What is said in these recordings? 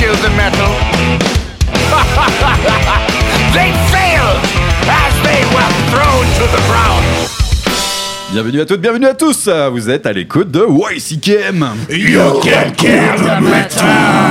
kill the metal. They failed as they were thrown to the ground. Bienvenue à toutes, bienvenue à tous. Vous êtes à l'écoute de YCKM. You can kill the metal.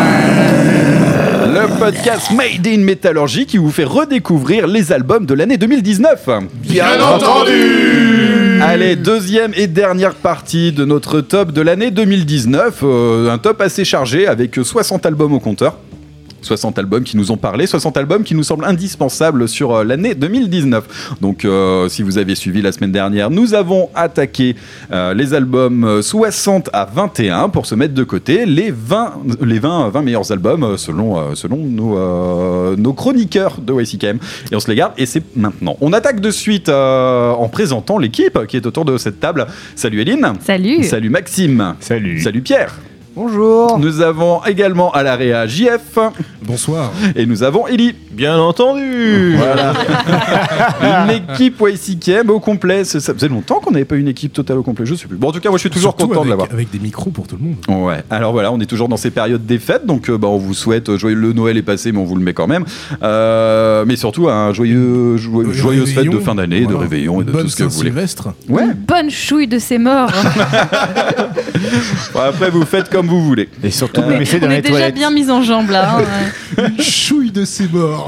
Le podcast Made in Métallurgie qui vous fait redécouvrir les albums de l'année 2019. Bien entendu. Allez, deuxième et dernière partie de notre top de l'année 2019. Un top assez chargé avec 60 albums au compteur. 60 albums qui nous ont parlé, 60 albums qui nous semblent indispensables sur l'année 2019. Donc, si vous avez suivi la semaine dernière, nous avons attaqué les albums 60 à 21 pour se mettre de côté les 20 meilleurs albums selon nos chroniqueurs de YCKM. Et on se les garde et c'est maintenant. On attaque de suite en présentant l'équipe qui est autour de cette table. Salut Eline. Salut. Salut Maxime. Salut. Salut Pierre. Bonjour. Nous avons également à la réa JF. Bonsoir. Et nous avons Ellie. Bien entendu. Voilà. Une équipe YCKM au complet. Ça faisait longtemps qu'on n'avait pas une équipe totale au complet, je sais plus. Bon, en tout cas, moi je suis toujours Surtout content de l'avoir. avec des micros pour tout le monde. Ouais. Alors voilà, on est toujours dans ces périodes des fêtes, donc on vous souhaite joyeux. Le Noël est passé, mais on vous le met quand même. Mais surtout un joyeuse fête de fin d'année, de réveillon et de tout ce que vous voulez. Sylvestre. Ouais. Bonne chouille de ces morts. Bon, après, vous faites comme vous voulez. Et surtout, on est déjà bien mis en jambes là. Chouille de ses morts.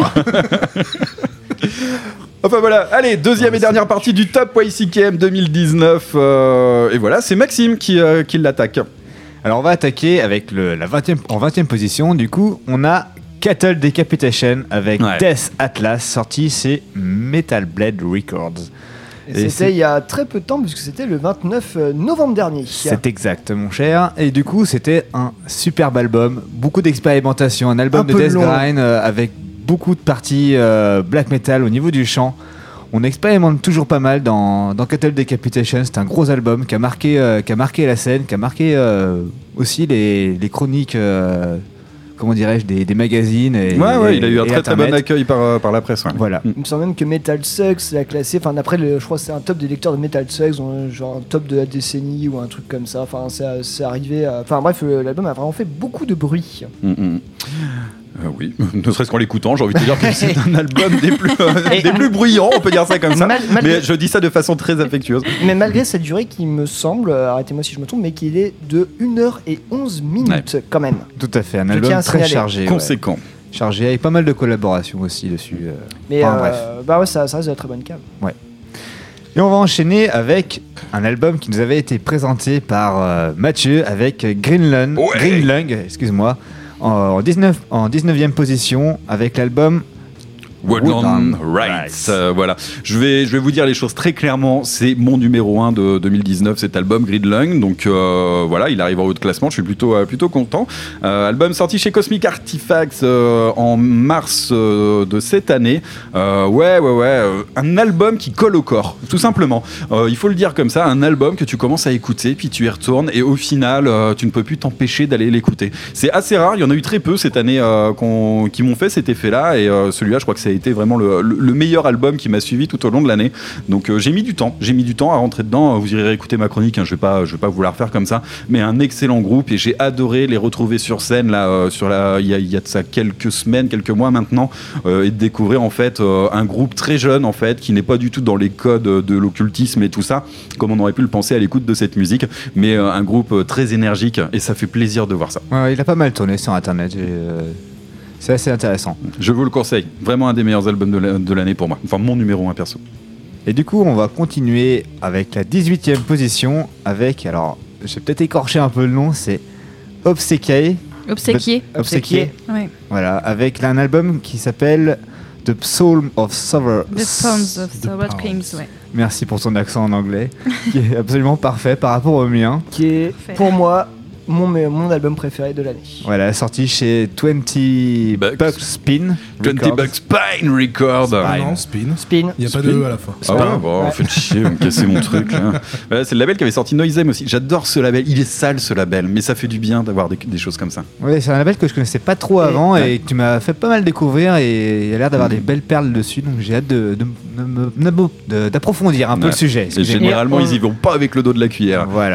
Enfin voilà, allez, deuxième et dernière partie du top YCKM 2019. Et voilà, c'est Maxime qui l'attaque. Alors on va attaquer avec en 20e position. Du coup, on a Cattle Decapitation avec Death Atlas, sorti chez Metal Blade Records. Et c'était il y a très peu de temps, puisque c'était le 29 novembre dernier. C'est exact, mon cher. Et du coup, c'était un superbe album, beaucoup d'expérimentation, un album de death grind avec beaucoup de parties black metal au niveau du chant. On expérimente toujours pas mal dans Cattle Decapitation. C'est un gros album qui a marqué la scène, qui a marqué aussi les chroniques. Comment dirais-je, des magazines. Il a eu un très bon accueil par la presse. Ouais. Voilà. Il me semble même que Metal Sucks l'a classé, enfin d'après je crois que c'est un top des lecteurs de Metal Sucks, genre un top de la décennie ou un truc comme ça, enfin c'est arrivé, enfin bref, l'album a vraiment fait beaucoup de bruit. Oui, ne serait-ce qu'en l'écoutant, j'ai envie de te dire que c'est un album des plus bruyants, on peut dire ça comme ça. Mais je dis ça de façon très affectueuse. Mais malgré cette durée qui me semble, arrêtez-moi si je me trompe, mais qu'il est de 1h11 quand même. Tout à fait, un album très chargé. Conséquent. Chargé, avec pas mal de collaborations aussi dessus. Mais ça reste de la très bonne cave. Ouais. Et on va enchaîner avec un album qui nous avait été présenté par Mathieu avec Green Lung, excuse-moi. En 19e position avec l'album Woodland Rights. Voilà. Je vais vous dire les choses très clairement. C'est mon numéro 1 de 2019, cet album Green Lung. Donc voilà, il arrive en haut de classement. Je suis plutôt content. Album sorti chez Cosmic Artifacts en mars de cette année. Un album qui colle au corps, tout simplement. Il faut le dire comme ça. Un album que tu commences à écouter, puis tu y retournes, et au final, tu ne peux plus t'empêcher d'aller l'écouter. C'est assez rare. Il y en a eu très peu cette année qui m'ont fait cet effet-là. Et celui-là, je crois que ça a été vraiment le meilleur album qui m'a suivi tout au long de l'année. Donc j'ai mis du temps à rentrer dedans. Vous irez réécouter ma chronique, hein. Je vais pas vous la refaire comme ça, mais un excellent groupe, et j'ai adoré les retrouver sur scène là, il y a de ça quelques semaines, quelques mois maintenant, et de découvrir en fait un groupe très jeune en fait, qui n'est pas du tout dans les codes de l'occultisme et tout ça, comme on aurait pu le penser à l'écoute de cette musique, mais un groupe très énergique, et ça fait plaisir de voir ça. Il a pas mal tourné sur internet. C'est assez intéressant. Je vous le conseille. Vraiment un des meilleurs albums de l'année pour moi. Enfin, mon numéro 1 perso. Et du coup, on va continuer avec la 18e position avec, alors, j'ai peut-être écorché un peu le nom, c'est Obséquié. Ouais. Voilà, avec un album qui s'appelle The Psalm of Sovereign. The Psalms of Sovereign Kings, ouais. Merci pour ton accent en anglais, qui est absolument parfait par rapport au mien. Qui est, pour moi, mon album préféré de l'année. Voilà, sorti chez 20 Bucks Spin. 20 Bucks Spin Records. Non, Spin. Il n'y a pas de E à la fin. Faites chier, vous me cassez mon truc. Là. Voilà, c'est le label qui avait sorti Noisem aussi. J'adore ce label. Il est sale ce label, mais ça fait du bien d'avoir des choses comme ça. Oui, c'est un label que je connaissais pas trop avant et que tu m'as fait pas mal découvrir, et il a l'air d'avoir des belles perles dessus, donc j'ai hâte d'approfondir un peu le sujet. Et généralement, ils y vont pas avec le dos de la cuillère. Voilà.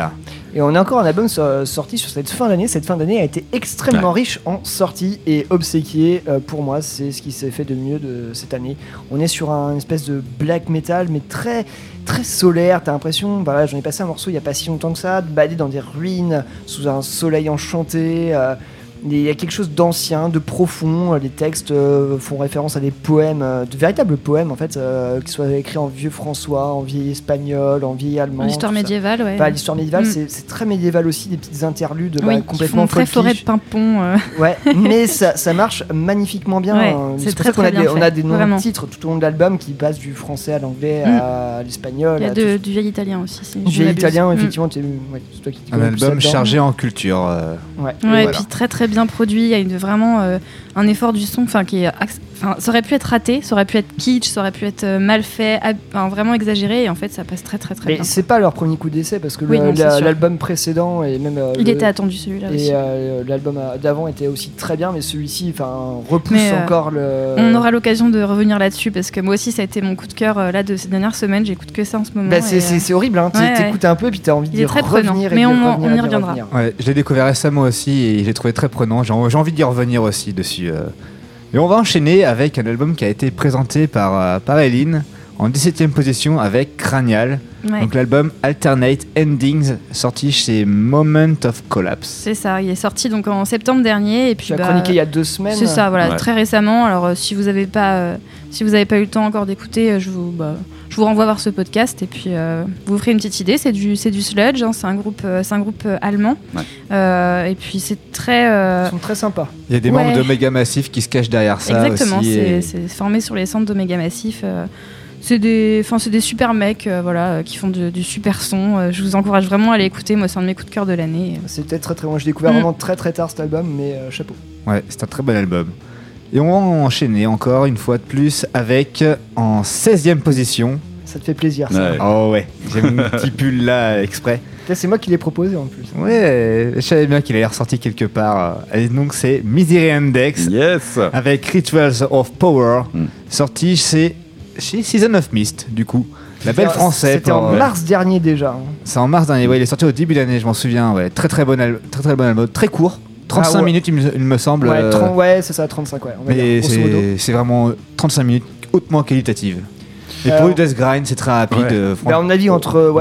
Et on a encore un album sorti sur cette fin d'année. Cette fin d'année a été extrêmement riche en sorties et Obséquié, pour moi, c'est ce qui s'est fait de mieux de cette année. On est sur un espèce de black metal, mais très, très solaire. T'as l'impression, bah là, j'en ai passé un morceau il n'y a pas si longtemps que ça, de balader dans des ruines, sous un soleil enchanté. Il y a quelque chose d'ancien, de profond. Les textes font référence à des poèmes, de véritables poèmes en fait, qui soient écrits en vieux françois, en vieil espagnol, en vieil allemand. L'histoire médiévale, ouais. Bah, l'histoire médiévale, c'est très médiéval aussi, des petites interludes complètement très forêt de Pimpon. Ouais, mais ça marche magnifiquement bien. Ouais, c'est très, pour ça qu'on a des noms vraiment. de titres tout au long de l'album qui passent du français à l'anglais à l'espagnol. Il y a du vieil italien aussi. Du vieil italien, effectivement, c'est toi qui un album chargé en culture. Ouais, et puis très très bien produit. Il y a vraiment un effort du son, qui est, ça aurait pu être raté, ça aurait pu être kitsch, ça aurait pu être mal fait, vraiment exagéré, et en fait ça passe très très très bien. Mais c'est pas leur premier coup d'essai parce que l'album précédent et même il était attendu celui-là aussi. Et l'album d'avant était aussi très bien, mais celui-ci repousse encore le. On aura l'occasion de revenir là-dessus parce que moi aussi ça a été mon coup de cœur là de ces dernières semaines. J'écoute que ça en ce moment. Bah, c'est horrible, hein. T'écoutes un peu et puis t'as envie d'y revenir. Mais on y reviendra. Ouais, je l'ai découvert récemment aussi et j'ai trouvé très prenant. J'ai envie d'y revenir aussi dessus. Et on va enchaîner avec un album qui a été présenté par Eline en 17e position avec Cranial. Ouais. Donc l'album Alternate Endings, sorti chez Moment of Collapse. C'est ça, il est sorti donc en septembre dernier. Et puis, tu l'as chroniqué il y a 2 semaines. C'est ça, voilà, très récemment. Alors si vous n'avez pas eu le temps encore d'écouter, je vous renvoie voir ce podcast et puis vous ferez une petite idée. C'est du sludge, hein, c'est un groupe allemand. Ouais. Et puis c'est très. Ils sont très sympas. Il y a des membres de Mega Massif qui se cachent derrière ça. Exactement, aussi, c'est formé sur les centres de Mega Massif. C'est des super mecs qui font du super son. Je vous encourage vraiment à aller écouter. Moi, c'est un de mes coups de cœur de l'année. C'était très très bon. Je l'ai découvert vraiment très très tard cet album, mais chapeau. Ouais, c'est un très bon album. Et on va enchaîner encore une fois de plus avec en 16e position. Ça te fait plaisir, ça. Ouais. Oh ouais, j'ai mon petit pull là exprès. C'est moi qui l'ai proposé en plus. Ouais, je savais bien qu'il allait ressorti quelque part. Et donc c'est Misery Index avec Rituals of Power, sorti chez Season of Mist, du coup. Label français. C'était en mars dernier déjà. C'est en mars dernier, ouais, il est sorti au début d'année, je m'en souviens. Ouais. Très bon album, très court. 35 minutes, il me semble. Ouais, c'est ça, 35, ouais. Mais c'est vraiment 35 minutes hautement qualitatives. Et pour le Death Grind, c'est très rapide. À mon avis, entre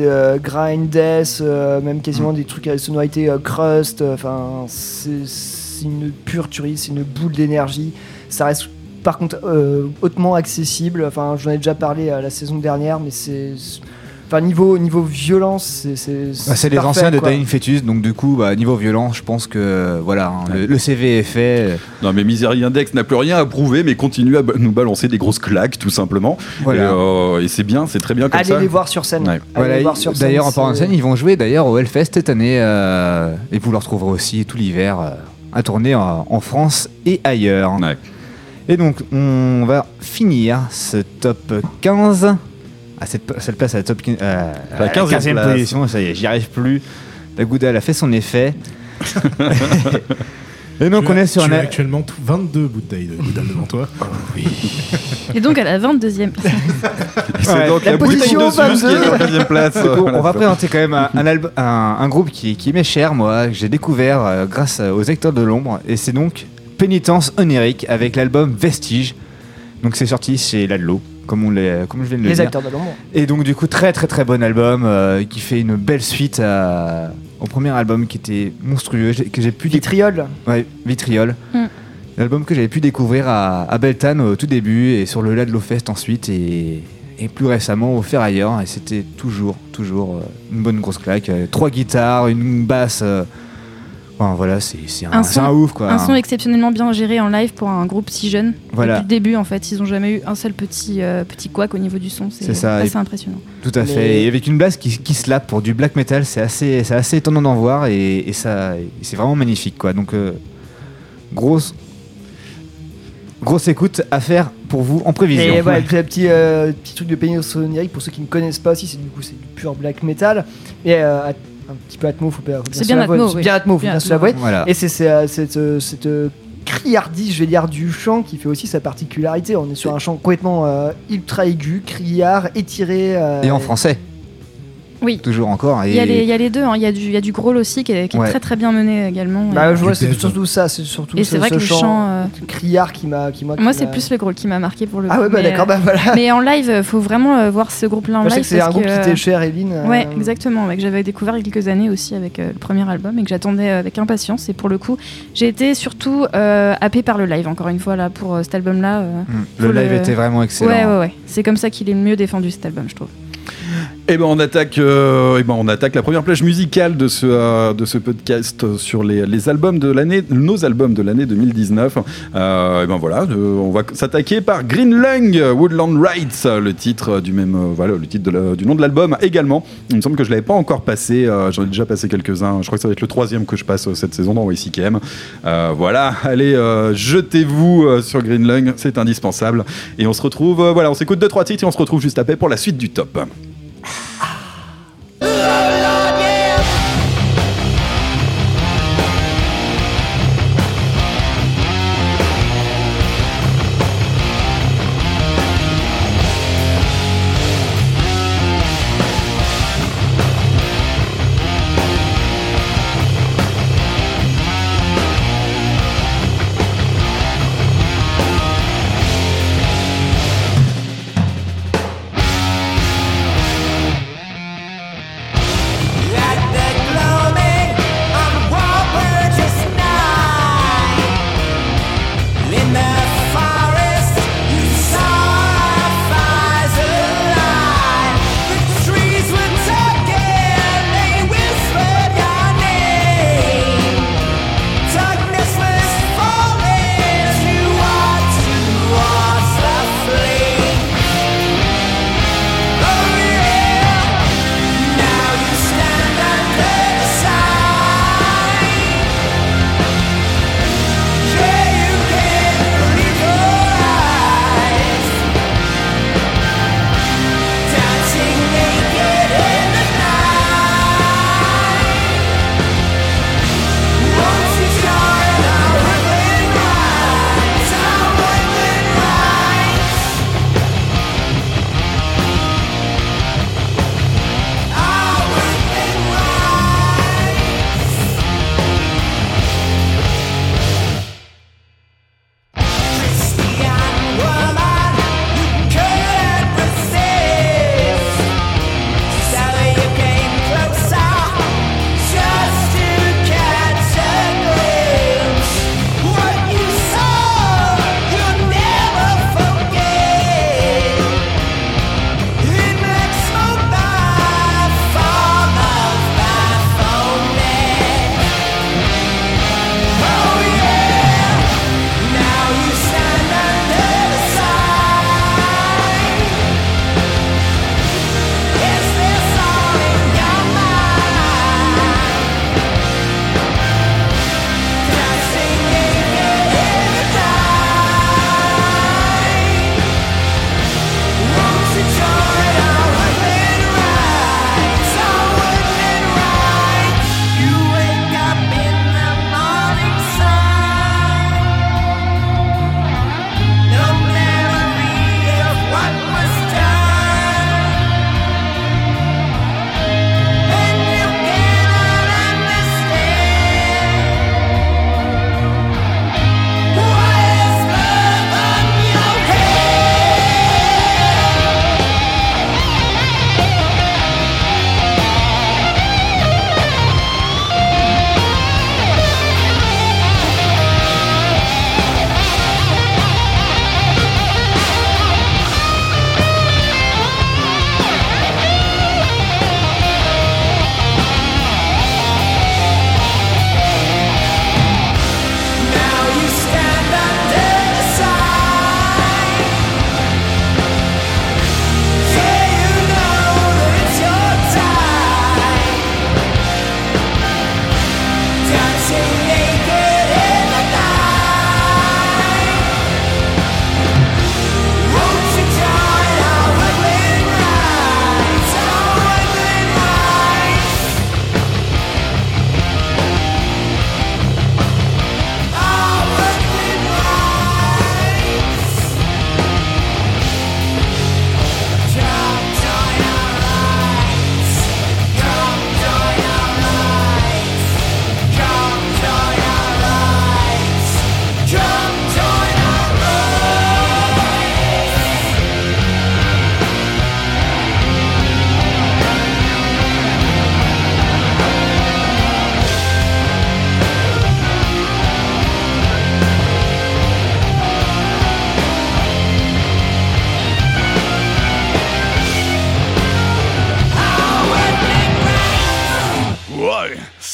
Grind, Death, même quasiment des trucs à sonorité Crust, c'est une pure tuerie, c'est une boule d'énergie. Ça reste par contre hautement accessible. Enfin, j'en ai déjà parlé la saison dernière, mais c'est. Enfin, niveau violence, c'est les anciens de Dying Fetus, donc du coup, niveau violence, je pense que le CV est fait. Non, mais Misery Index n'a plus rien à prouver, mais continue à nous balancer des grosses claques, tout simplement. Voilà. Et c'est bien, c'est très bien comme ça. Allez les voir sur scène. Ouais. D'ailleurs, en parlant de scène, ils vont jouer au Hellfest cette année, et vous le retrouverez aussi tout l'hiver à tourner en France et ailleurs. Ouais. Et donc, on va finir ce top 15. Cette place à la top 15e position, ça y est, j'y arrive plus. La Gouda, elle a fait son effet. Et donc on est sur actuellement 22 bouteilles de Gouda devant toi. Oui. Et donc à la 22e place. C'est donc la bouteille de Zeus qui est à la 15e place. On va présenter quand même un groupe qui m'est cher, moi, que j'ai découvert grâce aux Acteurs de l'Ombre. Et c'est donc Pénitence onirique avec l'album Vestige. Donc c'est sorti chez Ladlo. Comme je viens de le dire. Les Acteurs de l'Ombre. Et donc du coup très très très bon album qui fait une belle suite au premier album qui était monstrueux que j'ai pu Vitriol. Ouais, Vitriol. L'album que j'avais pu découvrir à Beltane au tout début et sur le Ladlo Fest ensuite et plus récemment au Ferrailleur et c'était toujours une bonne grosse claque. 3 guitares, une basse. Enfin, voilà, c'est un ouf quoi. Un son exceptionnellement bien géré en live pour un groupe si jeune. Voilà. Depuis le début en fait, ils n'ont jamais eu un seul petit couac au niveau du son. C'est assez impressionnant. Tout à fait. Et avec une basse qui slappe pour du black metal, c'est assez étonnant d'en voir et c'est vraiment magnifique quoi. Donc grosse écoute à faire pour vous en prévision. Et ouais, petit truc de Pénitence onirique pour ceux qui ne connaissent pas aussi, c'est du pur black metal. Et un petit peu Atmo, faut bien c'est bien Atmo, c'est bien Atmo, faut bien se l'avouer. Voilà. Et c'est cette criardise, je vais dire, du chant qui fait aussi sa particularité. On est sur un chant complètement ultra aigu, criard, étiré. Et en français. Oui. Toujours encore. Et... Il y a les deux, hein. Il y a du growl aussi qui est très très bien mené également. Bah, je vois, c'est surtout ça, c'est surtout et c'est vrai que le chant criard qui m'a. Moi, c'est plus le growl qui m'a marqué pour le coup. Ah ouais, bah d'accord, bah voilà. Mais en live, faut vraiment voir ce groupe-là en live. Je sais que c'est un groupe qui était cher, Evelyne. Ouais, exactement, que j'avais découvert il y a quelques années aussi avec le premier album et que j'attendais avec impatience. Et pour le coup, j'ai été surtout happée par le live, encore une fois, là, pour cet album-là. Le live était vraiment excellent. Ouais. C'est comme ça qu'il est mieux défendu cet album, je trouve. Et on attaque la première plage musicale de ce podcast sur les albums de l'année, nos albums de l'année 2019. On va s'attaquer par Green Lung, Woodland Rights, le titre du même, le titre du nom de l'album également. Il me semble que je l'avais pas encore passé, j'en ai déjà passé quelques-uns. Je crois que ça va être le 3e que je passe cette saison dans YCKM. Allez, jetez-vous sur Green Lung, c'est indispensable. Et on se retrouve, on s'écoute 2-3 titres et on se retrouve juste après pour la suite du top.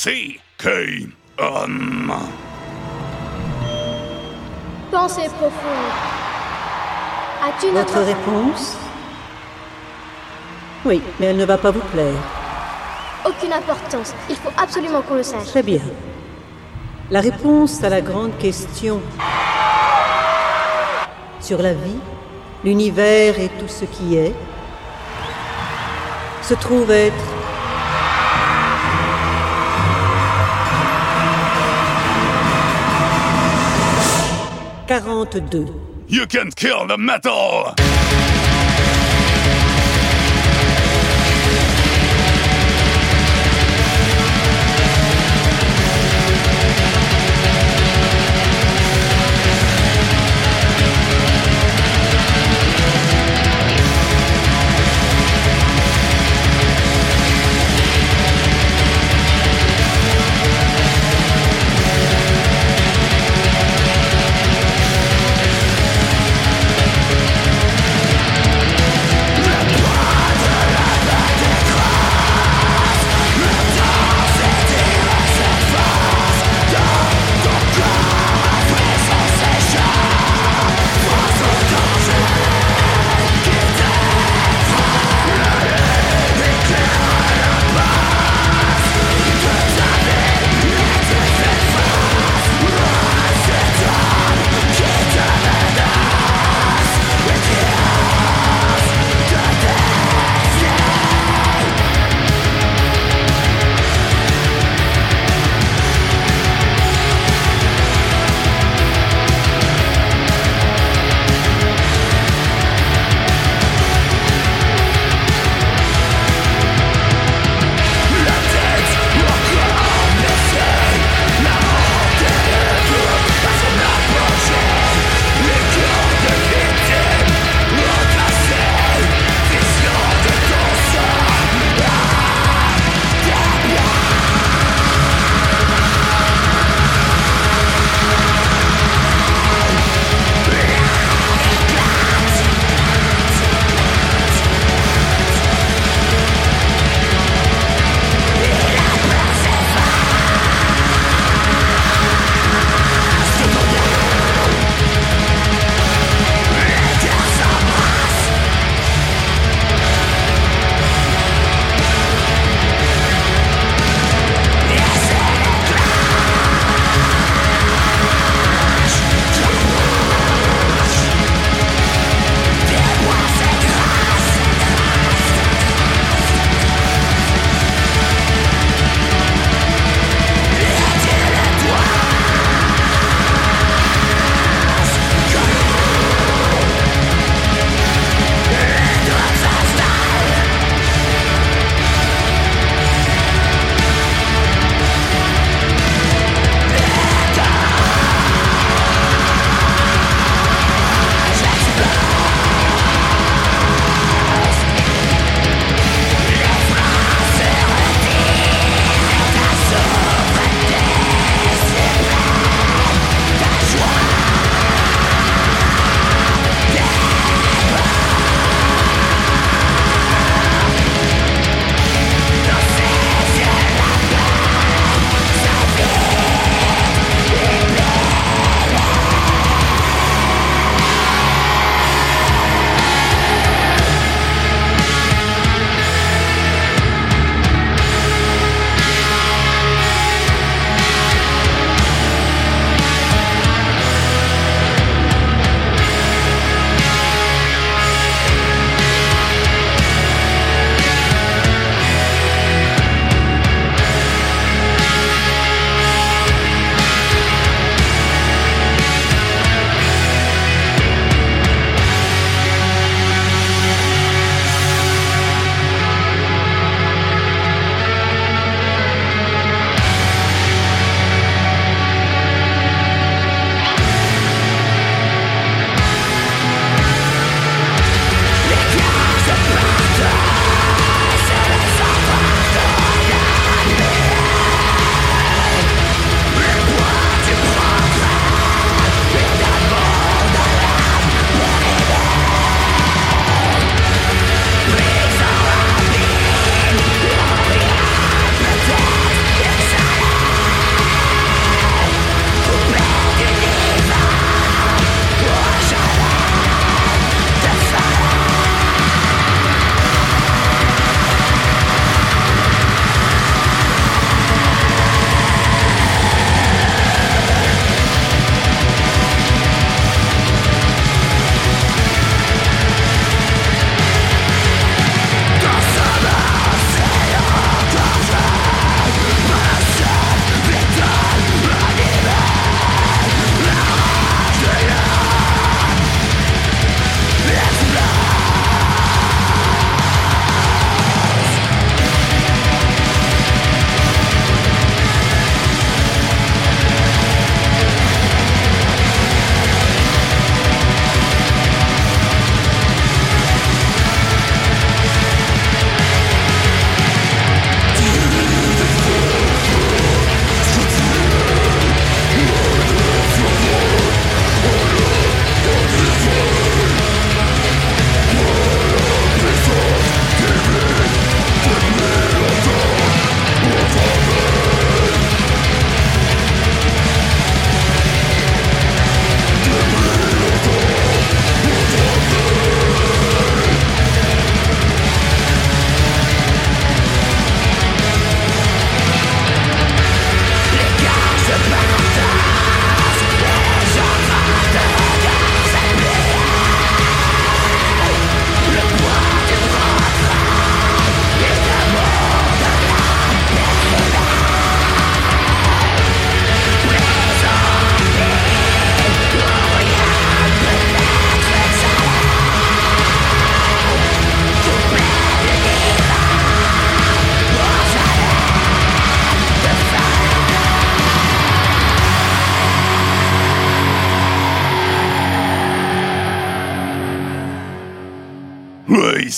C-K-M. Pensée profonde. As-tu Votre réponse? Oui, mais elle ne va pas vous plaire. Aucune importance. Il faut absolument qu'on le sache. Très bien. La réponse à la grande question sur la vie, l'univers et tout ce qui est se trouve être 42. You can kill the metal!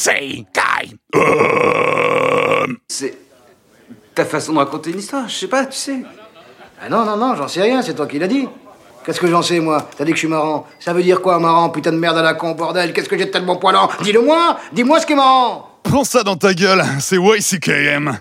say, Kai. C'est ta façon de raconter une histoire, je sais pas, tu sais. Ah non, j'en sais rien, c'est toi qui l'as dit. Qu'est-ce que j'en sais, moi? T'as dit que je suis marrant. Ça veut dire quoi, marrant? Putain de merde à la con, bordel. Qu'est-ce que j'ai de tellement poilant? Dis-le-moi! Dis-moi ce qui est marrant! Prends ça dans ta gueule, c'est YCKM.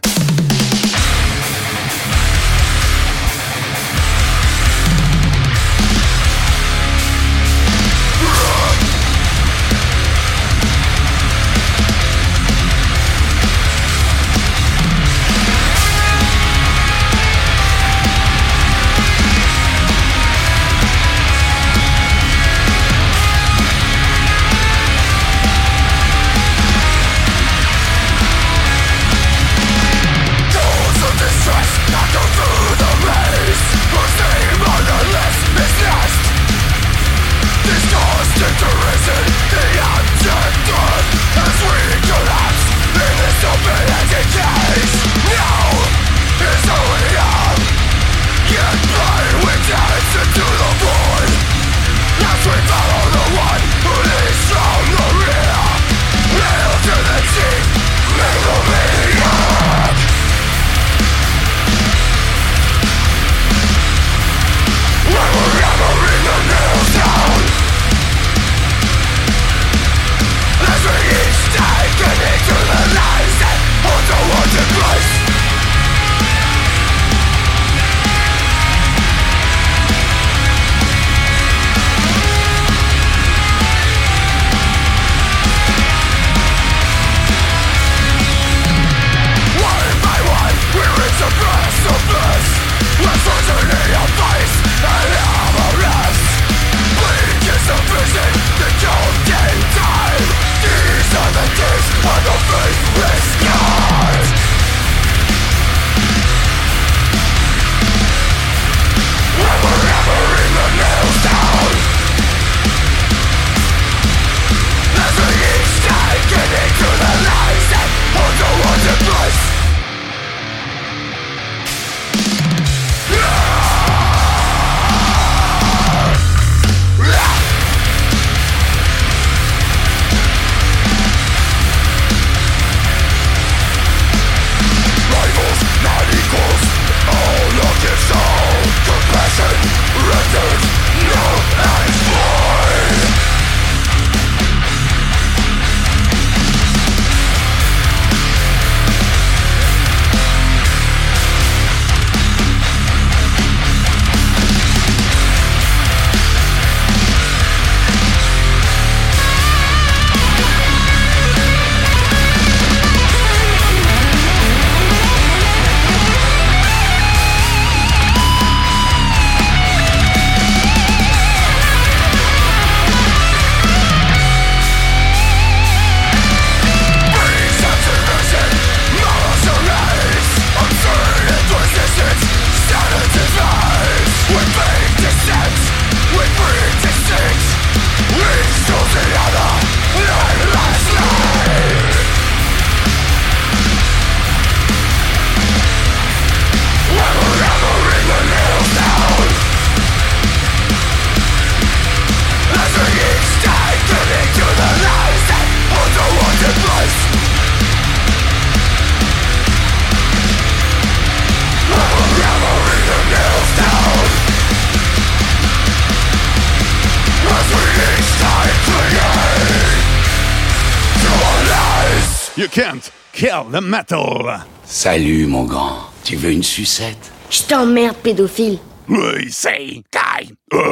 You can't kill the metal. Salut, mon grand. Tu veux une sucette? Je t'emmerde, pédophile. Oui, c'est Kai.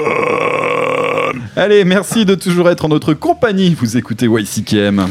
Allez, merci de toujours être en notre compagnie. Vous écoutez YCKM.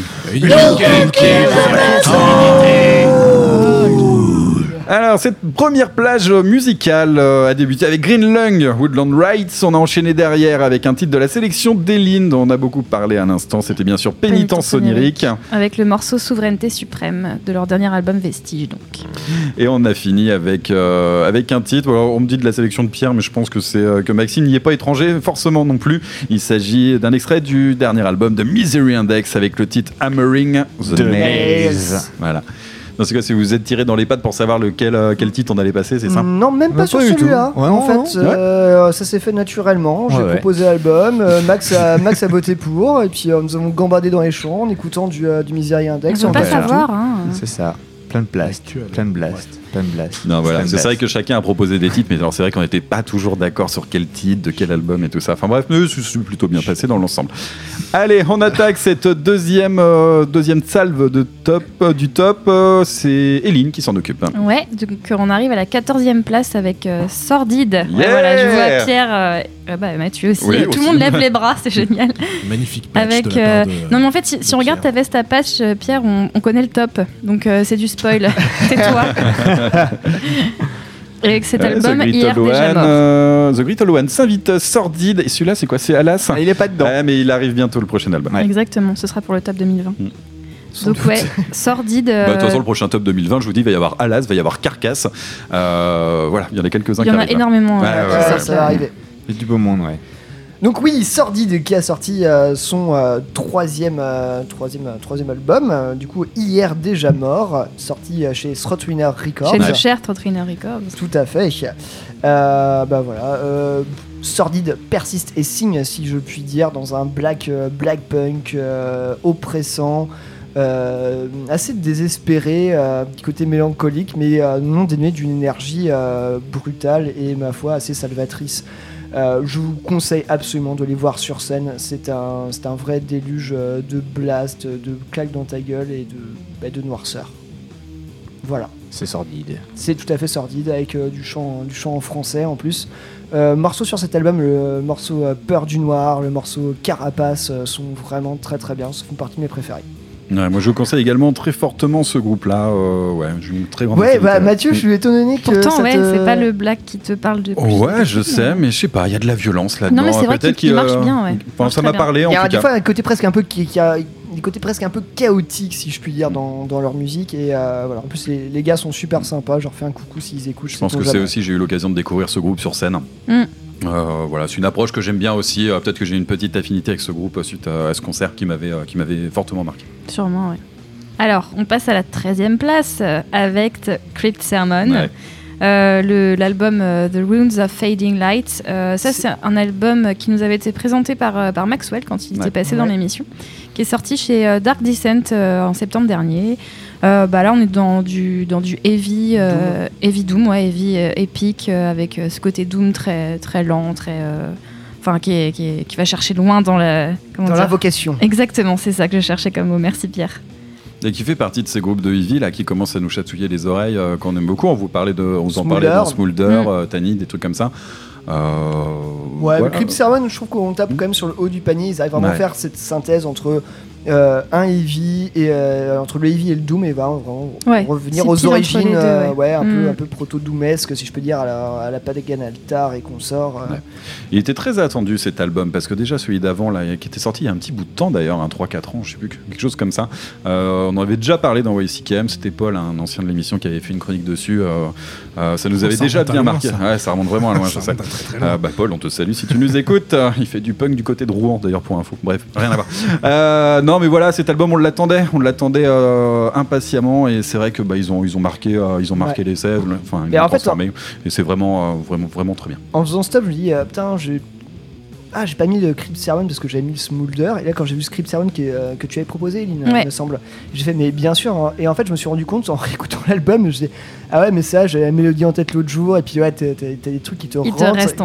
Alors, cette première plage musicale a débuté avec Green Lung, Woodland Rights. On a enchaîné derrière avec un titre de la sélection d'Eline, dont on a beaucoup parlé à l'instant. C'était bien sûr Pénitence onirique. Avec le morceau Souveraineté suprême de leur dernier album Vestige, donc. Et on a fini avec un titre. Alors, on me dit de la sélection de Pierre, mais je pense que c'est que Maxime n'y est pas étranger forcément non plus. Il s'agit d'un extrait du dernier album de Misery Index avec le titre Hammering the Maze. Voilà. Dans ce cas, si vous êtes tiré dans les pattes pour savoir quel titre on allait passer, c'est ça? Non, même pas sur celui-là. En fait, ça s'est fait naturellement. J'ai proposé l'album, Max a voté pour, et puis nous avons gambadé dans les champs en écoutant du Misery Index. On peut pas savoir. C'est ça. Plein de blast. Non, voilà. C'est vrai que chacun a proposé des titres, mais alors c'est vrai qu'on n'était pas toujours d'accord sur quel titre, de quel album et tout ça. Enfin bref, mais c'est plutôt bien passé dans l'ensemble. Allez, on attaque cette deuxième salve du top. C'est Eline qui s'en occupe. Ouais, donc on arrive à la 14e place avec Sordide. Yeah, voilà, je vois Pierre, Mathieu aussi. Oui, Tout le monde lève les bras, c'est génial. Magnifique patch Avec, de la part de... Non mais en fait, si on regarde ta veste à patch, Pierre, on connaît le top. Donc c'est du spoil. Tais-toi. Et avec cet album, hier déjà mort. The Great Hollow One s'invite Sordide. Et celui-là, c'est quoi? C'est Alas? Il est pas dedans. Mais il arrive bientôt, le prochain album. Exactement, ce sera pour le top 2020. Donc Sordide. De toute façon, le prochain top 2020, je vous dis, il va y avoir Alas, il va y avoir Carcass. Voilà, il y en a quelques-uns qui arrivent. Il y en a énormément. Ça va arriver. Il y a du beau monde, ouais. Donc oui, Sordide qui a sorti son troisième album, du coup hier déjà mort, sorti chez Throatwinner Records. Chez notre cher Throatwinner Records. Tout à fait. Sordide persiste et signe, si je puis dire, dans un black punk oppressant, assez désespéré, petit côté mélancolique, mais non dénué d'une énergie brutale et ma foi assez salvatrice. Je vous conseille absolument de les voir sur scène. C'est un vrai déluge de blast, de claques dans ta gueule et de noirceur. Voilà. C'est Sordide. C'est tout à fait Sordide avec du chant en français en plus. Morceaux sur cet album, le morceau Peur du Noir, le morceau Carapace sont vraiment très très bien. Ça fait partie de mes préférés. Ouais, moi je vous conseille également très fortement ce groupe-là. J'ai une très grande Mathieu, je suis étonné que pourtant, c'est pas le black qui te parle depuis. Ouais, je sais, mais je sais pas, il y a de la violence là-dedans. Non, mais c'est vrai qu'il marche bien, ouais. Enfin, ça m'a parlé en tout cas. Il y a des fois un côté presque un peu des côtés presque un peu chaotiques, si je puis dire, dans leur musique. Et voilà. En plus, les gars sont super sympas. Je leur fais un coucou s'ils écoutent. Je pense que c'est aussi, j'ai eu l'occasion de découvrir ce groupe sur scène. Voilà, c'est une approche que j'aime bien aussi. Peut-être que j'ai une petite affinité avec ce groupe suite à ce concert qui m'avait fortement marqué. Sûrement, oui. Alors, on passe à la 13e place avec Crypt Sermon. Ouais. L'album The Runes of Fading Light. Ça, c'est un album qui nous avait été présenté par Maxwell quand il était passé dans l'émission, qui est sorti chez Dark Descent en septembre dernier. Là, on est dans du heavy, heavy doom, heavy épique, avec ce côté doom très, très lent, très... qui va chercher loin dans la vocation. Exactement, c'est ça que je cherchais comme mot. Merci Pierre. Et qui fait partie de ces groupes de heavy là, qui commencent à nous chatouiller les oreilles, qu'on aime beaucoup. On vous en parlait dans Smolder, Tanny, des trucs comme ça. Le Crypt Sermon, je trouve qu'on tape quand même sur le haut du panier. Ils arrivent vraiment à faire cette synthèse entre un heavy et entre le heavy et le doom, et vraiment revenir aux origines, un peu proto-doomesque, si je peux dire, à la Padawan Altar et consorts. Il était très attendu cet album parce que déjà celui d'avant là, qui était sorti il y a un petit bout de temps d'ailleurs, 3-4 ans, je sais plus, quelque chose comme ça. On en avait déjà parlé dans YCKM, c'était Paul, un ancien de l'émission, qui avait fait une chronique dessus. Ça nous avait déjà bien marqué. Ça remonte vraiment à loin, je sais. Paul, on te salue si tu nous écoutes. Il fait du punk du côté de Rouen d'ailleurs, pour info. Bref, rien à voir. Non, mais voilà, cet album on l'attendait impatiemment, et c'est vrai que ils ont marqué l'essai, enfin ils l'ont transformé, et c'est vraiment très bien. En faisant ce top, je me dis j'ai pas mis le Crypt Sermon parce que j'avais mis le Smolder, et là quand j'ai vu ce Crypt Sermon que tu avais proposé, Eline, il me semble, j'ai fait mais bien sûr, hein. Et en fait je me suis rendu compte en réécoutant l'album, je me disais mais ça, j'avais la mélodie en tête l'autre jour, et puis t'as des trucs qui te restent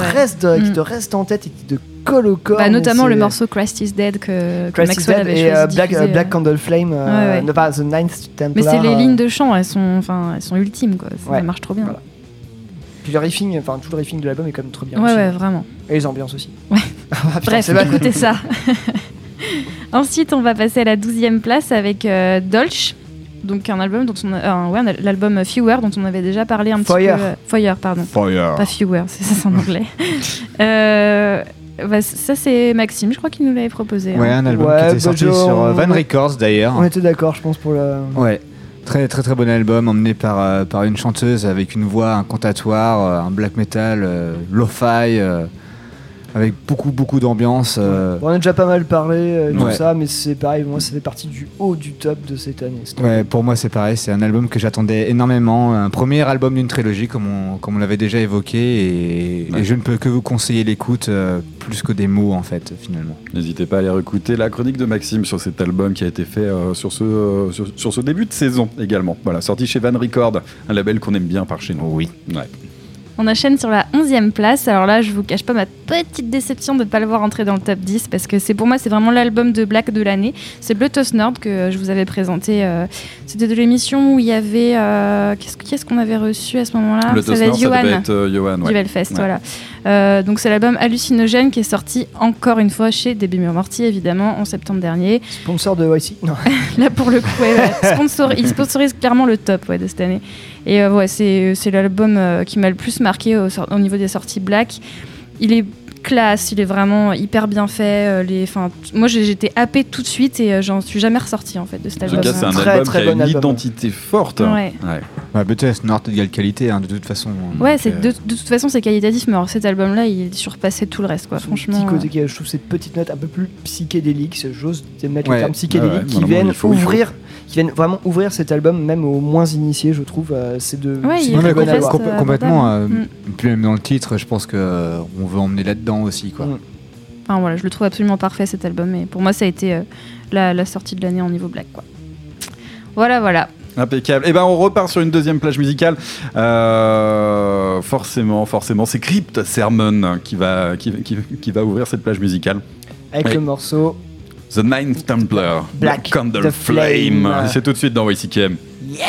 en tête et qui te collent au corps, notamment le morceau Christ is Dead que Maxwell avait choisi et Black Candle Flame, The Ninth Templar. Mais c'est les lignes de chant, elles sont ultimes quoi, ça marche trop bien. Voilà. Puis le riffing, tout le riffing de l'album est quand même trop bien. Ouais, vraiment. Et les ambiances aussi. Ouais. Bref, écoutez ça. Ensuite, on va passer à la 12e place avec Dolch. Donc un album l'album Fewer dont on avait déjà parlé un petit peu. Fire, pardon. Fire. Pas Fewer, c'est ça en anglais. Ça c'est Maxime, je crois qu'il nous l'avait proposé. Ouais, un album qui était sorti sur Van Records d'ailleurs. On était d'accord, je pense, pour le... Ouais. Très très très bon album, emmené par une chanteuse avec une voix incantatoire, un black metal, lo-fi, avec beaucoup d'ambiance. On a déjà pas mal parlé tout Ouais. ça, mais c'est pareil, moi ça fait partie du haut du top de cette année. Ouais, pour moi c'est pareil, c'est un album que j'attendais énormément, un premier album d'une trilogie comme on l'avait déjà évoqué, et je ne peux que vous conseiller l'écoute plus que des mots en fait finalement. N'hésitez pas à aller écouter la chronique de Maxime sur cet album qui a été fait sur ce début de saison également. Voilà, sorti chez Van Record, un label qu'on aime bien par chez nous. Oui. Ouais. On enchaîne sur la 11e place. Alors là, je vous cache pas ma petite déception de ne pas le voir entrer dans le top 10 parce que pour moi, c'est vraiment l'album de Black de l'année. C'est Bluetooth Nerd que je vous avais présenté. C'était de l'émission où il y avait... Qu'est-ce qu'on avait reçu à ce moment-là? Bluetooth Nerd, ça devait être Johan. Du Hellfest, voilà. Donc c'est l'album Hallucinogène qui est sorti encore une fois chez DB Morty, évidemment, en septembre dernier. Sponsor de YC. Non. Là, pour le coup, il sponsorise clairement le top de cette année. Et c'est l'album qui m'a le plus marqué au niveau des sorties Black. Il est classe, il est vraiment hyper bien fait. Moi, j'étais happée tout de suite et j'en suis jamais ressortie en fait de cet album. En tout cas, c'est un album qui a une identité forte. Ouais. Bluetooth Nord égale qualité de toute façon. Ouais, de toute façon c'est qualitatif, mais alors cet album-là, il surpassait tout le reste, quoi. Franchement. Petit côté je trouve ces petites notes un peu plus psychédéliques, j'ose mettre le terme psychédélique, qui viennent vraiment ouvrir cet album même aux moins initiés, je trouve. C'est de complètement. Puis même dans le titre, je pense que on veut emmener là-dedans aussi, quoi. Enfin voilà, je le trouve absolument parfait cet album, et pour moi ça a été la sortie de l'année en niveau Black, quoi. Voilà. Impeccable. Et ben on repart sur une deuxième plage musicale. Forcément, c'est Crypt Sermon qui va ouvrir cette plage musicale. Avec le morceau The Ninth Templar, Black Candle Flame. C'est tout de suite dans YCKM. Yeah.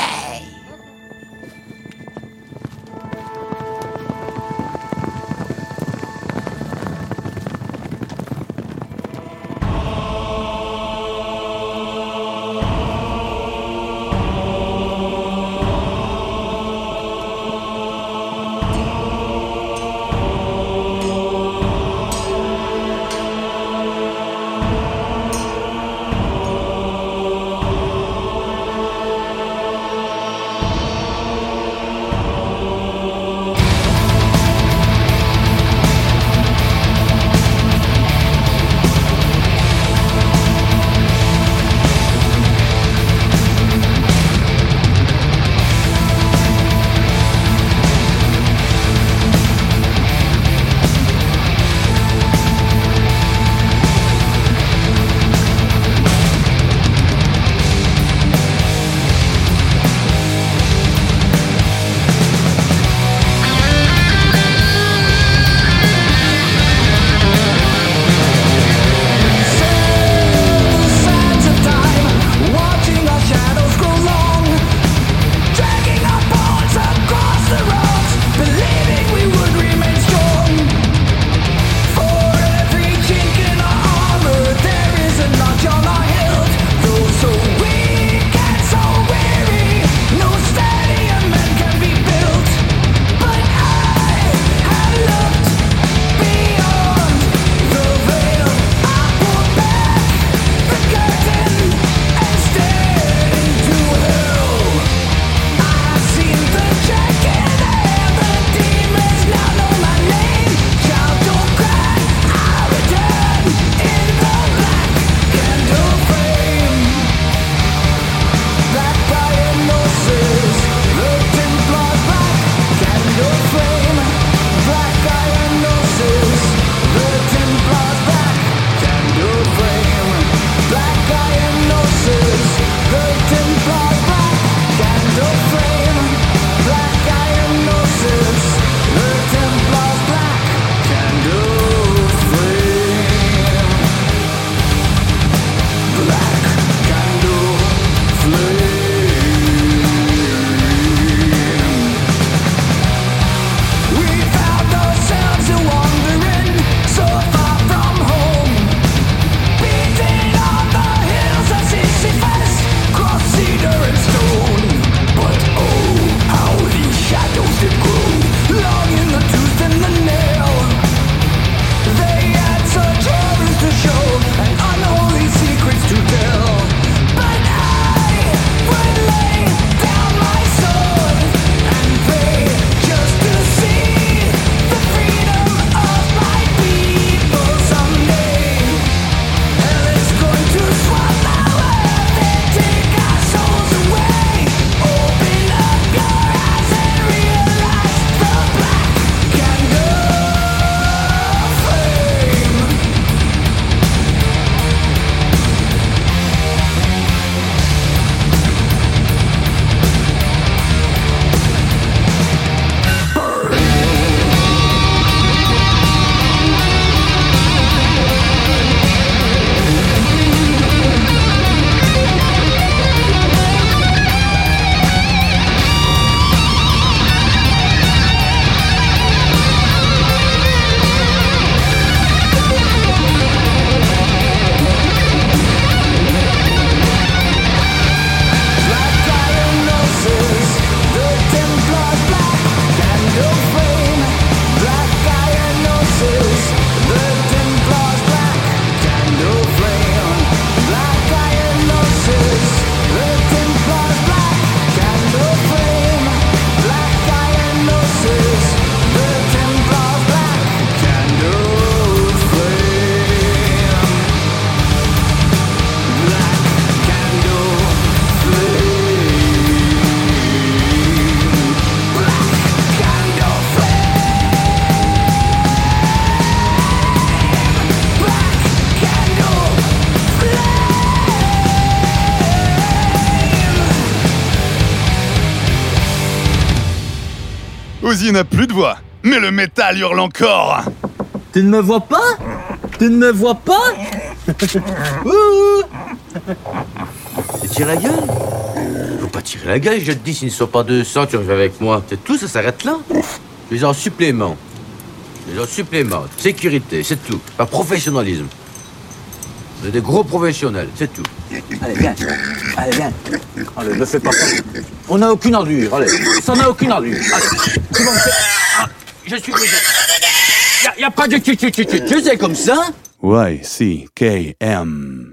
Ozzy n'a plus de voix, mais le métal hurle encore. Tu ne me vois pas? Tu ne me vois pas? Ouh. Tu tires la gueule? Faut pas tirer la gueule, je te dis, s'il ne soit pas 200, tu reviens avec moi. C'est tout, ça s'arrête là. Les en supplément. Les en supplément. Sécurité, c'est tout. Pas professionnalisme. Vous êtes des gros professionnels, c'est tout. Allez, viens. Allez, viens. Allez, ne fais pas ça. On n'a aucune ordure, allez. Ça n'a aucune ordure. Allez. C'est bon, je suis désolé. Y a pas de tu, c'est comme ça? YCKM.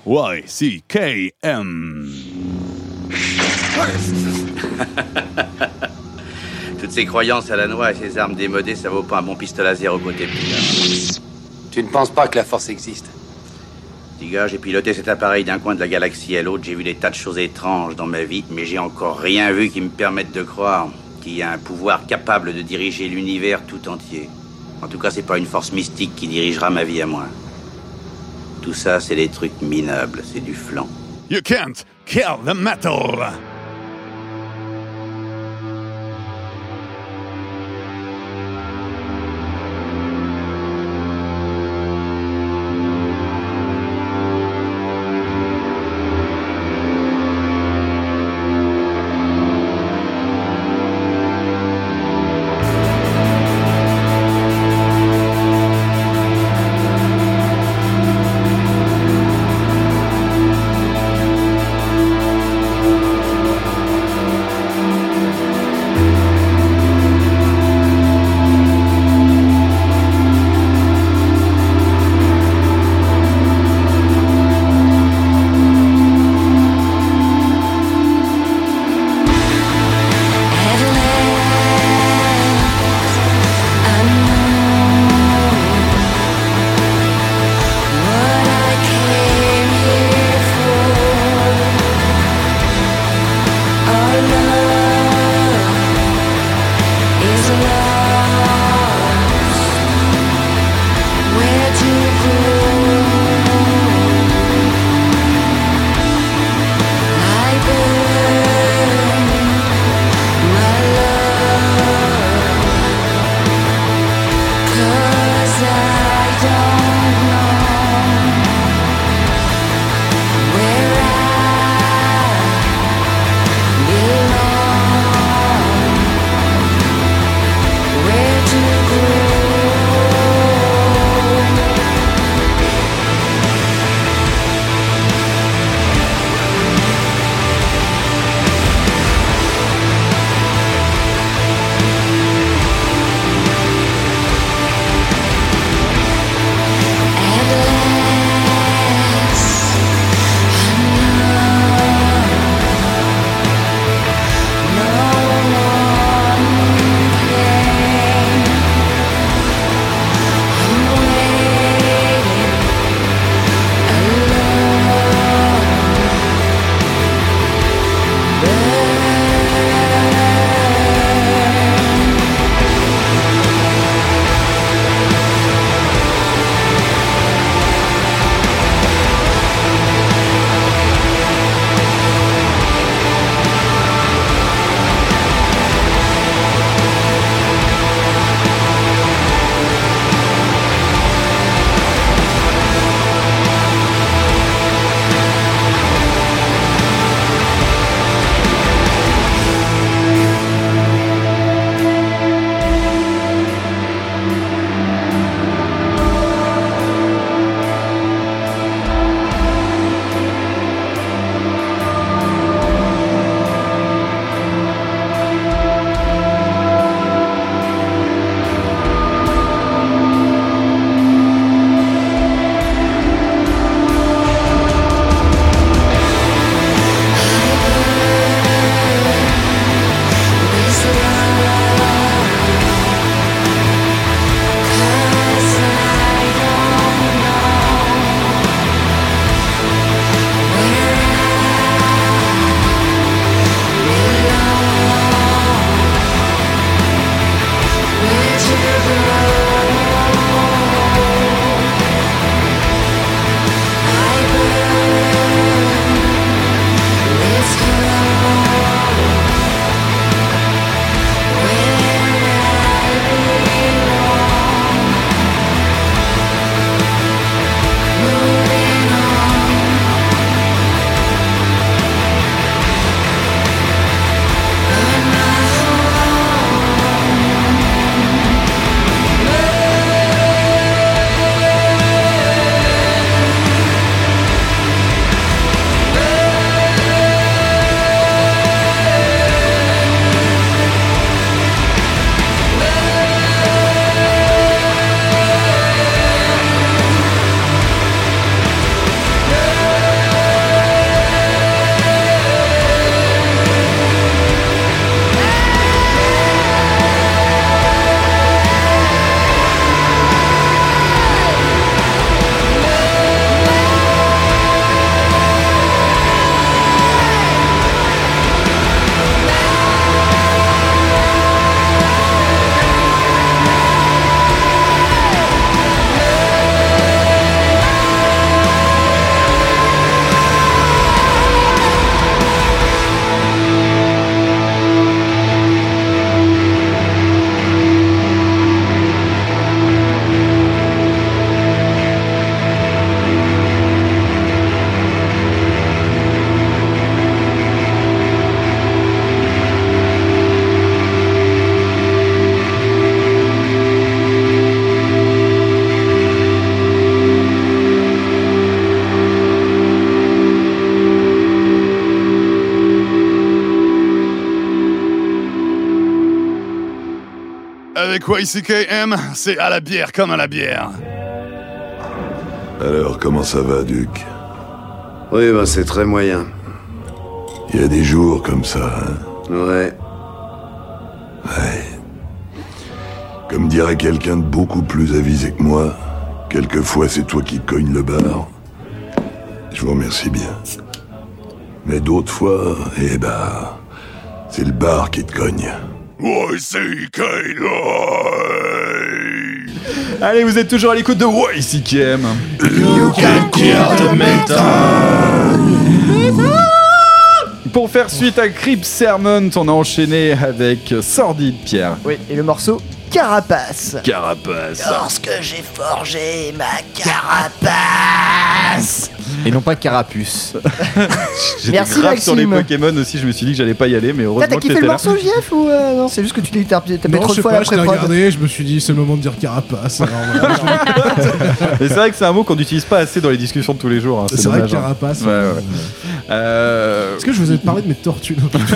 YCKM. Toutes ces croyances à la noix et ces armes démodées, ça vaut pas un bon pistolet laser au côté. Tu ne penses pas que la force existe? Petit gars, j'ai piloté cet appareil d'un coin de la galaxie à l'autre, j'ai vu des tas de choses étranges dans ma vie, mais j'ai encore rien vu qui me permette de croire qu'il y a un pouvoir capable de diriger l'univers tout entier. En tout cas, c'est pas une force mystique qui dirigera ma vie à moi. Tout ça, c'est des trucs minables, c'est du flan. You can't kill the metal. Avec YCKM, c'est à la bière comme à la bière. Alors, comment ça va, Duc? Oui, c'est très moyen. Il y a des jours comme ça, hein? Ouais. Comme dirait quelqu'un de beaucoup plus avisé que moi, quelquefois c'est toi qui cognes le bar. Je vous remercie bien. Mais d'autres fois, c'est le bar qui te cogne. YCK. Allez, vous êtes toujours à l'écoute de YCKM. You can kill the metal. Pour faire suite à Crypt Sermon, on a enchaîné avec Sordide, Pierre. Oui, et le morceau Carapace. Lorsque j'ai forgé ma carapace. Et non pas carapuce. J'étais Merci, grave sur les Maxime. Pokémon aussi, je me suis dit que j'allais pas y aller, mais heureusement T'as que kiffé t'étais le là. morceau, JF, ou non? C'est juste que tu t'as fait Non, trop je de sais fois pas, la je t'ai pré-prod. regardé, je me suis dit c'est le moment de dire carapace. Alors, voilà. Et c'est vrai que c'est un mot qu'on n'utilise pas assez dans les discussions de tous les jours. Hein. C'est vrai que dommage, hein. carapace. Ouais. Est-ce que je vous ai parlé de mes tortues?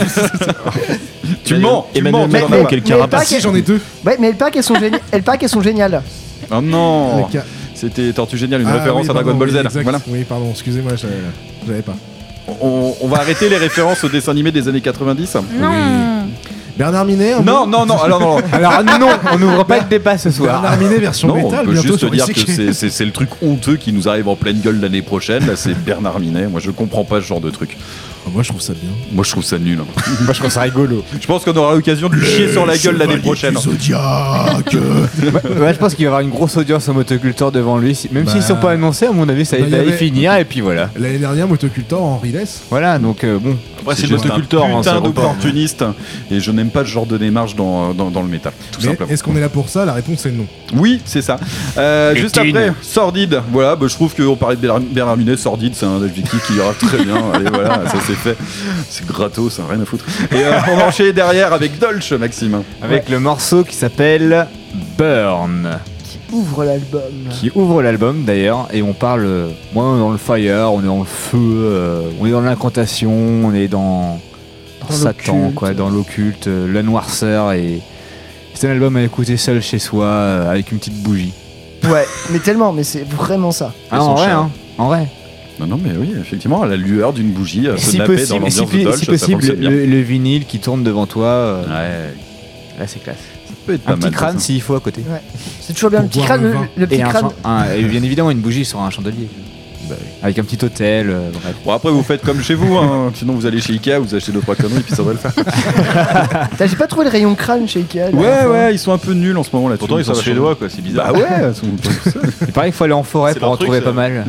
Tu mens. Emmanuel Mais- Macron, mais- quel mais carapace. pas Si, j'en ai deux. Ouais, mais elles pack, elles sont géniales. Oh non. Les ca- C'était Tortue Géniale, une Ah, référence oui, à Dragon pardon, Ball Z. oui, exact. Voilà. Oui, pardon, excusez-moi, j'avais pas. On va arrêter les références aux dessins animés des années 90. Non. Bernard Minet. Non. Alors non. Alors non, on n'ouvre pas de débat ce soir. Bernard Minet version Non, métal on peut bientôt juste sur dire ICK. que c'est le truc honteux qui nous arrive en pleine gueule l'année prochaine. Là, c'est Bernard Minet. Moi, je comprends pas ce genre de truc. Moi, je trouve ça bien. Moi, je trouve ça nul. Moi je trouve ça rigolo. Je pense qu'on aura l'occasion de lui chier sur la gueule l'année prochaine. Zodiac. Ouais, je pense qu'il va y avoir une grosse audience en motoculteur devant lui. Même s'ils sont pas annoncés, à mon avis, ça Bah, va y y avait- finir et puis voilà. L'année dernière, Motocultor en Riles. Voilà, donc bon. Après, c'est le juste motoculteur, un hein, ça putain repart. d'opportuniste. Et je n'aime pas ce genre de démarche dans le métal. Tout Mais simplement. est-ce qu'on est là pour ça? La réponse est non. Oui, c'est ça. Juste après, Sordide. Voilà, bah, je trouve qu'on parlait de Bernard Minet. Sordide, c'est un adjectif qui ira très bien. Allez, voilà, ça c'est fait. C'est gratos, ça rien à foutre. Et on va enchaîner derrière avec Dolch, Maxime. Avec le morceau qui s'appelle Burn. Ouvre l'album. Qui ouvre l'album d'ailleurs, et on parle. Moi, on est dans le fire, on est dans le feu, on est dans l'incantation, on est dans Satan, l'occulte. quoi, dans l'occulte, la noirceur, et c'est un album à écouter seul chez soi, avec une petite bougie. Ouais, mais tellement, mais c'est vraiment ça. Ah, en vrai, hein, en vrai. Non, mais oui, effectivement, à la lueur d'une bougie, se Si napper dans possible, l'ambiance de Dolch, si ça possible fonctionne bien. le vinyle qui tourne devant toi, Ouais, là c'est classe. ça peut être Un pas petit mal. crâne ça. s'il faut à côté. Ouais. C'est toujours bien le Pour petit boire crâne. le vin. Le petit Et, crâne. et bien évidemment une bougie sur un chandelier. Avec un petit hôtel, bref. Bon, après, vous faites comme chez vous, hein. Sinon, vous allez chez Ikea, vous achetez 2-3 conneries, puis ça va le faire. J'ai pas trouvé le rayon crâne chez Ikea. la dernière Ouais, fois. ouais, ils sont un peu nuls en ce moment là. Pourtant, ils sont suédois, quoi, c'est bizarre. Bah ouais, ils sont pas tout seuls. Il paraît qu'il faut aller en forêt C'est pour en leur truc, trouver ça. pas mal.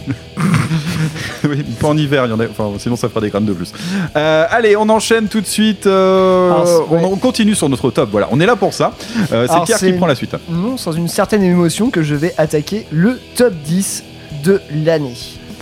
Oui, pas en hiver, il y en a. Enfin, sinon ça fera des grammes de plus. Allez, on enchaîne tout de suite. ouais. On continue sur notre top. Voilà, on est là pour ça. C'est Alors, Pierre qui c'est- prend la suite. Non, sans une certaine émotion que je vais attaquer le top 10 de l'année.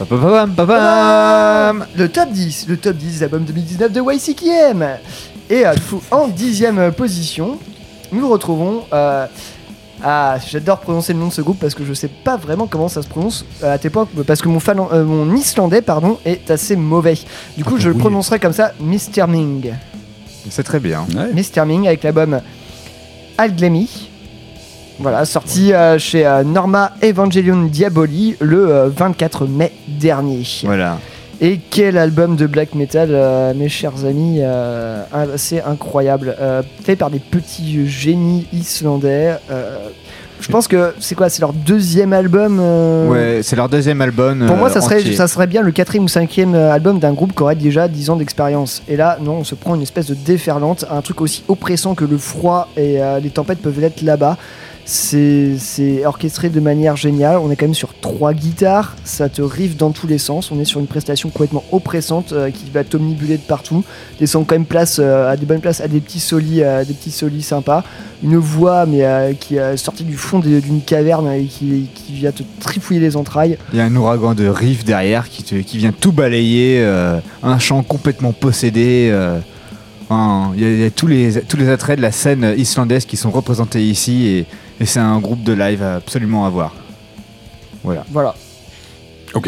Le top 10 des albums 2019 de YCKM. Et du coup, en 10e position, nous retrouvons. J'adore prononcer le nom de ce groupe parce que je sais pas vraiment comment ça se prononce à tes points, parce que mon islandais est assez mauvais. Du coup, je le prononcerai comme ça, Mr. Ming. C'est très bien. Mr. Ming avec l'album Alglemy. Voilà, sorti chez Norma Evangelion Diaboli le 24 mai dernier. Voilà. Et quel album de black metal, mes chers amis, c'est incroyable. Fait par des petits génies islandais. Je pense que c'est leur deuxième album. Ouais, c'est leur deuxième album. Pour moi, ça entier. serait bien le 4e ou 5e album d'un groupe qui aurait déjà 10 ans d'expérience. Et là, non, on se prend une espèce de déferlante, un truc aussi oppressant que le froid et les tempêtes peuvent l'être là-bas. C'est orchestré de manière géniale. On est quand même sur 3 guitares, ça te riff dans tous les sens. On est sur une prestation complètement oppressante qui va t'omnibuler de partout. Laissant quand même place à des bonnes places à des petits solis sympas. Une voix qui est sortie du fond d'une caverne et qui vient te trifouiller les entrailles. Il y a un ouragan de riff derrière qui vient tout balayer, un chant complètement possédé. Il y a tous les attraits de la scène islandaise qui sont représentés ici et c'est un groupe de live absolument à voir. Voilà. Ok.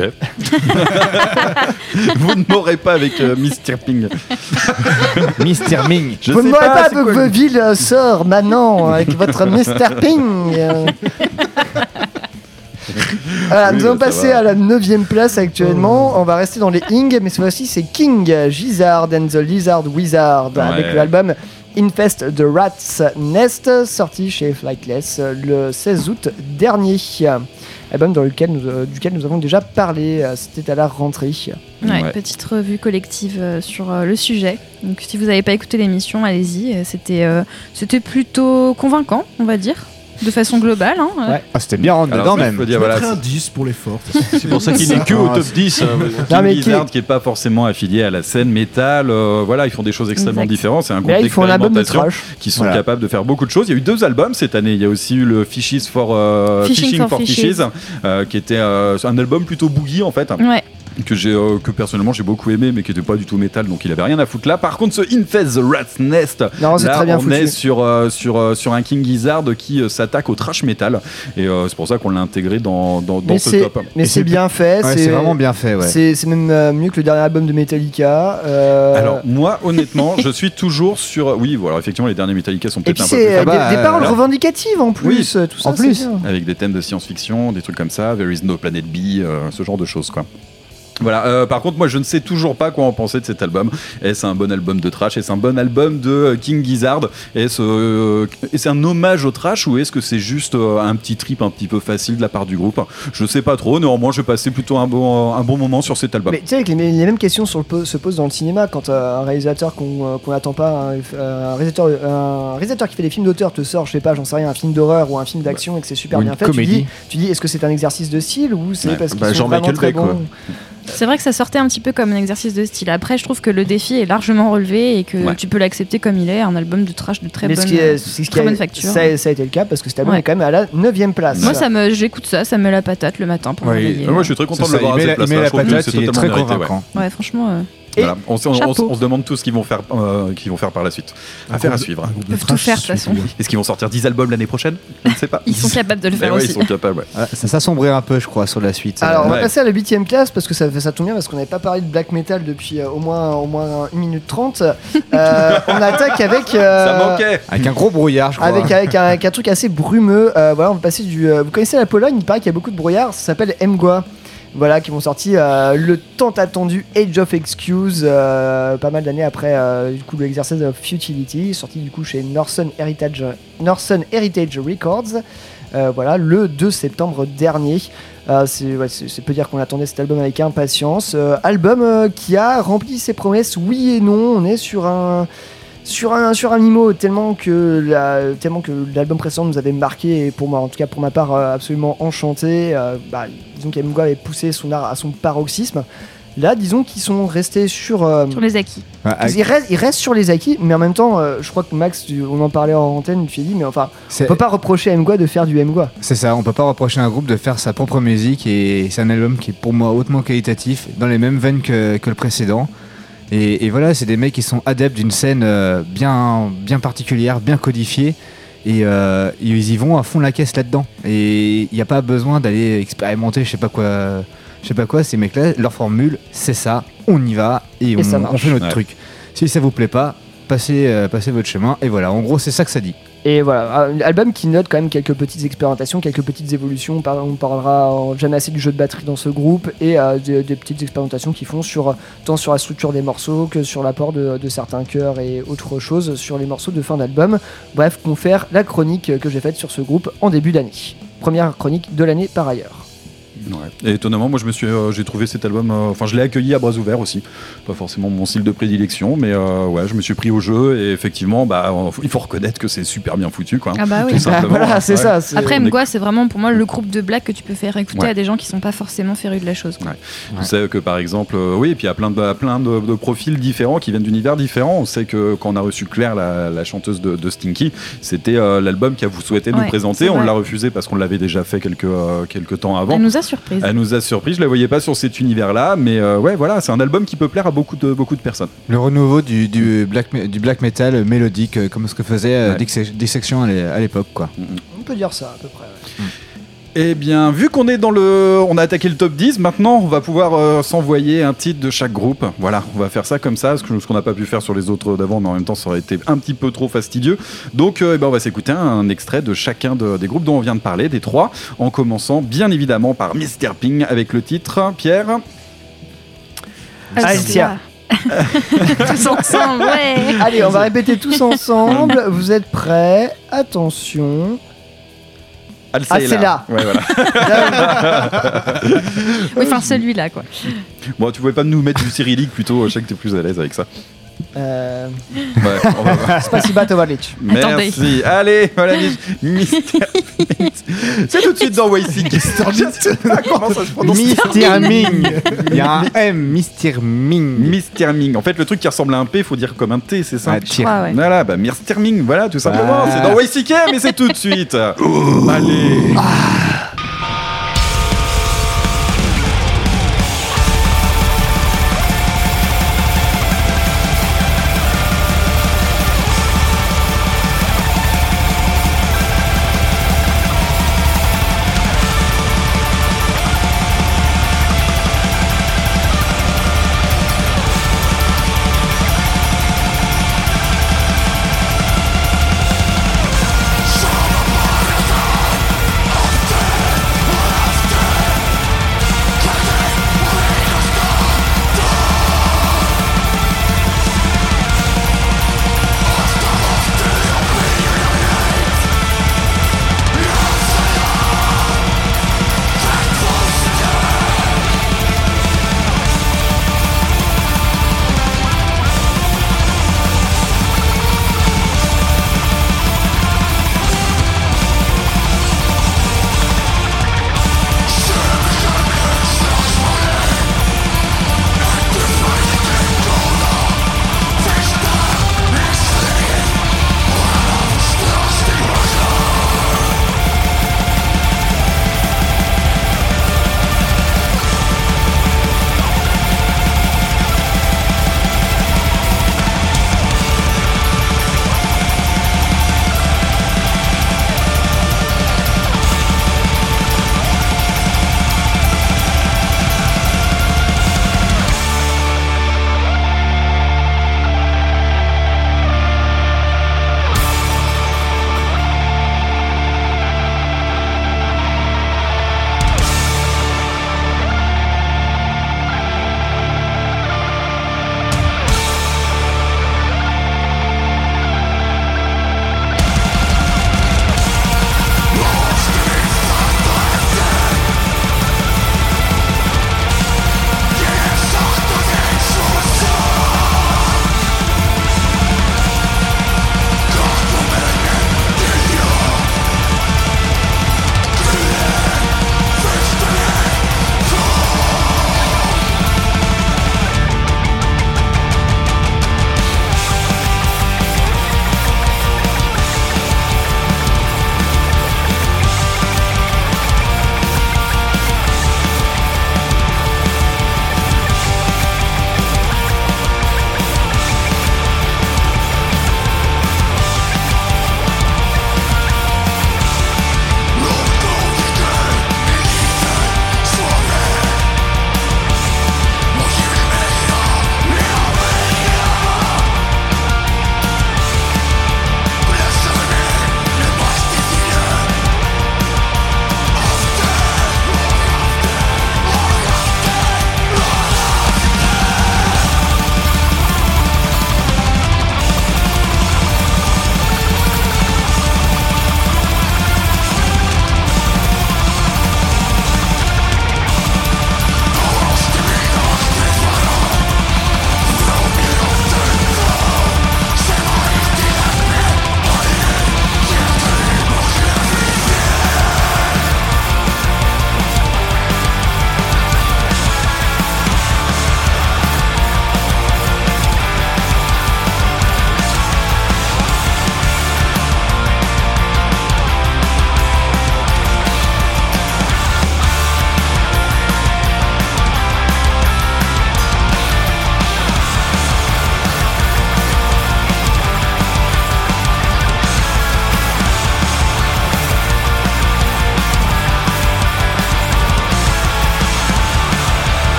Vous ne m'aurez pas avec Mr. Ping. Mr. Ming. Vous ne m'aurez pas avec vos villes sort maintenant avec votre Mr. Ping. Voilà, nous allons passer à la 9ème place actuellement. On va rester dans les Ing, mais cette fois-ci c'est King Gizzard and the Lizard Wizard avec l'album Infest the Rat's Nest, sorti chez Flightless le 16 août dernier. Album duquel nous avons déjà parlé, c'était à la rentrée. Petite revue collective sur le sujet. Donc si vous n'avez pas écouté l'émission, allez-y. C'était plutôt convaincant, on va dire. De façon globale. C'était bien rentre dedans même. Je mettrais un 10 pour l'effort. C'est pour ça qu'il n'est que au top 10. King Gizzard qui n'est pas forcément affilié à la scène métal. Ils font des choses extrêmement différentes. C'est un groupe d'expérimentation qui sont capables de faire beaucoup de choses. Il y a eu 2 albums cette année. Il y a aussi eu le Fishing for Fishes qui était un album plutôt boogie en fait. Ouais. Que personnellement j'ai beaucoup aimé, mais qui n'était pas du tout métal, donc il avait rien à foutre là. Par contre, ce Infest the Rat's Nest, là très bien on est sur un King Gizzard qui s'attaque au thrash metal, et c'est pour ça qu'on l'a intégré dans ce top. Mais c'est bien fait, c'est vraiment bien fait. Ouais. C'est même mieux que le dernier album de Metallica. Alors moi, honnêtement, je suis toujours sur. Oui, voilà, effectivement, les derniers Metallica sont peut-être un peu plus. Et puis c'est des paroles revendicatives en plus, tout ça. En plus, avec des thèmes de science-fiction, des trucs comme ça, There is no Planet B, ce genre de choses, quoi. Voilà, par contre moi je ne sais toujours pas quoi en penser de cet album. Est-ce un bon album de thrash? Est-ce un bon album de King Gizzard? Est-ce un hommage au thrash, ou est-ce que c'est juste un petit trip un petit peu facile de la part du groupe? Je sais pas trop, néanmoins je vais passer plutôt un bon moment sur cet album. Mais tu sais, les mêmes questions se posent dans le cinéma quand un réalisateur qu'on n'attend pas, un réalisateur qui fait des films d'auteur te sort, je sais pas, j'en sais rien, un film d'horreur ou un film d'action et que c'est super bien fait. Tu dis est-ce que c'est un exercice de style ou c'est parce qu'ils sont vraiment très bons? C'est vrai que ça sortait un petit peu comme un exercice de style. Après, je trouve que le défi est largement relevé et que tu peux l'accepter comme il est, un album de trash de très bonne facture. Ça a été le cas parce que cet album est quand même à la 9ème place. Moi, j'écoute ça me met la patate le matin pour me réveiller. Moi, je suis très content de le voir à cette place. Il met la patate, il est très convaincant. Ouais, franchement. Voilà. On se demande tous ce qu'ils vont faire par la suite. Affaire à suivre. Ils peuvent tout faire de toute façon. Est-ce qu'ils vont sortir 10 albums l'année prochaine? Je ne sais pas. Ils sont capables de le faire aussi. Ils sont capables, Ça s'assombrait un peu, je crois, sur la suite. Alors, on va passer à la 8ème place parce que ça tombe bien parce qu'on n'avait pas parlé de black metal depuis au moins 1 minute 30. On attaque avec. Ça manquait. Avec un gros brouillard, je crois. Avec un truc assez brumeux. Voilà, on va passer vous connaissez la Pologne, il paraît qu'il y a beaucoup de brouillard. Ça s'appelle Mgła. Voilà, qui vont sortir le tant attendu Age of Excuse, pas mal d'années après du coup l'exercice of Futility, sorti du coup chez Northern Heritage Records, voilà, le 2 septembre dernier. C'est peut dire qu'on attendait cet album avec impatience. Album qui a rempli ses promesses, oui et non. On est sur un IMO tellement que l'album précédent nous avait marqué, et pour moi, en tout cas pour ma part, absolument enchanté. Disons qu'Mgła avait poussé son art à son paroxysme. Là, disons qu'ils sont restés sur les acquis. Ils restent sur les acquis, mais en même temps, je crois que Max, on en parlait en antenne, tu as dit, mais enfin, on peut pas reprocher à Mgła de faire du Mgła. C'est ça, on peut pas reprocher à un groupe de faire sa propre musique, et c'est un album qui est pour moi hautement qualitatif, dans les mêmes veines que le précédent. Et voilà, c'est des mecs qui sont adeptes d'une scène bien particulière, bien codifiée, et ils y vont à fond la caisse là-dedans. Et il n'y a pas besoin d'aller expérimenter je sais pas quoi, ces mecs-là, leur formule, c'est ça, on y va, et on fait notre truc. Si ça vous plaît pas, passez votre chemin, et voilà, en gros c'est ça que ça dit. Et voilà, un album qui note quand même quelques petites expérimentations, quelques petites évolutions. On parlera jamais assez du jeu de batterie dans ce groupe, et des petites expérimentations qu'ils font tant sur la structure des morceaux que sur l'apport de certains chœurs et autre chose sur les morceaux de fin d'album. Bref, confère la chronique que j'ai faite sur ce groupe en début d'année. Première chronique de l'année par ailleurs. Ouais. Et étonnamment, moi j'ai trouvé cet album, je l'ai accueilli à bras ouverts aussi, pas forcément mon style de prédilection, mais je me suis pris au jeu, et effectivement il faut reconnaître que c'est super bien foutu, quoi. Ah bah oui. Tout simplement. Voilà, c'est ça. Après Mgła, c'est vraiment pour moi le groupe de black que tu peux faire écouter à des gens qui sont pas forcément férus de la chose. On sait que par exemple, et puis il y a plein de profils différents qui viennent d'univers différents. On sait que quand on a reçu Claire, la chanteuse de Stinky, c'était l'album qu'elle vous souhaitait nous présenter. On l'a refusé parce qu'on l'avait déjà fait quelques temps avant. Elle nous a surpris, je la voyais pas sur cet univers-là, mais voilà, c'est un album qui peut plaire à beaucoup de personnes. Le renouveau du black metal mélodique, comme ce que faisait Dissection à l'époque, quoi. On peut dire ça à peu près. Eh bien, vu qu'on est on a attaqué le top 10, maintenant on va pouvoir s'envoyer un titre de chaque groupe. Voilà, on va faire ça comme ça, ce qu'on n'a pas pu faire sur les autres d'avant, mais en même temps ça aurait été un petit peu trop fastidieux. Donc on va s'écouter un extrait de chacun des groupes dont on vient de parler, des 3, en commençant bien évidemment par Mr. Ping avec le titre, Pierre. Alcia. Tous ensemble, ouais. Allez, on va répéter tous ensemble. Vous êtes prêts? Attention. C'est là. Ouais, voilà. Oui, enfin celui-là, quoi. Bon, tu pouvais pas nous mettre du cyrillique plutôt, je sais que t'es plus à l'aise avec ça. Ouais, on va voir. Spasiba Tovalic. Merci. Allez, voilà, Mr. C'est tout de suite dans YC. Comment ça se prononce? Mr. Ming. Il y a un M, Mr. Ming. Mr. Ming. En fait, le truc qui ressemble à un P, faut dire comme un T, c'est ça? Ouais. Voilà, Mr. Ming, voilà, tout simplement. C'est dans YCK, mais c'est tout de suite. Allez. Shut up,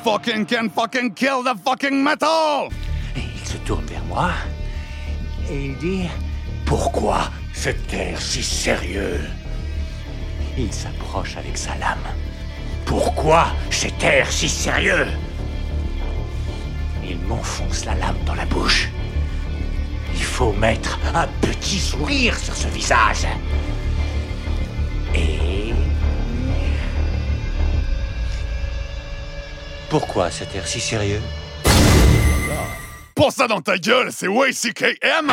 fucking can fucking kill the fucking metal! Et il se tourne vers moi et il dit: pourquoi cet air si sérieux? Il s'approche avec sa lame. Pourquoi cet air si sérieux? Il m'enfonce la lame dans la bouche. Il faut mettre un petit sourire sur ce visage. Et... pourquoi cet air si sérieux? Pour ça dans ta gueule, c'est YCKM!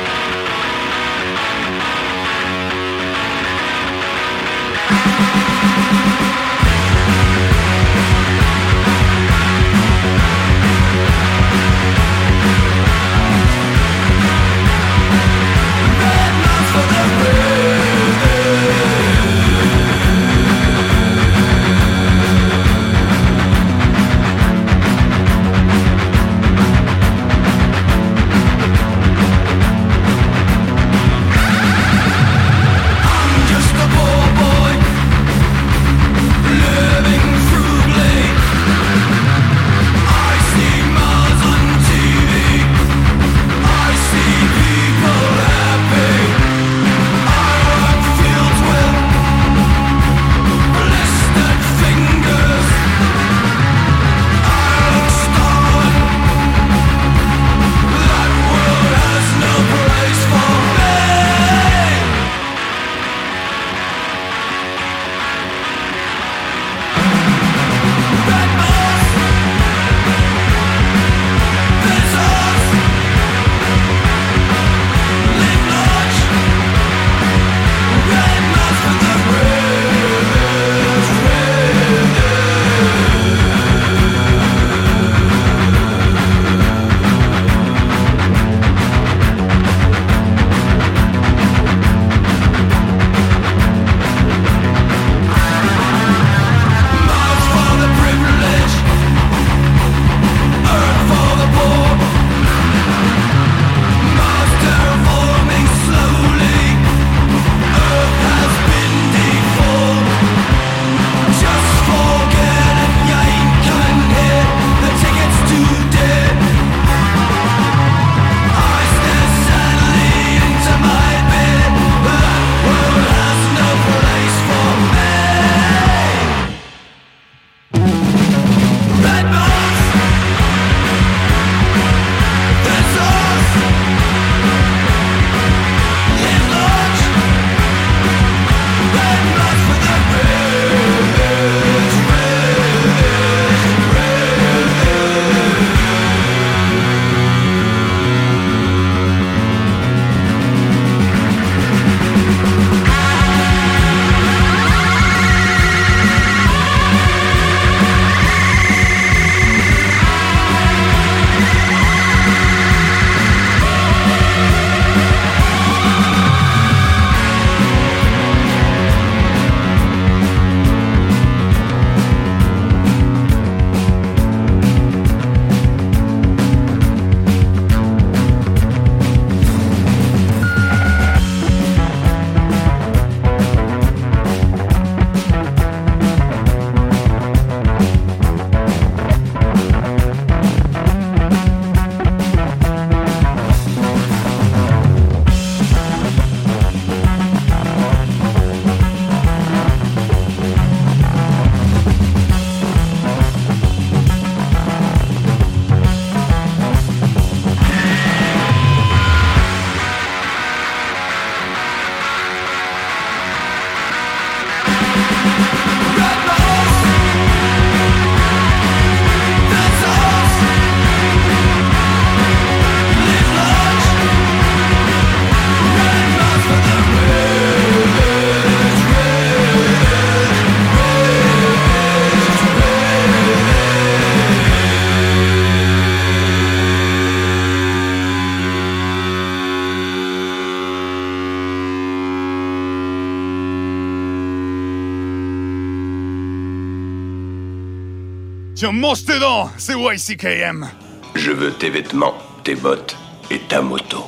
Tiens, mange tes dents, c'est YCKM. Je veux tes vêtements, tes bottes et ta moto.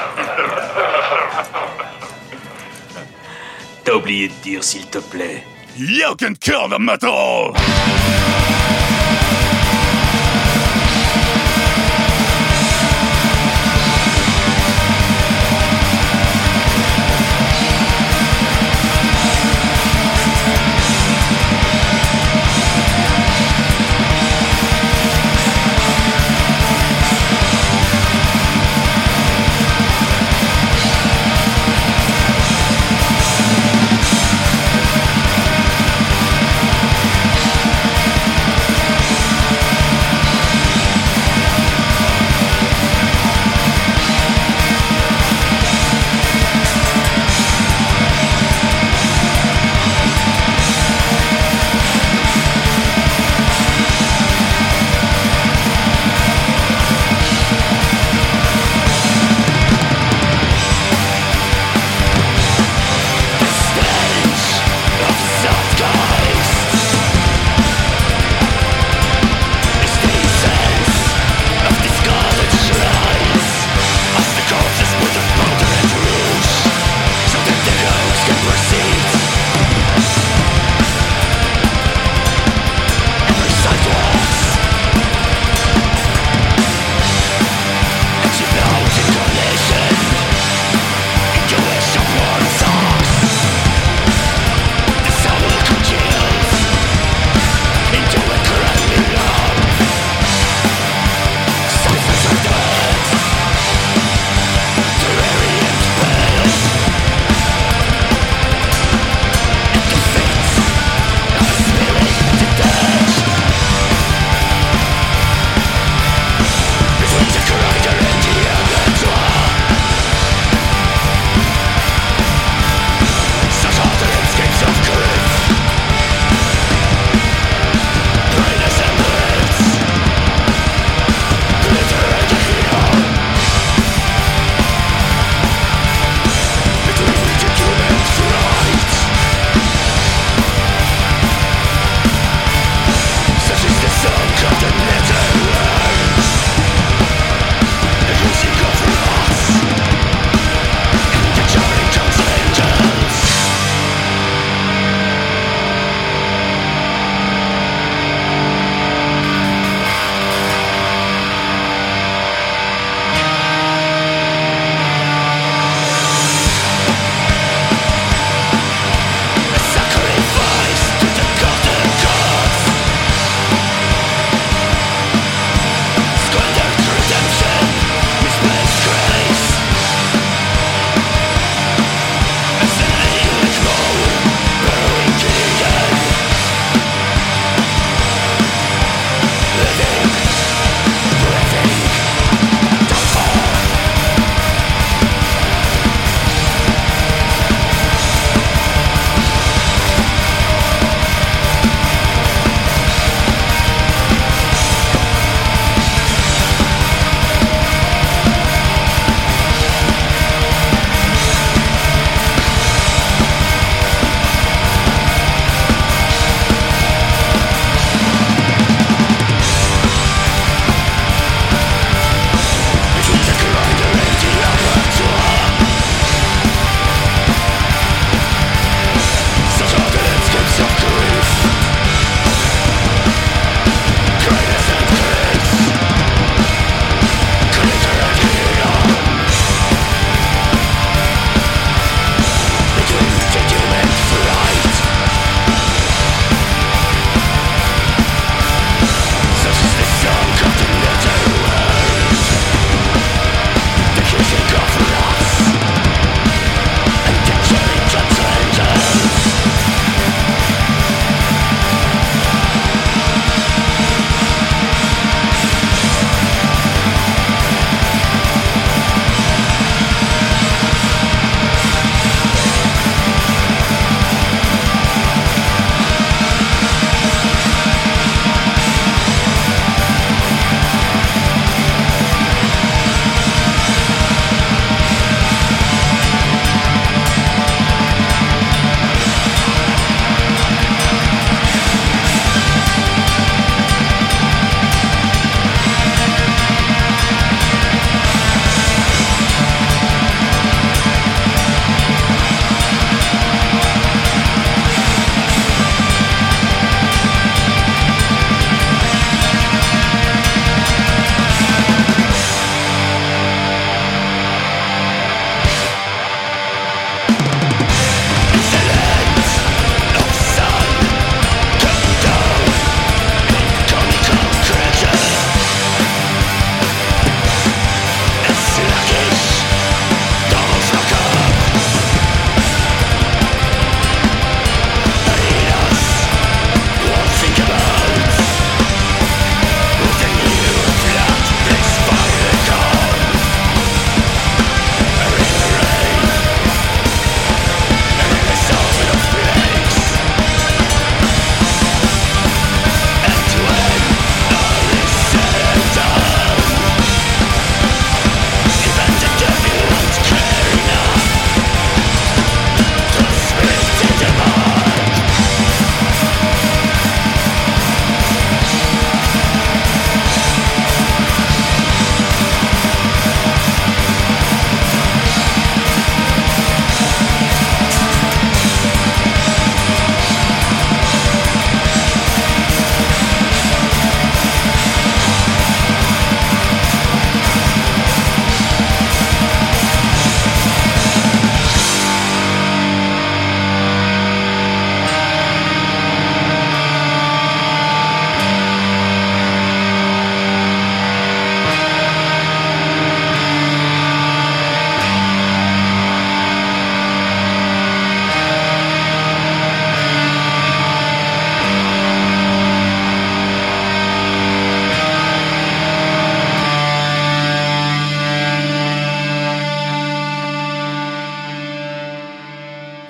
T'as oublié de dire, s'il te plaît, y a aucun cœur dans ma taureau.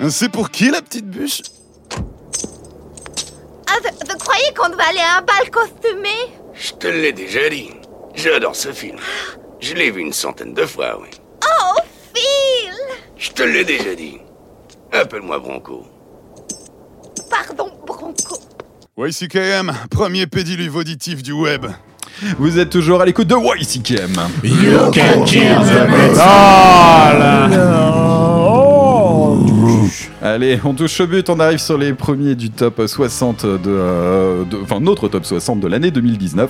C'est pour qui la petite bûche? Ah, vous croyez qu'on devait aller à un bal costumé? Je te l'ai déjà dit. J'adore ce film. Je l'ai vu une centaine de fois, oui. Oh, Phil! Je te l'ai déjà dit. Appelle-moi Bronco. Pardon, Bronco. YCKM, premier pédiluve auditif du web. Vous êtes toujours à l'écoute de YCKM. You can kill the Allez, on touche au but, on arrive sur les premiers du top 60 enfin notre top 60 de l'année 2019.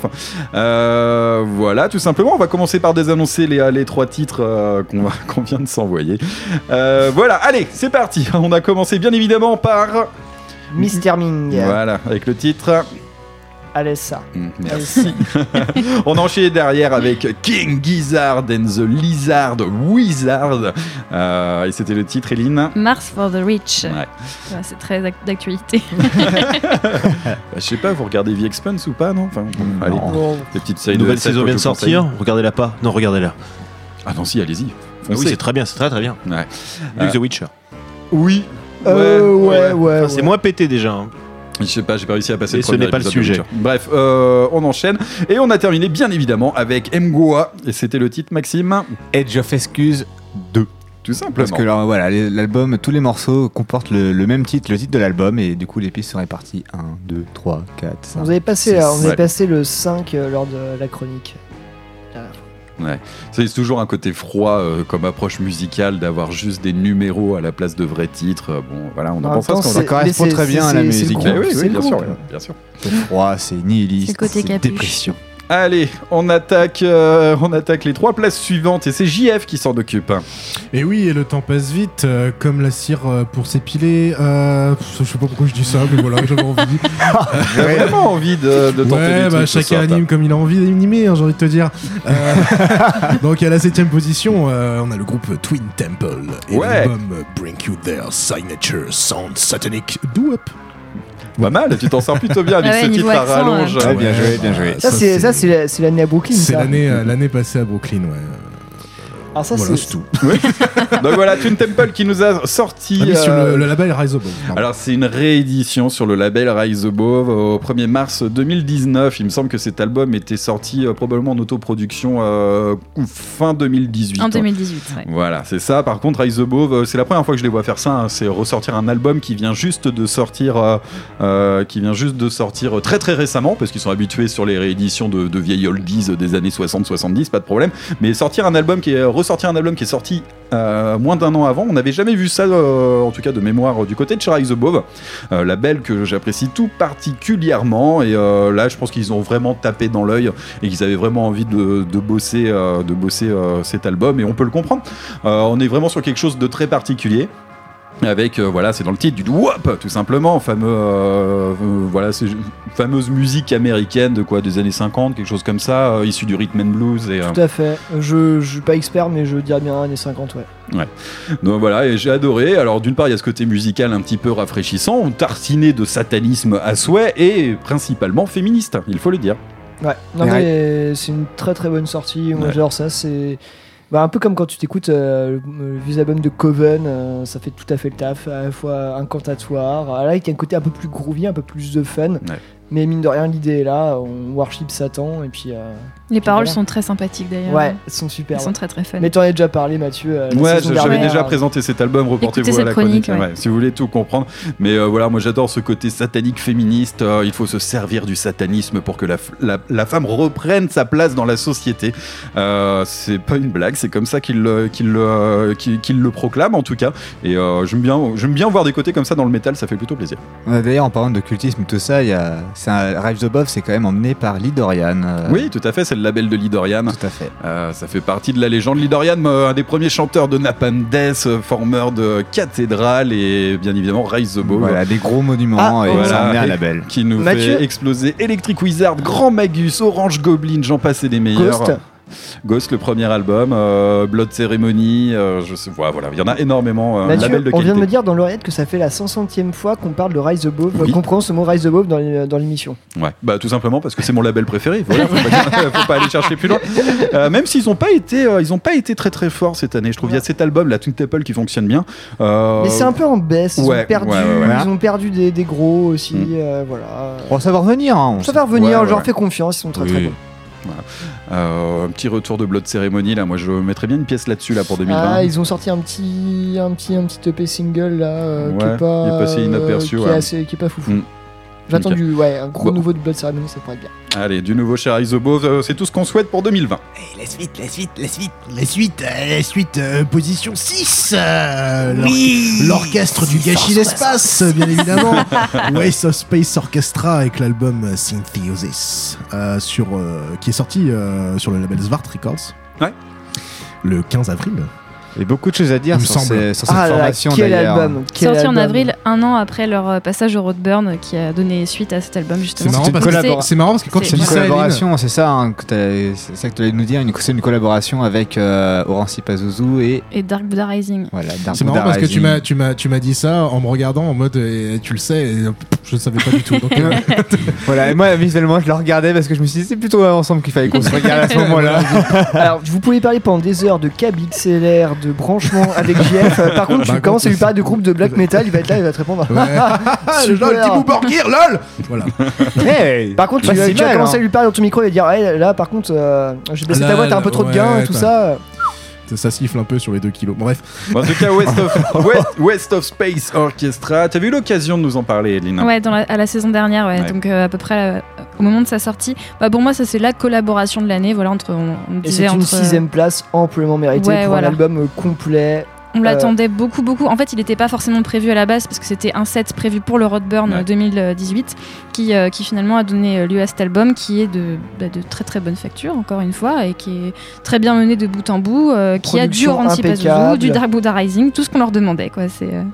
Voilà, tout simplement, on va commencer par désannoncer les 3 titres qu'on vient de s'envoyer. Voilà, allez, c'est parti. On a commencé bien évidemment par Mr. Ming. Voilà, avec le titre Alessa. Merci. On enchaîne derrière avec King Gizzard and the Lizard Wizard. Et c'était le titre, Eline. Mars for the Rich. Ouais. Ouais, c'est très d'actualité. Je sais pas, vous regardez The Expanse ou pas, non, enfin, allez, les petites séries nouvelle de saison vient de sortir. Regardez-la pas. Non, regardez-la. Ah non, si, allez-y. Ah oui, c'est très bien, c'est très très bien. Ouais. Mieux que The Witcher. Oui. Ouais. Enfin, c'est moins pété déjà. Hein. Je sais pas, j'ai pas réussi à passer et le ce n'est pas le sujet. Bref, on enchaîne. Et on a terminé bien évidemment avec Mgoa. Et c'était le titre, Maxime. Edge of Excuse 2. Tout simplement. Parce que là, voilà, l'album, tous les morceaux comportent le même titre, le titre de l'album. Et du coup, les pistes sont réparties 1, 2, 3, 4, 5. Vous avez passé le 5 lors de la chronique. Ouais. C'est toujours un côté froid comme approche musicale d'avoir juste des numéros à la place de vrais titres. Bon, voilà, on en pense à ce qu'on ça correspond très bien à la musique. Oui, bien sûr. C'est froid, c'est nihiliste, c'est dépression. Allez, on attaque les 3 places suivantes et c'est JF qui s'en occupe. Et oui, et le temps passe vite, comme la cire pour s'épiler. Je sais pas pourquoi je dis ça, mais voilà, j'avais envie. J'ai vraiment envie de tenter des trucs. Chacun anime comme il a envie d'animer, hein, j'ai envie de te dire. Donc à la 7ème position, on a le groupe Twin Temple et l'album Bring You Their Signature Sound Satanic Do Up. Pas mal, tu t'en sors plutôt bien avec ce titre à rallonge. Ouais, bien joué. Ça, c'est l'année à Brooklyn. C'est l'année passée à Brooklyn, ouais. Alors ça, voilà, c'est tout. Donc voilà, Twin Temple qui nous a sorti sur le label Rise Above. Alors c'est une réédition sur le label Rise Above au 1er mars 2019. Il me semble que cet album était sorti probablement en autoproduction fin 2018. En 2018, ouais. Voilà, c'est ça. Par contre, Rise Above, c'est la première fois que je les vois faire ça. Hein. C'est ressortir un album qui vient juste de sortir, très très récemment, parce qu'ils sont habitués sur les rééditions de vieilles oldies des années 60-70, pas de problème. Mais ressortir un album qui est sorti moins d'1 an avant, on n'avait jamais vu ça, en tout cas de mémoire, du côté de chez Rise Above, label que j'apprécie tout particulièrement. Et là, je pense qu'ils ont vraiment tapé dans l'œil et qu'ils avaient vraiment envie de bosser cet album, et on peut le comprendre. On est vraiment sur quelque chose de très particulier. Avec voilà, c'est dans le titre du WAP tout simplement, fameuse musique américaine des années 50, quelque chose comme ça, issue du rhythm and blues et tout à fait. Je suis pas expert, mais je dirais bien années 50, ouais. Donc voilà, et j'ai adoré. Alors d'une part, il y a ce côté musical un petit peu rafraîchissant, tartiné de satanisme à souhait et principalement féministe, il faut le dire. Ouais. Non mais c'est une très très bonne sortie. Moi j'adore ça, c'est un peu comme quand tu t'écoutes le vieux album de Coven, ça fait tout à fait le taf, à la fois incantatoire. Là, il y a un côté un peu plus groovy, un peu plus de fun. Ouais. Mais mine de rien, l'idée est là, on worship Satan et puis... les paroles sont très sympathiques d'ailleurs. Ouais, elles sont super. Elles sont très très fun. Mais t'en as déjà parlé, Mathieu. J'avais déjà présenté cet album, reportez-vous à la chronique. Ouais. Si vous voulez tout comprendre. Mais voilà, moi j'adore ce côté satanique féministe. Il faut se servir du satanisme pour que la femme reprenne sa place dans la société. C'est pas une blague, c'est comme ça qu'il le proclame en tout cas. Et j'aime bien voir des côtés comme ça dans le métal, ça fait plutôt plaisir. D'ailleurs, en parlant de cultisme, tout ça, Rise Above, c'est quand même emmené par Lee Dorian. Oui, tout à fait, c'est le label de Lee Dorian. Tout à fait. Ça fait partie de la légende. Lee Dorian, un des premiers chanteurs de Napalm Death, formeur de Cathédrale et bien évidemment Rise Above. Voilà, des gros monuments et ça emmené un label. Qui nous fait exploser Electric Wizard, Grand Magus, Orange Goblin, j'en passe et des meilleurs. Ghost. Ghost, le premier album, Blood Ceremony, voilà, il y en a énormément. Mathieu, label de on qualité. vient de me dire dans l'oreillette que ça fait la 500e fois qu'on parle de Rise Above, qu'on prononce le mot Rise Above dans l'émission. Ouais, bah tout simplement parce que c'est mon label préféré. Voilà, faut pas aller chercher plus loin. Même s'ils n'ont pas été très très forts cette année, je trouve. Il y a cet album, la Twin Temple, qui fonctionne bien. Mais c'est un peu en baisse. Ils ont perdu des gros aussi. Voilà. Bon, ça va revenir. Ça va revenir. Je leur fais confiance. Ils sont très très bons. Voilà. Un petit retour de Blood Ceremony là, moi je mettrais bien une pièce là-dessus là pour 2020. Ah, ils ont sorti un petit EP single là qui est pas, il est passé inaperçu, qui est pas foufou. J'ai attendu un gros nouveau de Blood Ceremony, ça pourrait être bien. Allez, du nouveau chez Rise Above, c'est tout ce qu'on souhaite pour 2020. Et la suite, position 6. L'orchestre du gâchis d'espace, bien évidemment. Waste of Space Orchestra avec l'album Syntheosis, qui est sorti sur le label Zwart Records. Ouais. Le 15 avril. Il y a beaucoup de choses à dire sur cette formation d'ailleurs. Sorti en avril, un an après leur passage au Roadburn, qui a donné suite à cet album justement. C'est marrant parce que quand tu dis ça, collaboration, Aline, c'est ça que tu allais nous dire. C'est une collaboration avec Orancy Pazuzu et Dark Buddha Rising. Voilà, c'est marrant parce que tu m'as dit ça en me regardant en mode tu le sais, et je ne savais pas du tout. Donc, voilà, et moi visuellement je le regardais parce que je me suis dit c'est plutôt ensemble qu'il fallait qu'on se regarde à ce moment-là. Alors vous pouvez parler pendant des heures de KBXLR, de branchement avec JF. Par contre, tu commences à lui parler de groupe de black metal, il va être là, il va te répondre. Le petit Boober Gear, lol. Voilà. Hey, par contre, tu vas commencer à lui parler dans ton micro et dire là, par contre, j'ai baissé ta voix, t'as un peu trop de gain et tout ça. Ça siffle un peu sur les 2 kilos. Bref. En tout cas, Waste of Space Orchestra. T'as eu l'occasion de nous en parler, Edline? Ouais, à la saison dernière, ouais. Donc à peu près au moment de sa sortie. Pour moi, ça c'est la collaboration de l'année. Voilà, on disait et c'est une 6ème place amplement méritée pour un album complet. On l'attendait beaucoup. En fait, il n'était pas forcément prévu à la base parce que c'était un set prévu pour le Roadburn 2018 qui finalement a donné lieu à cet album qui est de très très bonne facture, encore une fois, et qui est très bien mené de bout en bout, qui a du Orancy Pazuzu, du Dark Buddha Rising, tout ce qu'on leur demandait, quoi.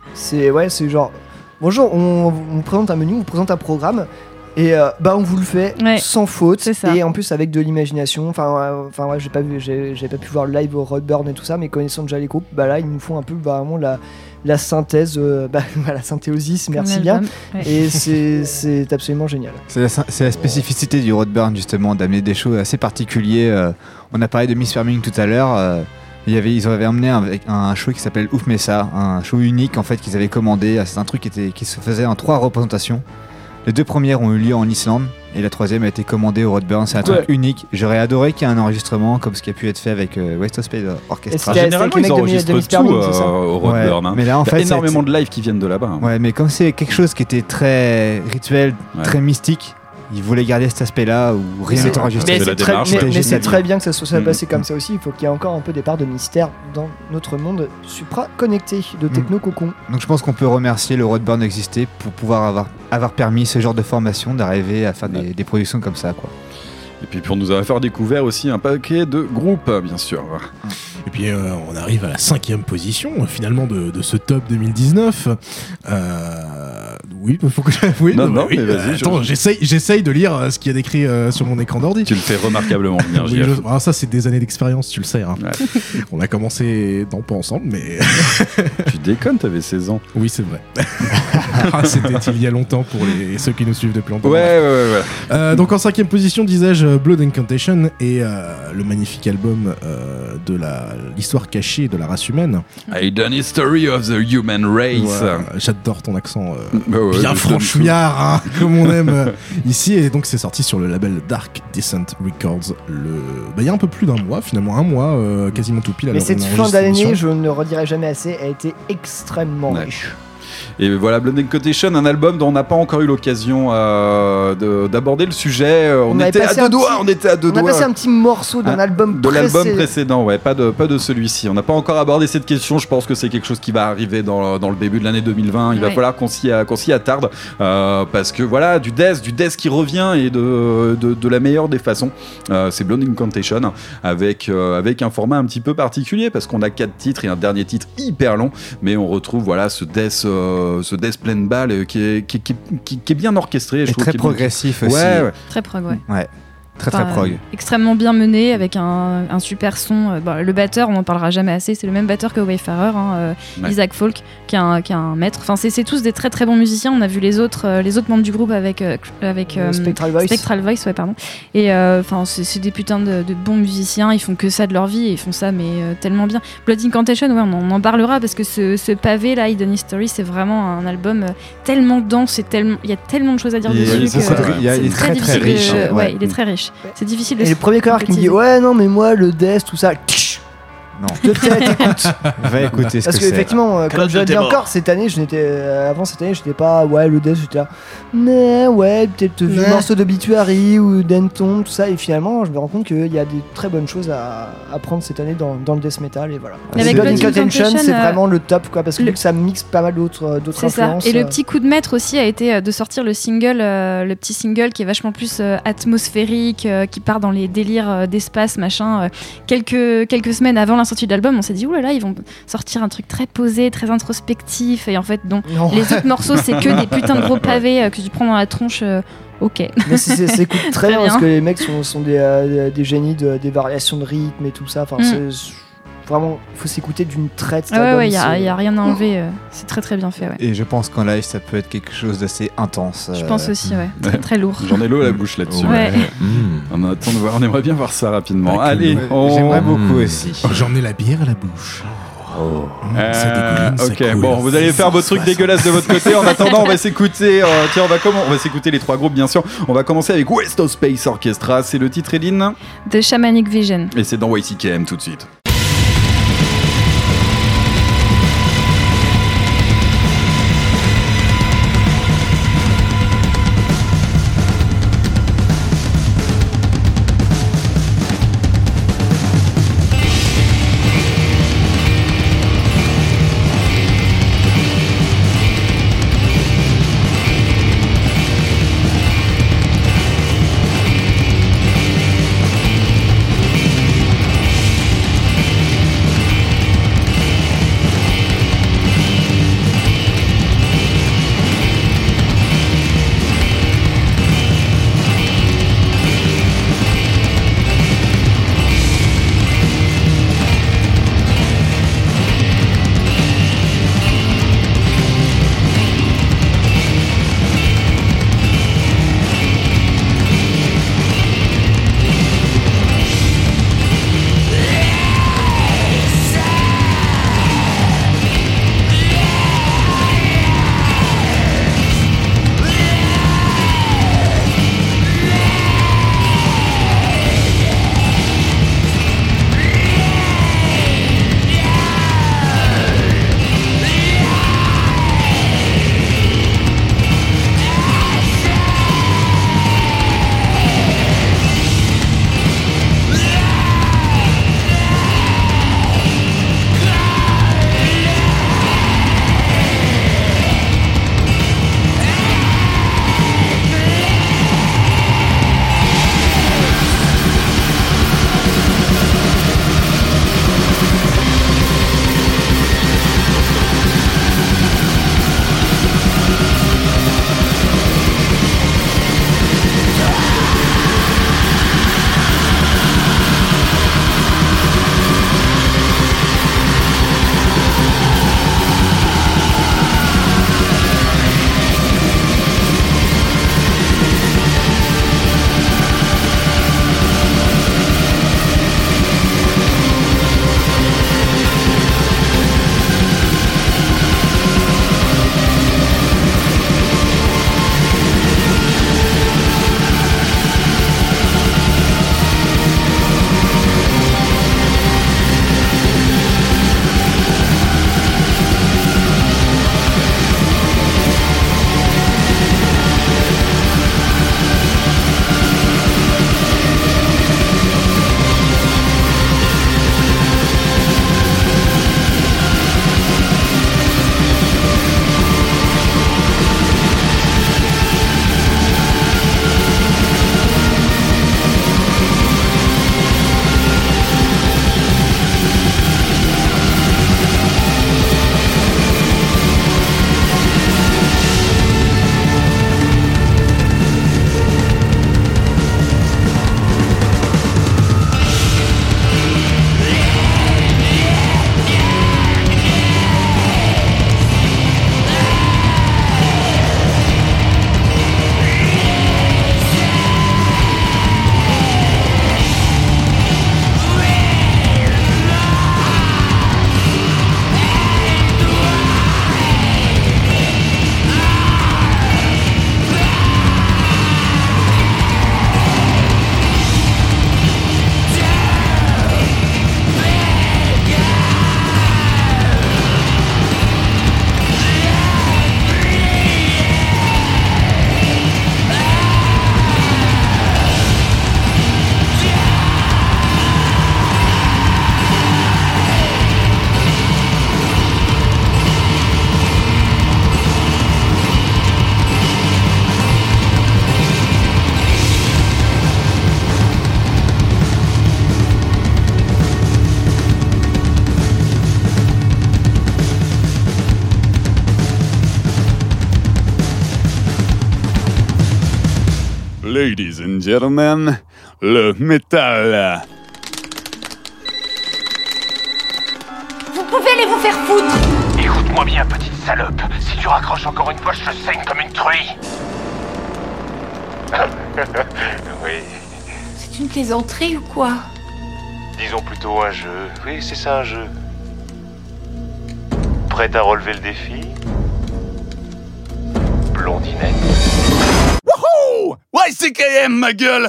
C'est genre bonjour, on vous présente un menu, on vous présente un programme. Et on vous le fait sans faute et en plus avec de l'imagination. Enfin, j'ai pas pu voir le live au Roadburn et tout ça, mais connaissant déjà les groupes, là ils nous font un peu vraiment la synthèse, la synthéosis, merci bien. Et c'est absolument génial. C'est la spécificité du Roadburn justement d'amener des shows assez particuliers. On a parlé de Miss Farming tout à l'heure. Ils avaient emmené un show qui s'appelle Ouf Mesa, un show unique en fait qu'ils avaient commandé. C'est un truc qui se faisait en 3 représentations. Les 2 premières ont eu lieu en Islande et la 3e a été commandée au Roadburn. C'est un truc unique. J'aurais adoré qu'il y ait un enregistrement comme ce qui a pu être fait avec Waste of Space Orchestra. Généralement, ils enregistrent tout au Roadburn. Mais là, en fait, il y a énormément de live qui viennent de là-bas. Ouais, mais comme c'est quelque chose qui était très rituel, très mystique, ils voulaient garder cet aspect-là où rien n'est enregistré. Mais c'est très bien que ça soit passé comme ça aussi. Il faut qu'il y ait encore un peu des parts de mystère dans notre monde supra-connecté de techno-cocon. Donc je pense qu'on peut remercier le Roadburn d'exister pour pouvoir avoir permis ce genre de formation d'arriver à faire des productions comme ça, quoi. Et puis pour nous avoir fait découvrir aussi un paquet de groupes, bien sûr. Et puis on arrive à la 5e position finalement de ce top 2019. Oui, faut que non, mais vas-y. Attends, j'essaye de lire ce qu'il y a décrit sur mon écran d'ordi. Tu le fais remarquablement bien, JF. Ça, c'est des années d'expérience, tu le sais. Hein. Ouais. On a commencé, pas ensemble, mais... Tu déconnes, t'avais 16 ans. Oui, c'est vrai. C'était il y a longtemps pour ceux qui nous suivent depuis longtemps. Ouais. Donc en 5e position, disais-je, Blood Incantation et le magnifique album de l'histoire cachée de la race humaine. Hidden History of the Human Race. Ouais, j'adore ton accent bien franchouillard, hein, comme on aime ici. Et donc c'est sorti sur le label Dark Descent Records il y a un peu plus d'un mois, finalement un mois, quasiment tout pile. Mais cette fin d'année, je ne redirai jamais assez, a été extrêmement riche. Et voilà, Blood Incantation, un album dont on n'a pas encore eu l'occasion d'aborder le sujet. On était à deux doigts. On a passé un petit morceau d'un album précédent, pas de celui-ci. On n'a pas encore abordé cette question. Je pense que c'est quelque chose qui va arriver dans le début de l'année 2020. Il va falloir qu'on s'y attarde parce que voilà, du death qui revient et de la meilleure des façons. C'est Blood Incantation avec un format un petit peu particulier parce qu'on a 4 titres et un dernier titre hyper long, mais on retrouve ce death pleine balle qui est bien orchestré. Et très progressif aussi. Très prog, ouais. Très prog. Extrêmement bien mené, avec un super son. Le batteur, on n'en parlera jamais assez, c'est le même batteur que Wayfarer, Isaac Folk, qui est un maître. Enfin, c'est tous des très très bons musiciens. On a vu les autres membres du groupe avec Spectral Voice. Spectral Voice, ouais, pardon. Et c'est des putains de bons musiciens. Ils font que ça de leur vie et ils font ça, mais tellement bien. Blood Incantation, ouais, on en parlera parce que ce pavé là, Hidden History, c'est vraiment un album tellement dense et il y a tellement de choses à dire dessus. Il est très très riche. Ouais, il est très riche. C'est difficile de Et le premier connard qui me dit ouais non mais moi le death tout ça. Non. Peut-être écoute. Va écouter ce Parce que que c'est. effectivement, comme je l'ai dit encore cette année, avant cette année, j'étais pas le death, j'étais là. Mais ouais, peut-être vu le morceau d'Obituary ou Denton, tout ça, et finalement, je me rends compte qu'il y a des très bonnes choses à prendre cette année dans le death metal et voilà. Avec Blood Incantation, c'est vraiment le top quoi, parce que vu que ça mixe pas mal d'autres influences. Ça. Et le petit coup de maître aussi a été de sortir le petit single qui est vachement plus atmosphérique, qui part dans les délires d'espace machin. Quelques semaines avant la sortie de l'album, on s'est dit oulala, ils vont sortir un truc très posé, très introspectif, et en fait non. Les autres morceaux c'est que des putains de gros pavés que tu prends dans la tronche. Ok. Mais ça écoute très bien parce que les mecs sont des génies des variations de rythme et tout ça. Enfin, vraiment, il faut s'écouter d'une traite. Ouais, il y a rien à enlever. C'est très très bien fait. Ouais. Et je pense qu'en live, ça peut être quelque chose d'assez intense. Je pense aussi, ouais. Très, très lourd. J'en ai l'eau à la bouche là-dessus. Ouais. On attend de voir. On aimerait bien voir ça rapidement. Bah, allez, j'aimerais beaucoup aussi. J'en ai la bière à la bouche. Ok, bon, vous allez faire vos trucs dégueulasses de votre côté. En attendant, on va s'écouter. On va s'écouter les trois groupes, bien sûr. On va commencer avec West of Space Orchestra. C'est le titre, Eline The Shamanic Vision. Et c'est dans YCKM tout de suite. Ladies and gentlemen, le métal. Vous pouvez aller vous faire foutre. Écoute-moi bien, petite salope. Si tu raccroches encore une fois, je te saigne comme une truie. Oui. C'est une plaisanterie ou quoi? Disons plutôt un jeu. Oui, c'est ça, un jeu. Prête à relever le défi? Blondinette. Wouhou! YCKM, ma gueule!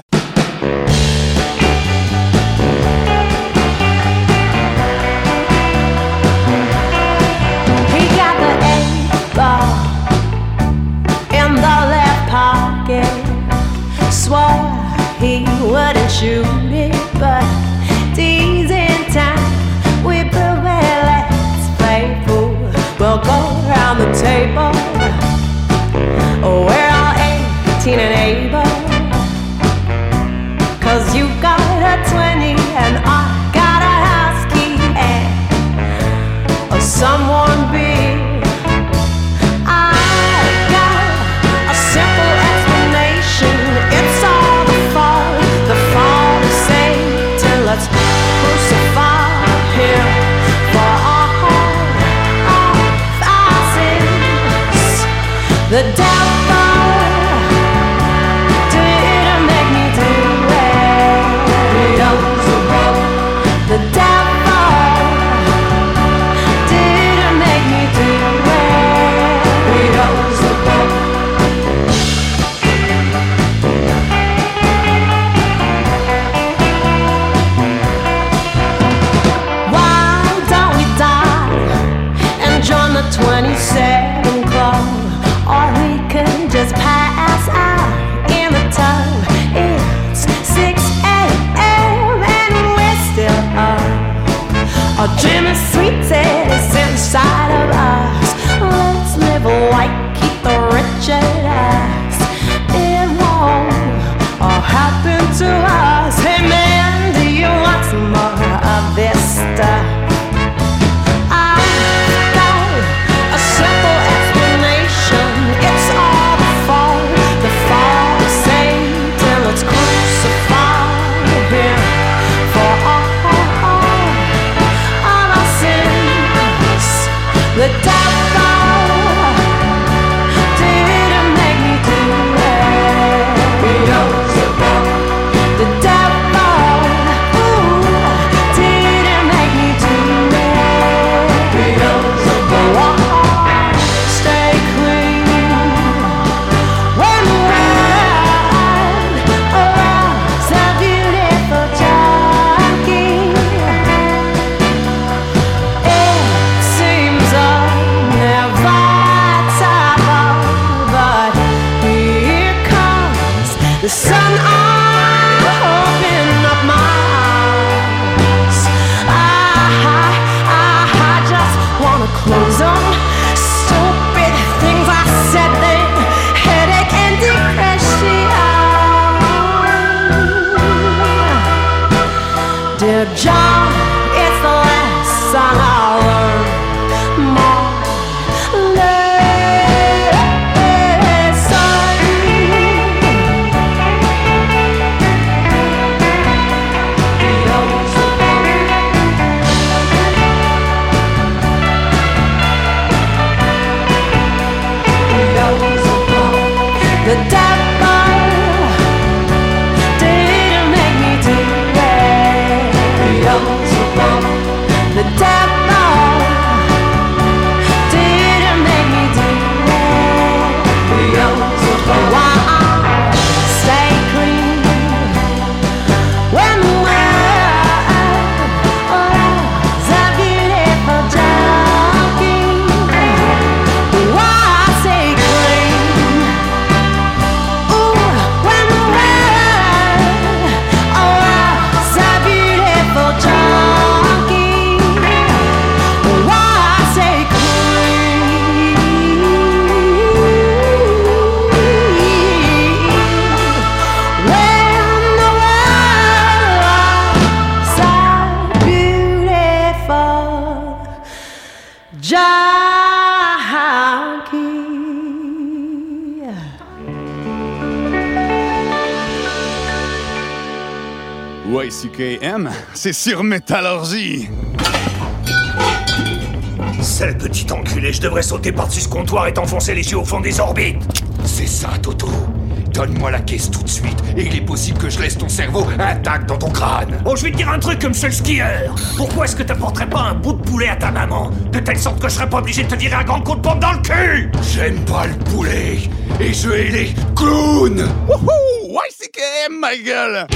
He got the 8-ball in the left pocket. Swore he wouldn't shoot it, but D's in time. We prevail, let's play fool. We'll go around the table. We're all 18 and able. 'Cause you got a 20 and I got a house key and someone big. I got a simple explanation. It's all the fall of Satan. Let's crucify him for all our sins. The devil didn't make me do it. The devil didn't make me do Why don't we die and join the 27 club? Or we can just pass out in the tub. It's 6 a.m. and we're still up. Our dream is sweet, it's inside of us. Let's live white, keep the rich at us. It won't all happen to us. Hey man, do you want some more of this stuff? I've got a simple explanation. It's all the fall of Satan. Let's crucify him for all our sins. The devil didn't make me do it. The devil, didn't make me do it. Stay clean when the world around's a beautiful junkie. It seems inevitable, but here comes the sun. Open up my eyes. I just wanna close them. Stupid things I said then. Headache and depression. Dear John, it's the last song I'll learn. More the devil didn't make me do it. The devil didn't make me do it. Why stay clean when the world's a beautiful junkie? Why stay clean YCKM, c'est sur Métallurgie. Sale petit enculé, je devrais sauter par-dessus ce comptoir et t'enfoncer les yeux au fond des orbites. C'est ça, Toto. Donne-moi la caisse tout de suite, et il est possible que je laisse ton cerveau intact dans ton crâne. Oh, je vais te dire un truc comme seul skieur. Pourquoi est-ce que t'apporterais pas un bout de poulet à ta maman, de telle sorte que je serais pas obligé de te tirer un grand coup de pompe dans le cul? J'aime pas le poulet, et je hais les clowns. Wouhou! YCKM, ma gueule!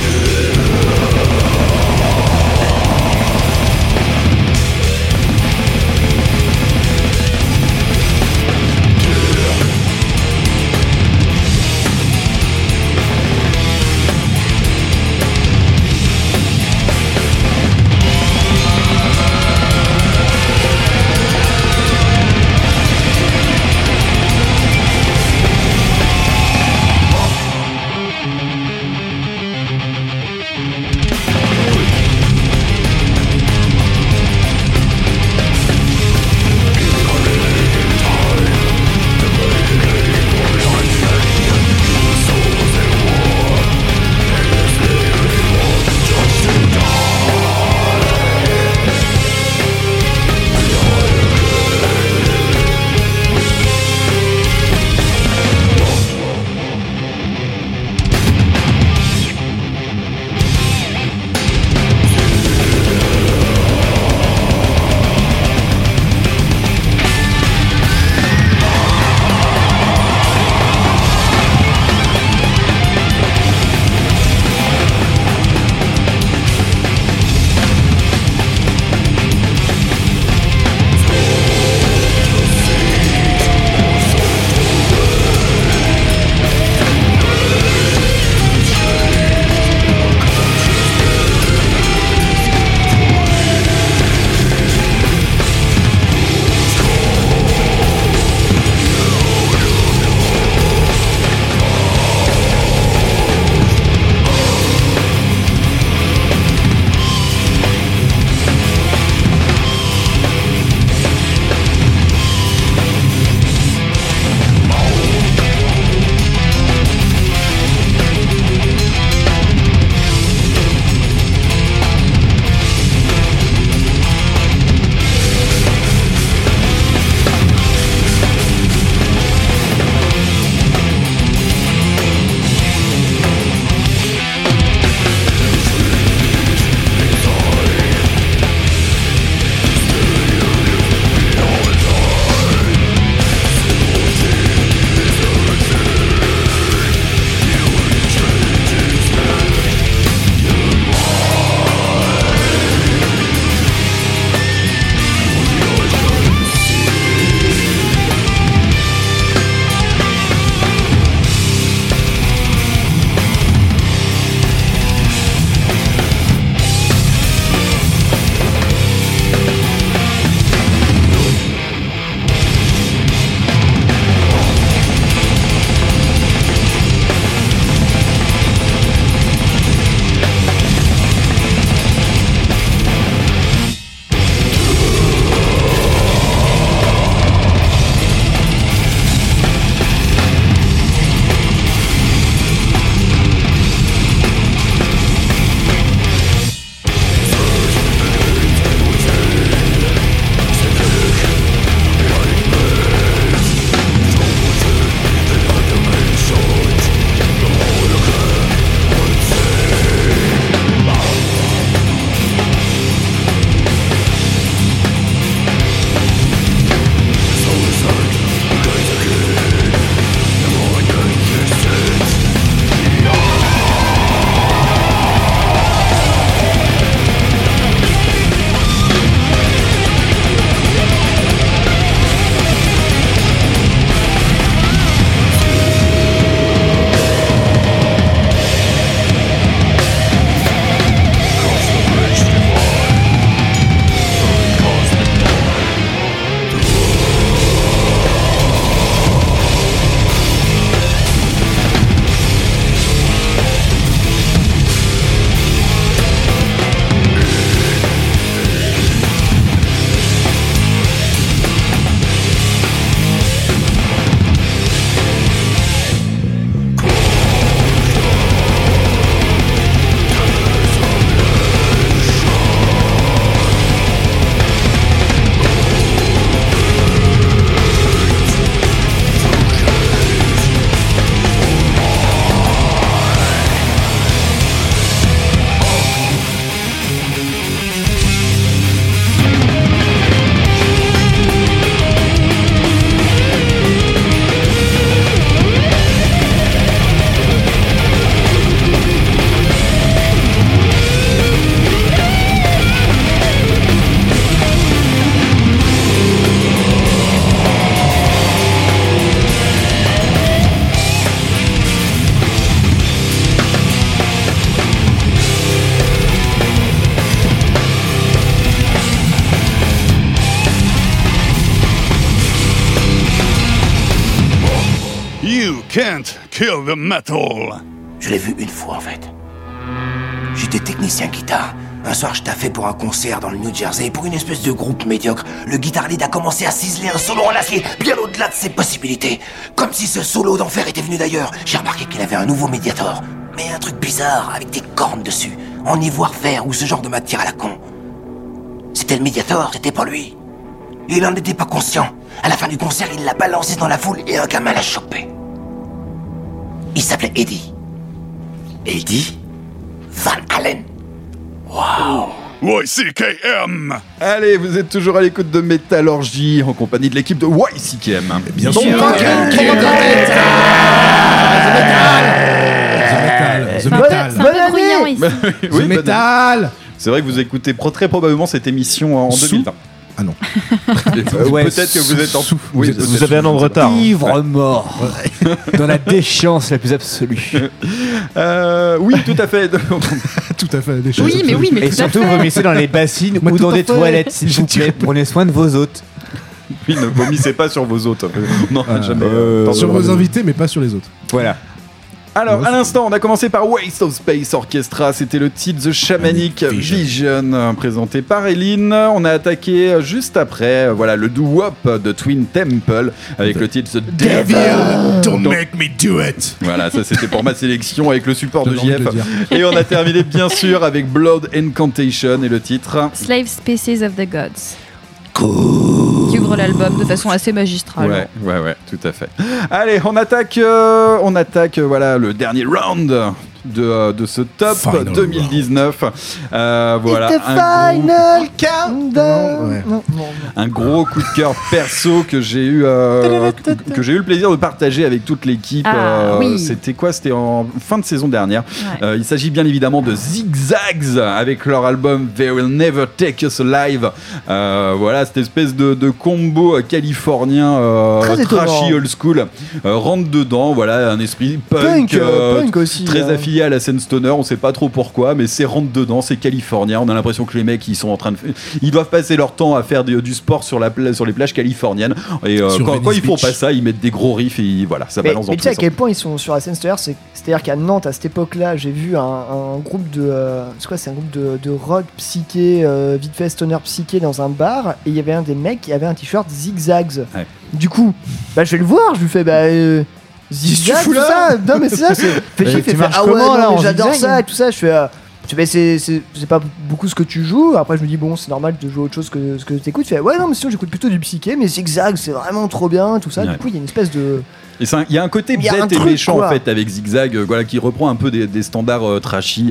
can't kill the metal. Je l'ai vu une fois en fait. J'étais technicien guitare. Un soir, je taffais pour un concert dans le New Jersey. Pour une espèce de groupe médiocre, le guitar lead a commencé à ciseler un solo en acier bien au-delà de ses possibilités. Comme si ce solo d'enfer était venu d'ailleurs. J'ai remarqué qu'il avait un nouveau Mediator. Mais un truc bizarre, avec des cornes dessus, en ivoire vert ou ce genre de matière à la con. C'était le Mediator, c'était pas lui. Il en était pas conscient. À la fin du concert, il l'a balancé dans la foule et un gamin l'a chopé. Il s'appelait Eddie. Eddie Van Halen. Wow. YCKM. Allez, vous êtes toujours à l'écoute de Métallurgie en compagnie de l'équipe de YCKM. Bien sûr. The Metal. C'est un peu bruyant ici. Oui, The Metal. C'est vrai que vous écoutez très probablement cette émission en 2020. Ah non. Peut-être que vous êtes en tout. Oui, vous avez un an de retard. Ivre mort. Dans la déchéance la plus absolue. Oui, tout à fait. Tout à fait. Des choses Oui, mais oui, mais Et surtout, vomissez dans les bassines ou dans des toilettes, s'il vous plaît. Prenez soin de vos hôtes. Oui, ne vomissez pas sur vos hôtes. Non, jamais. Sur vos invités, mais pas sur les autres. Voilà. Alors, à l'instant, on a commencé par Waste of Space Orchestra. C'était le titre The Shamanic Vision, présenté par Eileen. On a attaqué juste après, voilà, le doo-wop de Twin Temple avec le titre The Devil. Don't make me do it. Voilà, ça c'était pour ma sélection avec le support de JF. Et on a terminé bien sûr avec Blood Incantation et le titre Slave Species of the Gods. Qui ouvre l'album de façon assez magistrale. Ouais, tout à fait. Allez, on attaque voilà, le dernier round de ce top Final 2019. Voilà, Final countdown. un gros coup de cœur perso que j'ai eu le plaisir de partager avec toute l'équipe. Oui. C'était quoi? C'était en fin de saison dernière. Ouais. Il s'agit bien évidemment de Zigzags avec leur album They Will Never Take Us Alive. Voilà, cette espèce de combo californien trashy old school. Rentre dedans, voilà, un esprit punk aussi, très affilié à la scène stoner. On sait pas trop pourquoi, mais c'est rentre dedans, c'est californien. On a l'impression que les mecs ils sont en train de, ils doivent passer leur temps à faire du sport sur les plages californiennes. Et quand ils font pas ça, ils mettent des gros riffs et voilà, ça balance dans tous les sens. Mais tu sais à quel point ils sont sur la scène stoner, c'est-à-dire qu'à Nantes à cette époque-là, j'ai vu un groupe de c'est un groupe de rock psyché, vite fait stoner psyché dans un bar, et il y avait un des mecs qui avait un t-shirt Zigzags. Ouais. Du coup, je vais le voir, je lui fais Zigzags, tout ça. Non mais c'est ça, j'adore ça et tout ça. Je fais c'est pas beaucoup ce que tu joues. Après je me dis bon, c'est normal de jouer autre chose que ce que tu écoutes. Je fais ouais non mais sinon j'écoute plutôt du psyché, mais Zigzags c'est vraiment trop bien tout ça. Ouais. Du coup il y a une espèce de il y a un côté bête et méchant en fait avec Zigzag, voilà, qui reprend un peu des standards trashy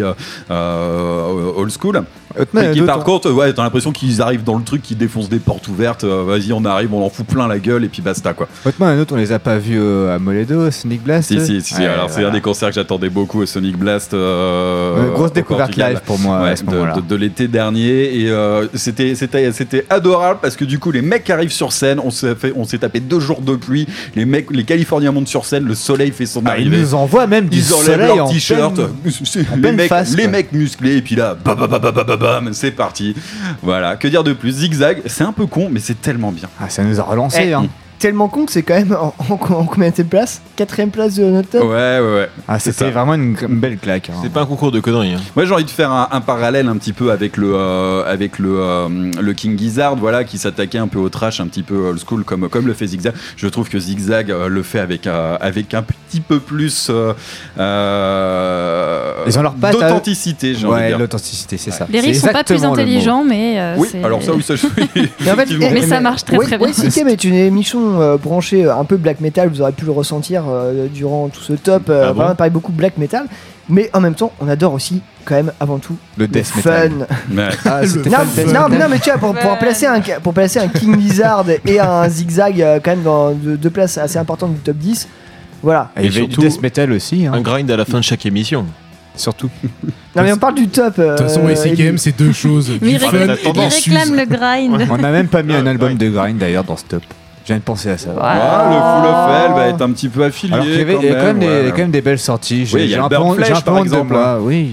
old school. Et qui par contre, t'as l'impression qu'ils arrivent dans le truc, qu'ils défoncent des portes ouvertes. Vas-y, on arrive, on en fout plein la gueule et puis basta quoi. Honnêtement, un autre, on les a pas vus à Moledo, Sonic Blast. Si. Ouais, alors c'est un des concerts que j'attendais beaucoup, Sonic Blast. Grosse découverte live pour moi à ce moment-là. De l'été dernier, et c'était adorable parce que du coup les mecs arrivent sur scène, on s'est tapé 2 jours de pluie, les Californiens montent sur scène, le soleil fait son arrivée. Ils nous envoient même du soleil, ils enlèvent leurs t-shirts, les mecs musclés, et puis là, bam, c'est parti. Voilà, que dire de plus? Zigzag, c'est un peu con, mais c'est tellement bien. Ah, ça nous a relancé, tellement con que c'est quand même en combien de place? 4ème place de notre top. Ouais. Ah, c'était vraiment une belle claque. C'est pas un concours de conneries. Moi, j'ai envie de faire un parallèle un petit peu avec le King Gizzard, voilà, qui s'attaquait un peu au trash, un petit peu old school comme le fait Zigzag. Je trouve que Zigzag le fait avec un petit peu plus ils ont leur patte d'authenticité, j'ai envie de dire. L'authenticité, c'est ça. Les riffs sont pas plus intelligents, mais oui, alors ça, mais ça marche très bien. Oui, c'est mais une émission branchée un peu black metal, vous aurez pu le ressentir durant tout ce top. Vraiment, pareil, beaucoup black metal, mais en même temps, on adore aussi quand même avant tout le death metal. Non, mais tu vois, pour placer un King Lizard et un Zigzag quand même dans 2 places assez importantes du top 10. Voilà. Et il y avait du death metal aussi. Un grind à la fin de chaque émission. Surtout. Non mais on parle du top. De toute façon, YCKM c'est 2 choses. Il réclame le grind. On n'a même pas mis un album de grind d'ailleurs dans ce top. Je viens de penser à ça. Le Full of Hell va être un petit peu affilié. Alors qu'il y a quand même des belles sorties. Oui, il y a Burn Flesh par exemple. Oui.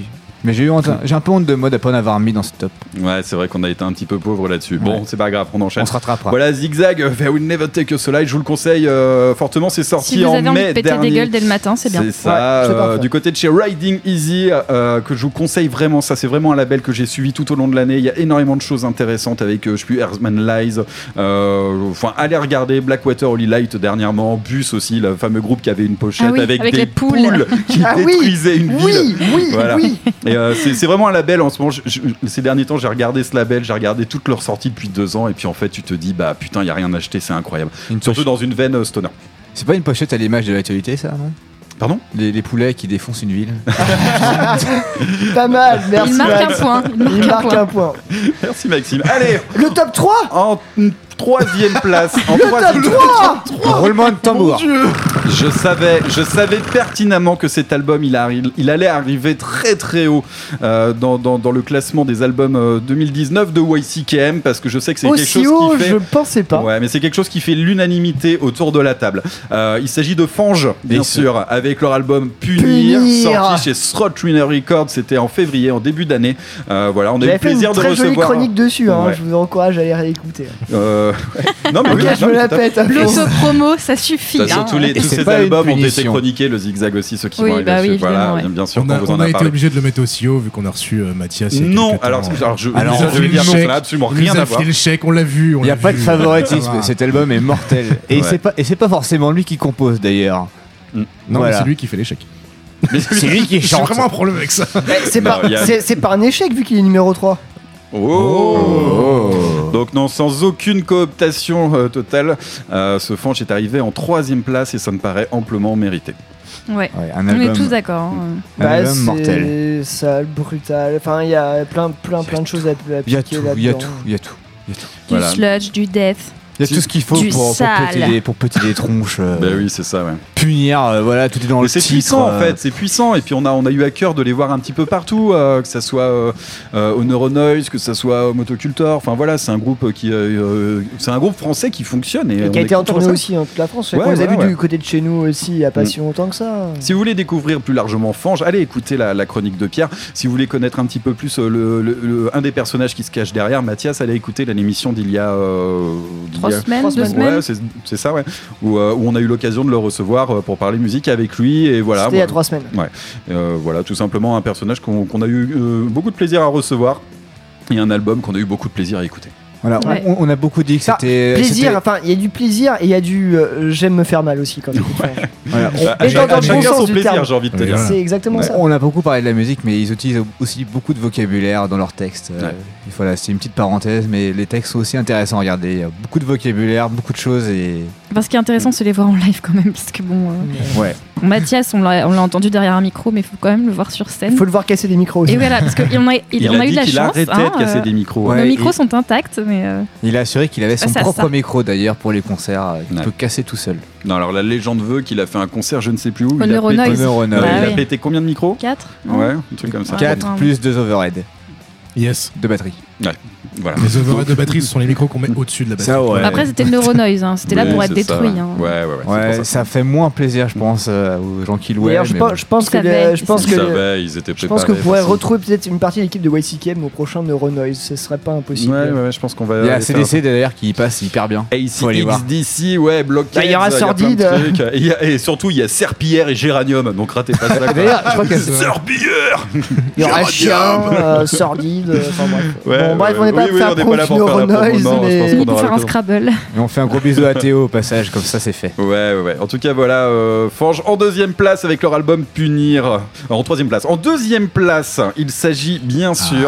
Mais j'ai un peu honte de moi de pas en avoir mis dans ce top. Ouais, c'est vrai qu'on a été un petit peu pauvre là-dessus. Bon, c'est pas grave, on enchaîne. On se rattrapera. Voilà, Zigzag, There Will Never Take Us Alive, je vous le conseille fortement, c'est sorti Si vous en avez envie de mai péter dernier. des gueules dès le matin, c'est bien. C'est ça, du côté de chez Riding Easy, que je vous conseille vraiment, ça c'est vraiment un label que j'ai suivi tout au long de l'année, il y a énormément de choses intéressantes avec, je sais plus, Earthman Lies, enfin allez regarder Blackwater Holy Light dernièrement, Bus aussi, le fameux groupe qui avait une pochette avec des les poules qui détruisaient une ville. Voilà. Oui. Et c'est vraiment un label en ce moment. Ces derniers temps, j'ai regardé ce label, j'ai regardé toutes leurs sorties depuis 2 ans, et puis en fait, tu te dis, bah putain, il y a rien à acheter, c'est incroyable. Surtout dans une veine stoner. C'est pas une pochette à l'image de l'actualité, ça, non? Pardon? Les poulets qui défoncent une ville. Pas mal, merci. Il marque Max. un point. Il marque un point. Merci Maxime. Allez, Le top 3 en 3e place. En Le top 3 Roulement de tambour. Je savais pertinemment que cet album il allait arriver très très haut dans le classement des albums 2019 de YCKM, parce que je sais que c'est quelque Aussi chose haut, qui fait. je pensais pas. Ouais, mais c'est quelque chose qui fait l'unanimité autour de la table. Il s'agit de Fange, bien sûr, avec leur album Punir, sorti chez Throttwinner Records. C'était en février, en début d'année. Voilà, on a eu le plaisir de recevoir. Très jolie chronique dessus, hein, Ouais. je vous encourage à aller réécouter. Non, mais Ok, oui, je me la pète. L'autopromo, ça suffit. De toute façon, hein. tous ces albums ont été chroniqués, le Zigzag aussi, ceux qui vont arriver dessus. Voilà, bien sûr, on vous en a a été parlé. obligé de le mettre aussi haut vu qu'on a reçu Mathias. il y a Non, quelques temps. alors je nous vais a dire filé non, le ça n'a absolument chèque, rien il nous à a voir. filé le chèque, on l'a vu. Il n'y a pas de favoritisme, cet album est mortel. Et c'est pas forcément lui qui compose d'ailleurs. Non, Voilà. mais c'est lui qui fait l'échec. C'est lui qui J'ai chante. vraiment un problème avec ça. C'est pas un échec vu qu'il est numéro 3. Donc non, sans aucune cooptation totale, ce Fange est arrivé en 3e place et ça me paraît amplement mérité. Ouais, un on est album- tous d'accord. Un album mortel. C'est sale, brutal. Enfin, il y a plein de choses à Il y a piquer tout, là-dedans. il y a tout, il y a tout. Du Voilà. sludge, du death. Il y a tout ce qu'il faut Du pour sale. péter les tronches. Ben oui, c'est ça, ouais. Punir, voilà, tout est dans Mais le c'est titre. puissant en fait, c'est puissant. Et puis on a eu à cœur de les voir un petit peu partout, que ça soit au Neuronoise, que ça soit au Motocultor. Enfin voilà, c'est un groupe c'est un groupe français qui fonctionne et Et on qui a est été en content de tournée ça. aussi en toute la France. Ouais, On les a vus ouais. du côté de chez nous aussi il n'y a pas si longtemps que ça. Si vous voulez découvrir plus largement Fange, allez écouter la chronique de Pierre. Si vous voulez connaître un petit peu plus un des personnages qui se cache derrière, Mathias, allez écouter l'émission d'il y a 3 semaines, 2 Ouais, semaines. c'est ça, ouais. Où on a eu l'occasion de le recevoir pour parler musique avec lui et voilà. C'était il y a 3 semaines. Ouais. Voilà, tout simplement un personnage qu'on a eu beaucoup de plaisir à recevoir et un album qu'on a eu beaucoup de plaisir à écouter. Voilà, Ouais. on a beaucoup dit que c'était. Plaisir, c'était- enfin, il y a du plaisir et il y a du j'aime me faire mal aussi quand j'écoute Fange. Voilà. Mais dans le bon chacun sens son du plaisir, terme. j'ai envie de te dire. C'est exactement ça. On a beaucoup parlé de la musique, mais ils utilisent aussi beaucoup de vocabulaire dans leurs textes. Voilà, c'est une petite parenthèse, mais les textes sont aussi intéressants à regarder. Il y a beaucoup de vocabulaire, beaucoup de choses et. Enfin, ce qui est intéressant, c'est les voir en live quand même, parce que bon. Ouais. Mathias, on l'a entendu derrière un micro, mais il faut quand même le voir sur scène. Il faut le voir casser des micros aussi. Et voilà, parce qu'on a, on a Il eu a de dit la qu'il chance. arrêtait de casser des micros. Nos Ouais, micros et- sont intacts, mais. Il a assuré qu'il avait son Face à propre ça. micro d'ailleurs pour les concerts, qu'il Ouais. peut casser tout seul. Non, alors la légende veut qu'il a fait un concert, je ne sais plus où. Au il a Neuronoise. pété- Au Neuronoise. Ouais, Bah il a oui. pété combien de micros 4 Ouais, un truc comme ça. 4 attends. plus 2 overhead Yes. de batterie. Ouais, voilà. Les overheads de batterie, ce sont les micros qu'on met au-dessus de la batterie. Ça, ouais. Après, c'était le Neuronoise, hein. C'était là Oui, pour être c'est ça, détruit. ouais. hein. Ouais, c'est pour Ouais, ça. ça fait moins plaisir, je pense, aux gens qui louaient. D'ailleurs, je mais pense, bon. je pense Ils que savaient, je pense Ils que savaient, ils étaient je pense que préparés, vous pourrez facilement. retrouver peut-être une partie de l'équipe de YCKM au prochain Neuronoise. Ce serait pas impossible. Ouais, je pense qu'on va. Il y a aller faire CDC d'ailleurs qui passe hyper bien. Faut aller voir. ACXDC, ouais, Blockheads, Bah, il y aura plein de Sordide. trucs. Et surtout, il y a Serpillière et Géranium, donc ratez pas ça. D'ailleurs, je crois que Serpillière Il y aura Chien, Sordide, enfin bref. Ouais, Bon, bref, ouais, on n'est pas oui, pour faire on n'est pas là promo pour faire la promo, Neuronoise, non, je mais pense Ni qu'on pour aura faire un l'occasion. Scrabble. Et on fait un gros bisou à Théo au passage, comme ça c'est fait. Ouais. En tout cas, voilà, Fange en 2e place avec leur album Punir. En 3e place. En 2e place, il s'agit bien sûr.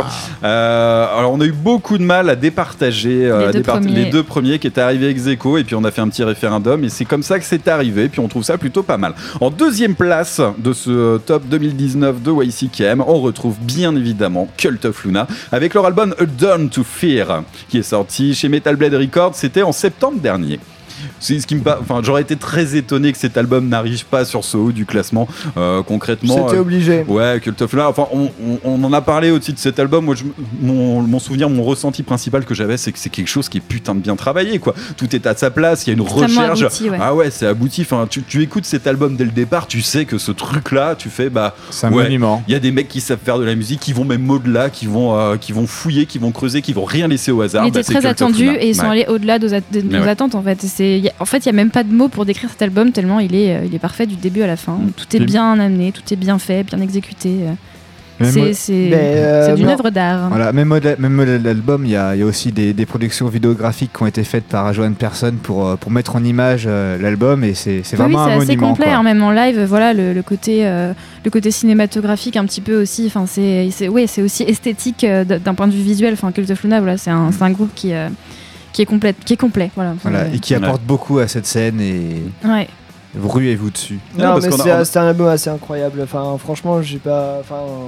Alors, on a eu beaucoup de mal à départager les deux premiers qui étaient arrivés ex aequo, et puis on a fait un petit référendum, et c'est comme ça que c'est arrivé. Puis on trouve ça plutôt pas mal. En 2e place de ce top 2019 de YCKM, on retrouve bien évidemment Cult of Luna avec leur album A Dawn to Fear, qui est sorti chez Metal Blade Records. C'était en septembre dernier. c'est ce qui me enfin, j'aurais été très étonné que cet album n'arrive pas sur ce haut du classement. Concrètement, c'était obligé. Ouais, Cult of Luna. Enfin, on en a parlé au titre de cet album. Moi, mon souvenir, mon ressenti principal que j'avais, c'est que c'est quelque chose qui est putain de bien travaillé, quoi. Tout est à sa place. Il y a une recherche. Abouti, ouais. Ah ouais, c'est abouti. Enfin, tu écoutes cet album dès le départ, tu sais que ce truc-là, tu fais c'est un monument. Il y a des mecs qui savent faire de la musique, qui vont même au-delà, qui vont fouiller, qui vont creuser, qui vont rien laisser au hasard. Il était très attendu et ils sont allés au-delà de nos attentes en fait. En fait, il n'y a même pas de mots pour décrire cet album tellement il est parfait du début à la fin. Tout est bien amené, tout est bien fait, bien exécuté. C'est d'une œuvre d'art. Voilà, même l'album, il y a aussi des productions vidéographiques qui ont été faites par Johan Persson pour mettre en image l'album et c'est vraiment un monument. C'est assez complet, hein, même en live. Voilà, le côté cinématographique un petit peu aussi. Enfin, c'est aussi esthétique d'un point de vue visuel. Enfin, Cult of Luna, voilà, c'est un groupe qui est complet. Voilà, et qui apporte beaucoup à cette scène et. Ouais. Ruez-vous dessus. Non, mais c'est un album assez incroyable. Enfin, franchement, j'ai pas.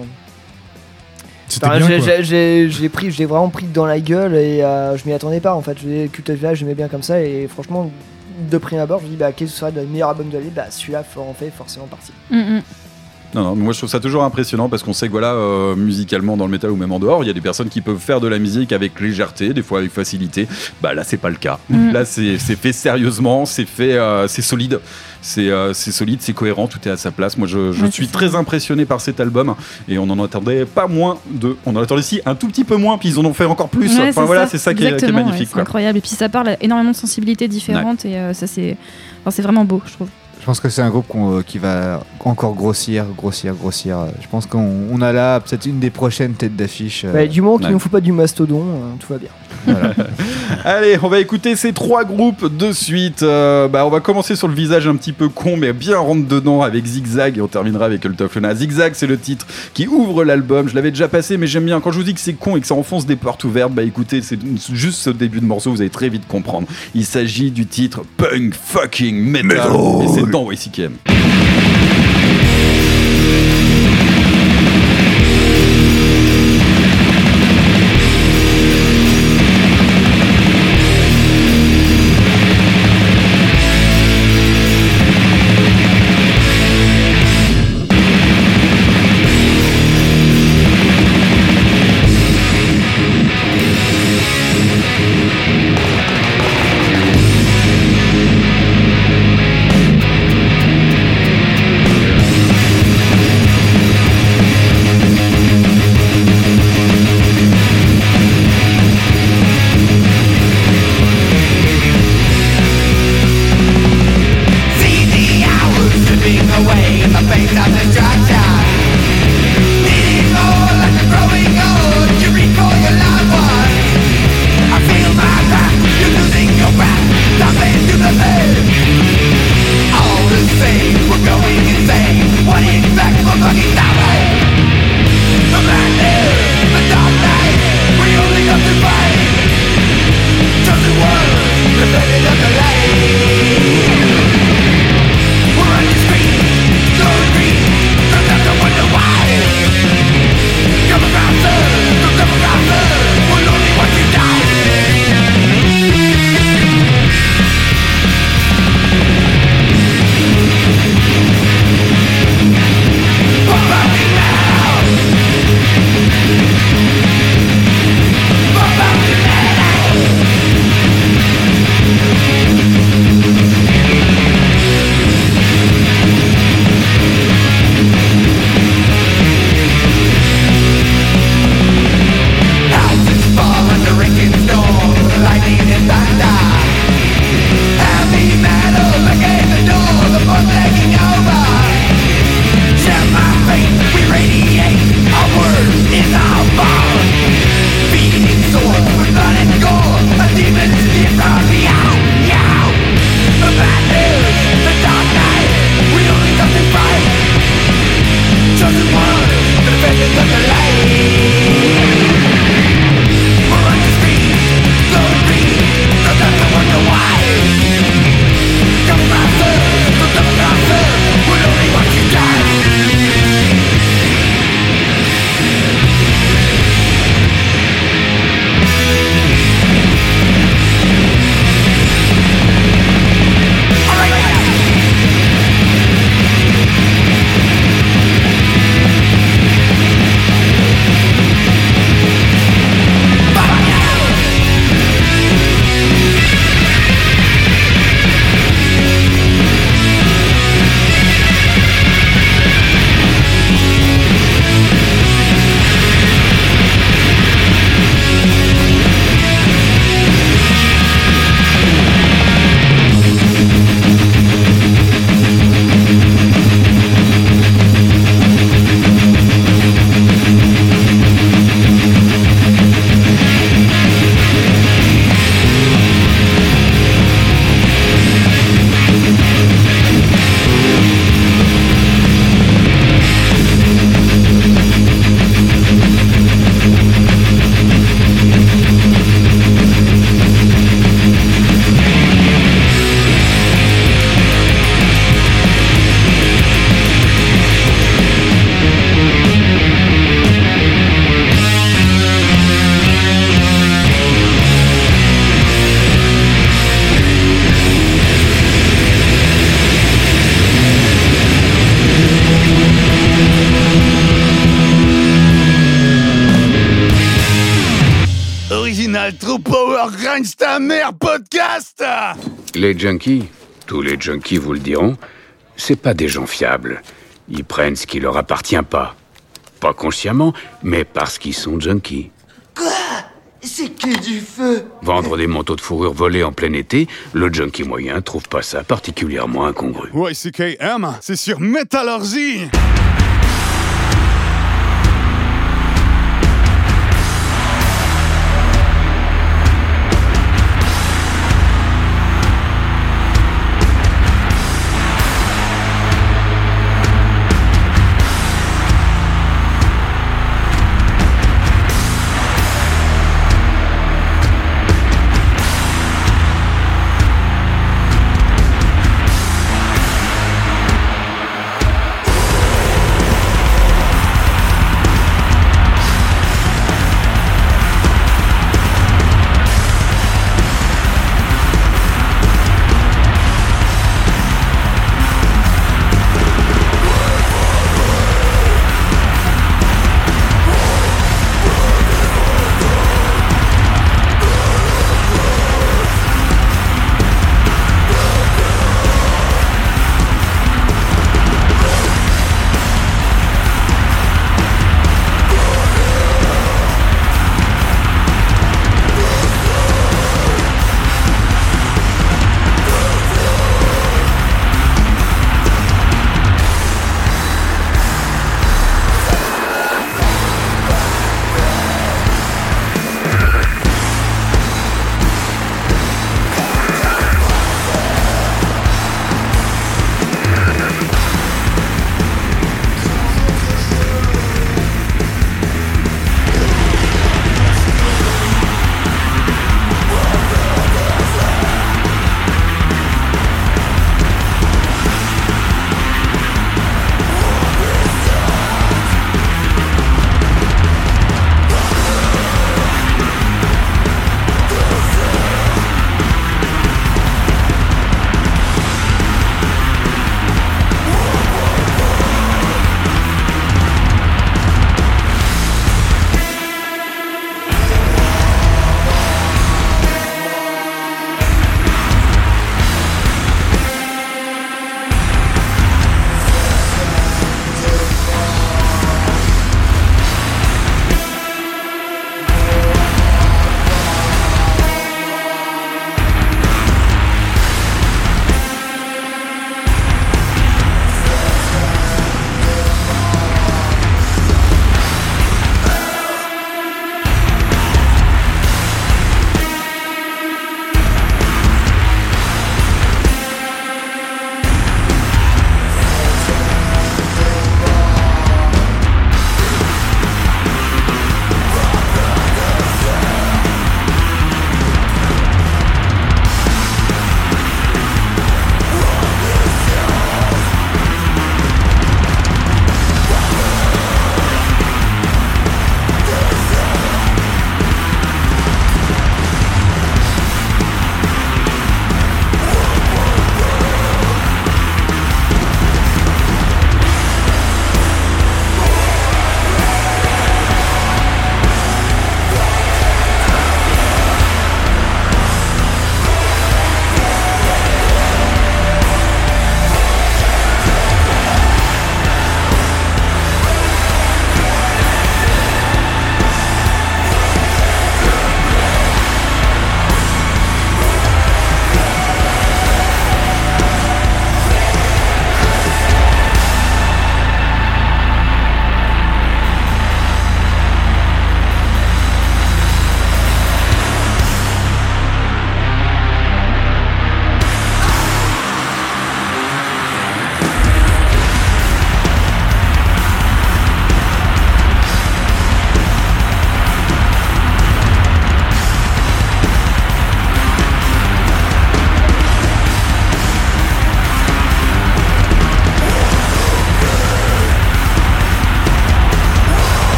J'ai vraiment pris dans la gueule et je m'y attendais pas en fait. Cult of Luna, j'aimais bien comme ça et franchement, de prime abord, je me dis qu'est-ce que serait le meilleur album de l'année ? Celui-là en fait forcément partie. Non, moi je trouve ça toujours impressionnant parce qu'on sait que musicalement dans le métal ou même en dehors, il y a des personnes qui peuvent faire de la musique avec légèreté, des fois avec facilité. Là, c'est pas le cas. Là, c'est fait sérieusement, c'est solide. C'est solide, c'est cohérent, tout est à sa place. Moi, je suis très impressionné par cet album et on en attendait pas moins de. On en attendait si un tout petit peu moins, puis ils en ont fait encore plus. Ouais, c'est ça qui est magnifique. C'est incroyable. Et puis ça parle énormément de sensibilités différentes et ça c'est vraiment beau, je trouve. Je pense que c'est un groupe qui va encore grossir. Je pense qu'on a là peut-être une des prochaines têtes d'affiche. Du moment qu'il ne faut pas du mastodon, tout va bien. Voilà. Allez, on va écouter ces 3 groupes de suite. On va commencer sur le visage un petit peu con, mais bien rentre dedans avec Zigzag et on terminera avec Cult of Luna. Zigzag, c'est le titre qui ouvre l'album. Je l'avais déjà passé, mais j'aime bien. Quand je vous dis que c'est con et que ça enfonce des portes ouvertes, écoutez, c'est juste ce début de morceau, vous allez très vite comprendre. Il s'agit du titre Punk Fucking Metal. Et c'est dans YCKM. Design, c'est un meilleur podcast. Les junkies, tous les junkies vous le diront, c'est pas des gens fiables. Ils prennent ce qui leur appartient pas. Pas consciemment, mais parce qu'ils sont junkies. Quoi? C'est que du feu. Vendre des manteaux de fourrure volés en plein été, le junkie moyen trouve pas ça particulièrement incongru. YCKM, c'est sur Métallurgie.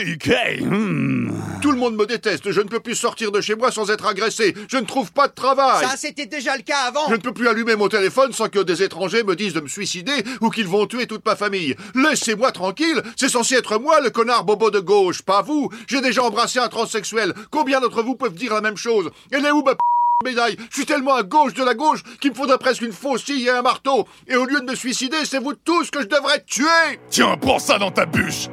TK. Tout le monde me déteste. Je ne peux plus sortir de chez moi sans être agressé. Je ne trouve pas de travail. Ça, c'était déjà le cas avant. Je ne peux plus allumer mon téléphone sans que des étrangers me disent de me suicider ou qu'ils vont tuer toute ma famille. Laissez-moi tranquille. C'est censé être moi, le connard bobo de gauche, pas vous. J'ai déjà embrassé un transsexuel. Combien d'entre vous peuvent dire la même chose? Elle est où ma médaille? Je suis tellement à gauche de la gauche qu'il me faudrait presque une faucille et un marteau. Et au lieu de me suicider, c'est vous tous que je devrais tuer. Tiens, prends ça dans ta bûche.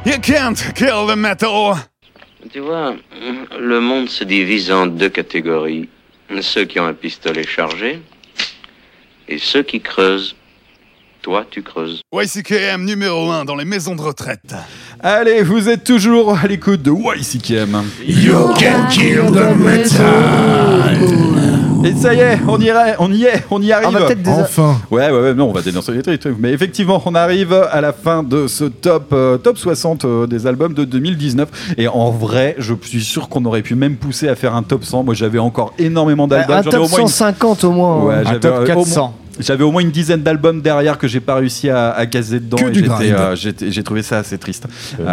You can't kill the metal. Tu vois, le monde se divise en deux catégories. Ceux qui ont un pistolet chargé et ceux qui creusent. Toi, tu creuses. YCKM numéro 1 dans les maisons de retraite. Allez, vous êtes toujours à l'écoute de YCKM. You can kill the metal. Et ça y est, on y arrive. On va peut-être Enfin. Ouais, non, on va dénoncer les trucs. Mais effectivement, on arrive à la fin de ce top 60 des albums de 2019. Et en vrai, je suis sûr qu'on aurait pu même pousser à faire un top 100. Moi, j'avais encore énormément d'albums. Un top 150 au moins. Ouais, Un top 400. J'avais au moins une dizaine d'albums derrière que j'ai pas réussi à caser dedans. Que Et du j'ai trouvé ça assez triste.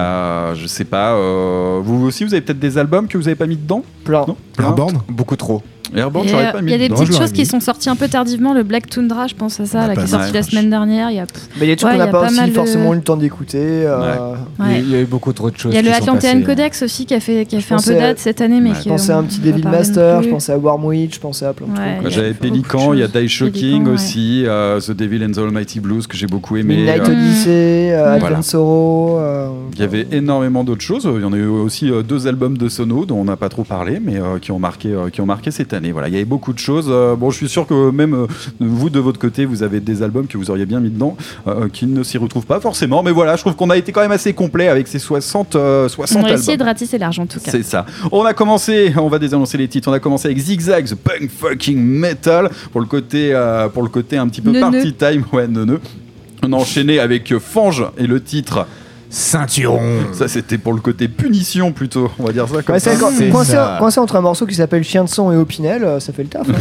Je sais pas. Vous aussi, vous avez peut-être des albums que vous avez pas mis dedans? Plein. Non, Airborne. Beaucoup trop. Airborne, j'aurais pas mis Il y a des dedans. petites je l'aurais choses qui mis. sont sorties un peu tardivement. Le Black Tundra, je pense à ça, là, qui est sorti la semaine dernière. Il y a Mais il y a des trucs Ouais, qu'on n'a il y a pas pas aussi mal de- forcément eu le temps d'écouter. Ouais. Il y a eu beaucoup trop de choses. Il y a le qui sont Atlantean passées. Codex aussi qui a fait un peu pensais à- date cette année, mais Je qui pensais à un petit on va Devil parler non Master, plus. je pensais à Wormwitch, je pensais à plein de Ouais, trucs. il y a J'avais beaucoup de Pélican, il y a choses. Die Shocking Pélican, ouais. aussi, The Devil and the Almighty Blues que j'ai beaucoup aimé. Midnight Odyssey, Advent Sorrow. Il y avait énormément d'autres choses. Il y en a eu aussi deux albums de Sono dont on n'a pas trop parlé, mais qui ont marqué cette année. Voilà, il y avait beaucoup de choses. Bon, je suis sûr que même vous de votre côté, vous avez des albums que vous auriez bien mis dedans, qui ne s'y retrouvent pas forcément. Mais voilà, je trouve qu'on a été quand même assez complet avec ces 60 On a albums. essayé de ratisser large en tout cas. C'est ça. On va désannoncer les titres. On a commencé avec Zigzag, The Punk Fucking Metal, pour le côté un petit peu Neuneu. party time. Ouais, neuneu. On a enchaîné avec Fange et le titre Ceinturon. Ça, c'était pour le côté punition plutôt, on va dire ça comme Ouais, ça. c'est coincé entre un morceau qui s'appelle Chien de sang et Opinel, ça fait le taf.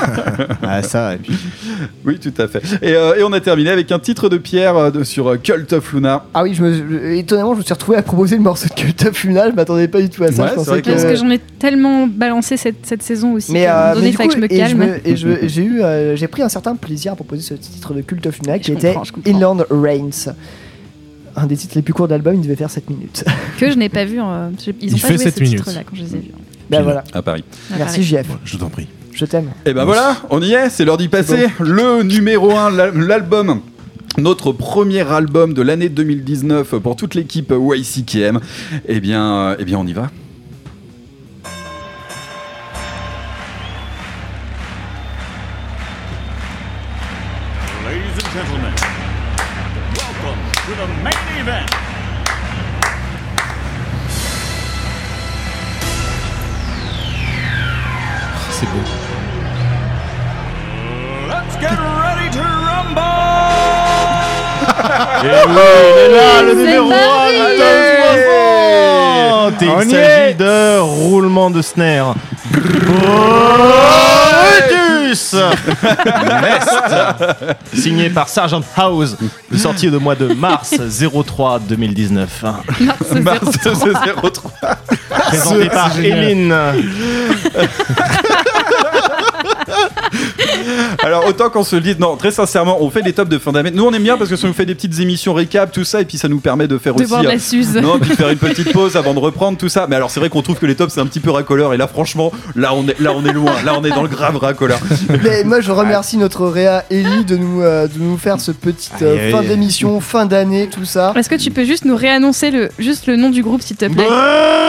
Ah, ça, et puis. Oui, tout à fait. Et on a terminé avec un titre de Pierre sur Cult of Luna. Ah oui, étonnamment, je me suis retrouvé à proposer le morceau de Cult of Luna, je m'attendais pas du tout à ça. Ouais, je pensais c'est vrai Parce que j'en ai tellement balancé cette saison aussi. Mais, qu'à un moment donné, mais du fallait coup, que je me calme. j'ai pris un certain plaisir à proposer ce titre de Cult of Luna qui Je était comprends. Inland Rains. Un des titres les plus courts d'album, il devait faire 7 minutes. Que je n'ai pas vu. Ils ont Il pas fait joué 7 ce minutes. titre-là quand je les ai vus. Ben voilà. À Paris. Merci JF. Je t'en prie. Je t'aime. Et ben voilà, on y est, c'est l'heure d'y passer. Le numéro 1, l'album. Notre premier album de l'année 2019 pour toute l'équipe YCKM. Eh bien, on y va. Ladies and gentlemen, welcome to the main event. C'est beau. Let's get ready to rumble! Et oui, il est là, le C'est numéro 1 Barry. de 60. Et On il y s'agit est. de roulement de snare. Brutus Nest, signé par Sergeant House, sorti au mois de mars 03 2019. Mars 03. Présenté par c'est génial. Eline. Alors autant qu'on se le dise, non, très sincèrement, on fait des tops de fin d'année. Nous on aime bien parce que ça nous fait des petites émissions récap, tout ça, et puis ça nous permet de faire De aussi boire de la Suze. non, puis de faire une petite pause avant de reprendre tout ça. Mais alors c'est vrai qu'on trouve que les tops c'est un petit peu racoleur, et là franchement, là on est loin, là on est dans le grave racoleur. Mais moi, je remercie notre Réa Ellie de nous faire ce petit fin d'émission, fin d'année, tout ça. Est-ce que tu peux juste nous réannoncer le nom du groupe, s'il te plaît?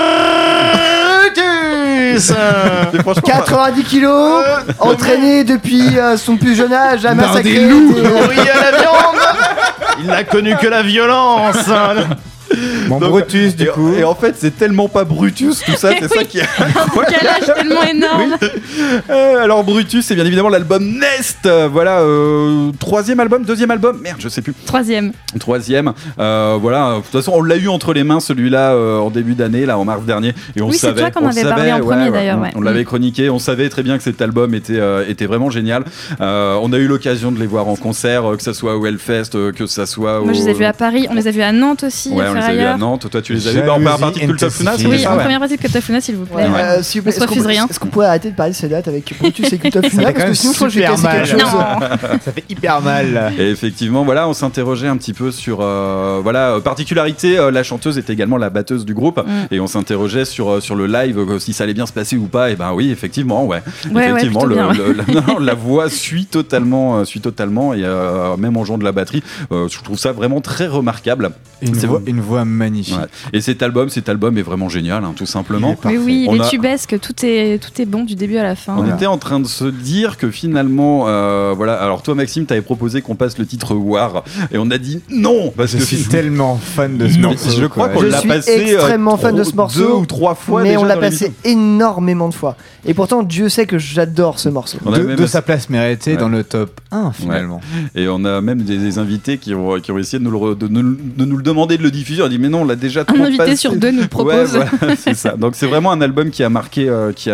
Brutus 90 kilos, entraîné depuis son plus jeune âge à Dans massacrer des loups. Oui, à la viande. Il n'a connu que la violence. Mon Donc, Brutus, du coup. Et en fait, c'est tellement pas Brutus tout ça, c'est ça qui est Un décalage tellement énorme. alors Brutus, c'est bien évidemment l'album Nest. Voilà, deuxième album, merde, je sais plus. Troisième. Voilà, de toute façon, on l'a eu entre les mains celui-là en début d'année, là en mars dernier, et on Oui, c'est savait. toi qu'on avait parlé en premier, d'ailleurs, ouais. On l'avait chroniqué, on savait très bien que cet album était vraiment génial. On a eu l'occasion de les voir en concert, que ça soit au Hellfest, que ça soit. Moi, je les ai vus à Paris. On les a vus à Nantes aussi. Ouais, on les a vus à Nantes. Toi, tu les as vus en première partie de Cult of Luna, c'est Oui, ça, en ouais. première partie de Cult of Luna, s'il vous plaît. S'il vous plaît, On se refuse rien. Est-ce qu'on pourrait arrêter de parler de ces dates avec Brutus et Cult of Ça Luna fait quand parce que même sinon, je crois que je vais super casser quelque mal. chose. Ça fait hyper mal. Et effectivement, voilà, on s'interrogeait un petit peu sur particularité. La chanteuse est également la batteuse du groupe, et on s'interrogeait sur le live, si ça allait bien se passer ou pas. Et ben oui, effectivement, ouais. Effectivement, plutôt bien, non, la voix suit totalement, et même en jouant de la batterie, je trouve ça vraiment très remarquable. Une voix magnifique. Ouais. Et cet album est vraiment génial, hein, tout simplement. Mais oui, il est tubesque, tout est bon du début à la fin. On était en train de se dire que finalement, voilà. Alors toi, Maxime, t'avais proposé qu'on passe le titre War, et on a dit non parce que je suis tellement fan de ce morceau. Je crois qu'on l'a passé extrêmement fan de ce morceau 2 ou 3 fois. Mais déjà on l'a dans passé énormément de fois. Et pourtant, Dieu sait que j'adore ce morceau. De sa place méritée dans le top 1 finalement. Ouais. Et on a même des invités qui ont essayé de nous le demander de le diffuser. On a dit mais non, on l'a déjà trop passé. Un invité passé. sur 2 nous le propose. Ouais, voilà, c'est ça. Donc c'est vraiment un album qui a marqué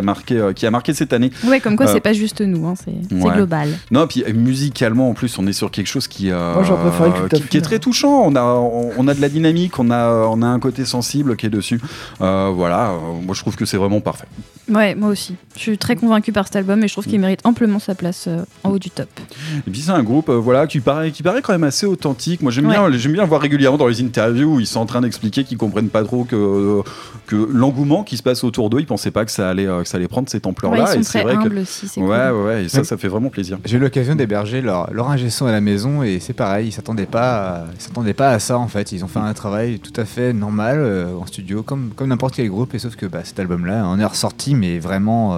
cette année. Ouais, comme quoi c'est pas juste nous, hein, c'est global. Non, puis musicalement en plus, on est sur quelque chose qui Moi, j'en préfère qui est très touchant. On a de la dynamique, on a un côté sensible qui est dessus. Voilà, moi je trouve que c'est vraiment parfait. Ouais, moi aussi. Je suis très convaincu par cet album et je trouve qu'il mérite amplement sa place en haut du top. Et puis c'est un groupe voilà, qui paraît quand même assez authentique. Moi j'aime bien voir régulièrement dans les interviews où ils sont en train d'expliquer qu'ils comprennent pas trop que l'engouement qui se passe autour d'eux, ils pensaient pas que ça allait prendre cette ampleur-là. Ouais, ils sont et c'est très vrai humbles aussi, c'est ouais, cool. Ouais, et ça fait vraiment plaisir. J'ai eu l'occasion d'héberger leur ingé son à la maison et c'est pareil, ils s'attendaient pas à ça en fait. Ils ont fait un travail tout à fait normal en studio comme n'importe quel groupe, et sauf que cet album-là on est ressorti mais vraiment